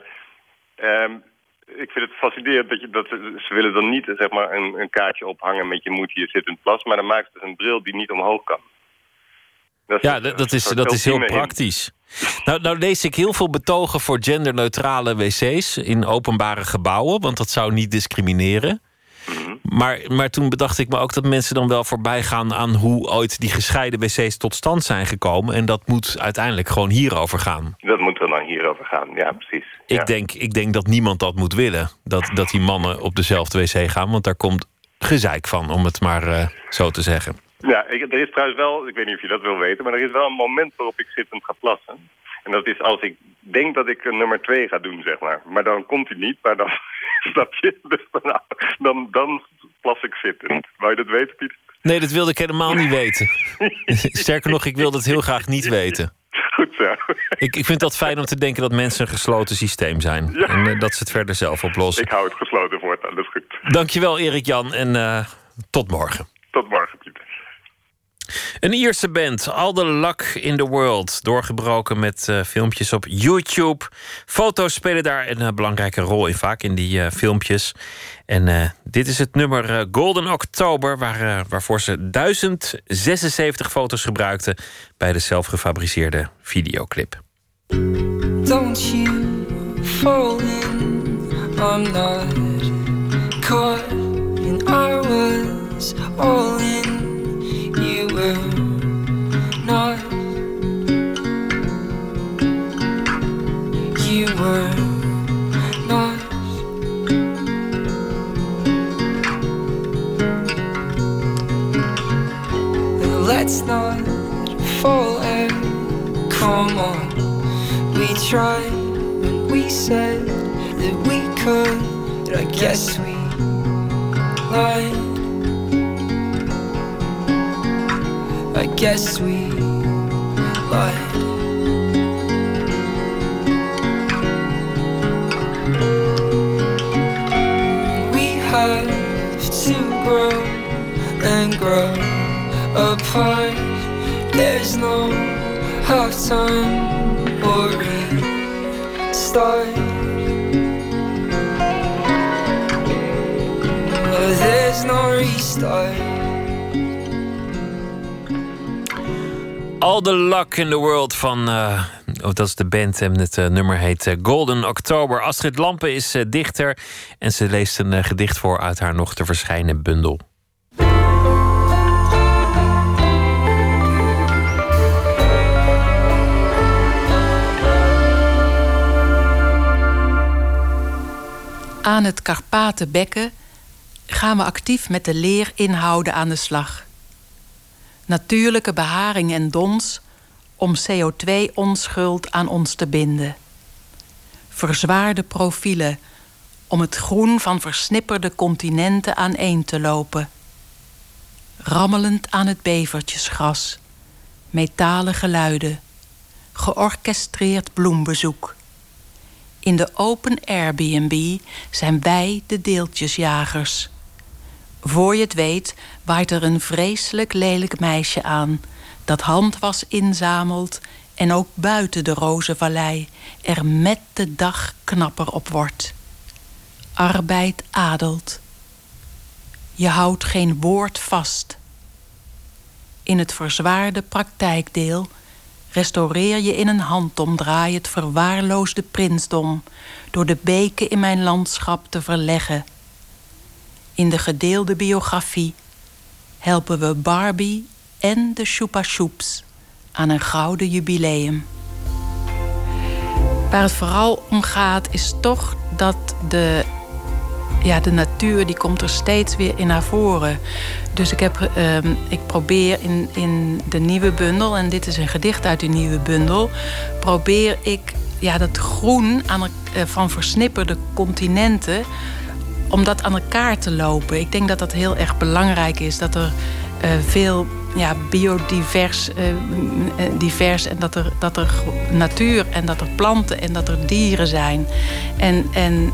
ik vind het fascinerend dat ze willen dan niet zeg maar, een kaartje ophangen met je moet hier zittend plas. Maar dan maakt ze dus een bril die niet omhoog kan. Dat is heel praktisch. Nou lees ik heel veel betogen voor genderneutrale wc's in openbare gebouwen, want dat zou niet discrimineren. Maar toen bedacht ik me ook dat mensen dan wel voorbij gaan aan hoe ooit die gescheiden wc's tot stand zijn gekomen. En dat moet uiteindelijk gewoon hierover gaan. Dat moet er dan hierover gaan, ja, precies. Ik denk dat niemand dat moet willen. Dat die mannen op dezelfde wc gaan, want daar komt gezeik van, om het maar zo te zeggen. Ja, er is trouwens wel, ik weet niet of je dat wil weten, maar er is wel een moment waarop ik zittend ga plassen. En dat is als ik denk dat ik een nummer 2 ga doen, zeg maar. Maar dan komt hij niet, maar dan, snap je? Dus dan plas ik zittend. Wou je dat weten, Piet? Nee, dat wilde ik helemaal niet weten. Sterker nog, ik wil dat heel graag niet weten. Goed zo. Ik vind dat fijn om te denken dat mensen een gesloten systeem zijn. Ja. En dat ze het verder zelf oplossen. Ik hou het gesloten voortaan, dat is goed. Dankjewel, Erik-Jan, en tot morgen. Tot morgen, Pieter. Een Ierse band, All the Luck in the World. Doorgebroken met filmpjes op YouTube. Foto's spelen daar een belangrijke rol in, vaak in die filmpjes. En dit is het nummer Golden October, waarvoor ze 1076 foto's gebruikten bij de zelfgefabriceerde videoclip. Don't you fall in, I'm not caught in, I was all in, you were not, you were not. Let's not fall out, come on. We tried when we said that we could, I guess we lied. I guess we lied. We have to grow and grow apart. There's no halftime or restart. There's no restart. All the Luck in the World van... dat is de band en het nummer heet Golden October. Astrid Lampen is dichter en ze leest een gedicht voor uit haar nog te verschijnen bundel. Aan het Karpatenbekken gaan we actief met de leerinhouden aan de slag. Natuurlijke beharing en dons om CO2-onschuld aan ons te binden. Verzwaarde profielen om het groen van versnipperde continenten aaneen te lopen. Rammelend aan het bevertjesgras, metalen geluiden, georchestreerd bloembezoek. In de open Airbnb zijn wij de deeltjesjagers. Voor je het weet waait er een vreselijk lelijk meisje aan dat handwas inzamelt en ook buiten de rozenvallei er met de dag knapper op wordt. Arbeid adelt. Je houdt geen woord vast. In het verzwaarde praktijkdeel restaureer je in een handomdraai het verwaarloosde prinsdom door de beken in mijn landschap te verleggen. In de gedeelde biografie helpen we Barbie en de Chupa Chups aan een gouden jubileum. Waar het vooral om gaat is toch dat de natuur die komt er steeds weer in naar voren. Dus ik probeer in de nieuwe bundel, en dit is een gedicht uit die nieuwe bundel, probeer ik dat groen van versnipperde continenten, om dat aan elkaar te lopen. Ik denk dat dat heel erg belangrijk is. Dat er veel biodivers en dat er natuur en dat er planten en dat er dieren zijn. En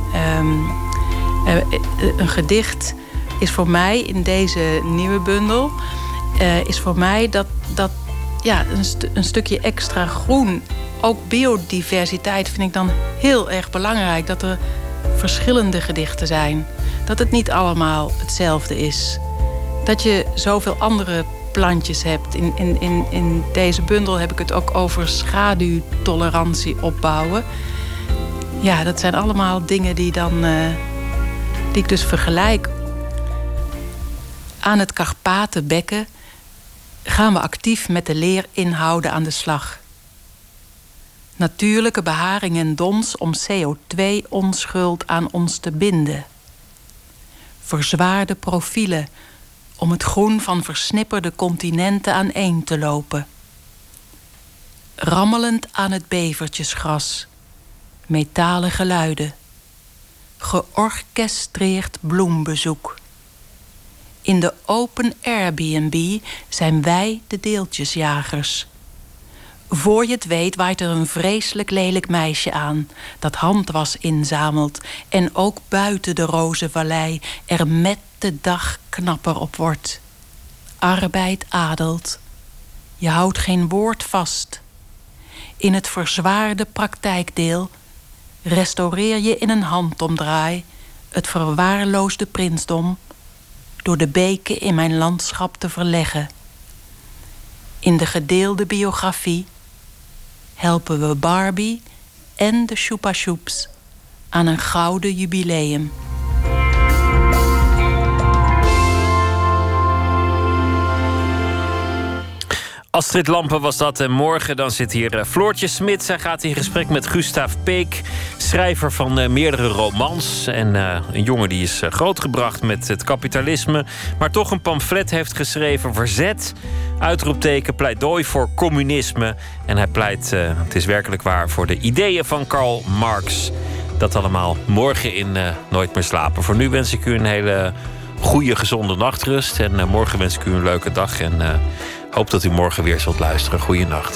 een gedicht is voor mij in deze nieuwe bundel is voor mij dat een stukje extra groen, ook biodiversiteit vind ik dan heel erg belangrijk. Dat er verschillende gedichten zijn. Dat het niet allemaal hetzelfde is. Dat je zoveel andere plantjes hebt. In deze bundel heb ik het ook over schaduwtolerantie opbouwen. Ja, dat zijn allemaal dingen die ik dus vergelijk. Aan het Karpatenbekken gaan we actief met de leerinhouden aan de slag. Natuurlijke beharing en dons om CO2-onschuld aan ons te binden. Verzwaarde profielen om het groen van versnipperde continenten aaneen te lopen. Rammelend aan het bevertjesgras. Metalen geluiden. Georchestreerd bloembezoek. In de open Airbnb zijn wij de deeltjesjagers. Voor je het weet waait er een vreselijk lelijk meisje aan dat handwas inzamelt en ook buiten de rozenvallei er met de dag knapper op wordt. Arbeid adelt. Je houdt geen woord vast. In het verzwaarde praktijkdeel restaureer je in een handomdraai het verwaarloosde prinsdom door de beken in mijn landschap te verleggen. In de gedeelde biografie helpen we Barbie en de Chupa Chups aan een gouden jubileum. Astrid Lampen was dat. En morgen dan zit hier Floortje Smit. Zij gaat in gesprek met Gustav Peek, schrijver van meerdere romans. En een jongen die is grootgebracht met het kapitalisme, maar toch een pamflet heeft geschreven. Verzet, uitroepteken, pleidooi voor communisme. En hij pleit, het is werkelijk waar, voor de ideeën van Karl Marx. Dat allemaal morgen in Nooit meer slapen. Voor nu wens ik u een hele goede, gezonde nachtrust. En morgen wens ik u een leuke dag. En hoop dat u morgen weer zult luisteren. Goeienacht.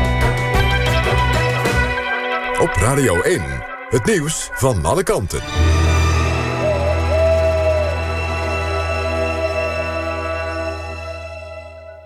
Radio 1, het nieuws van alle kanten.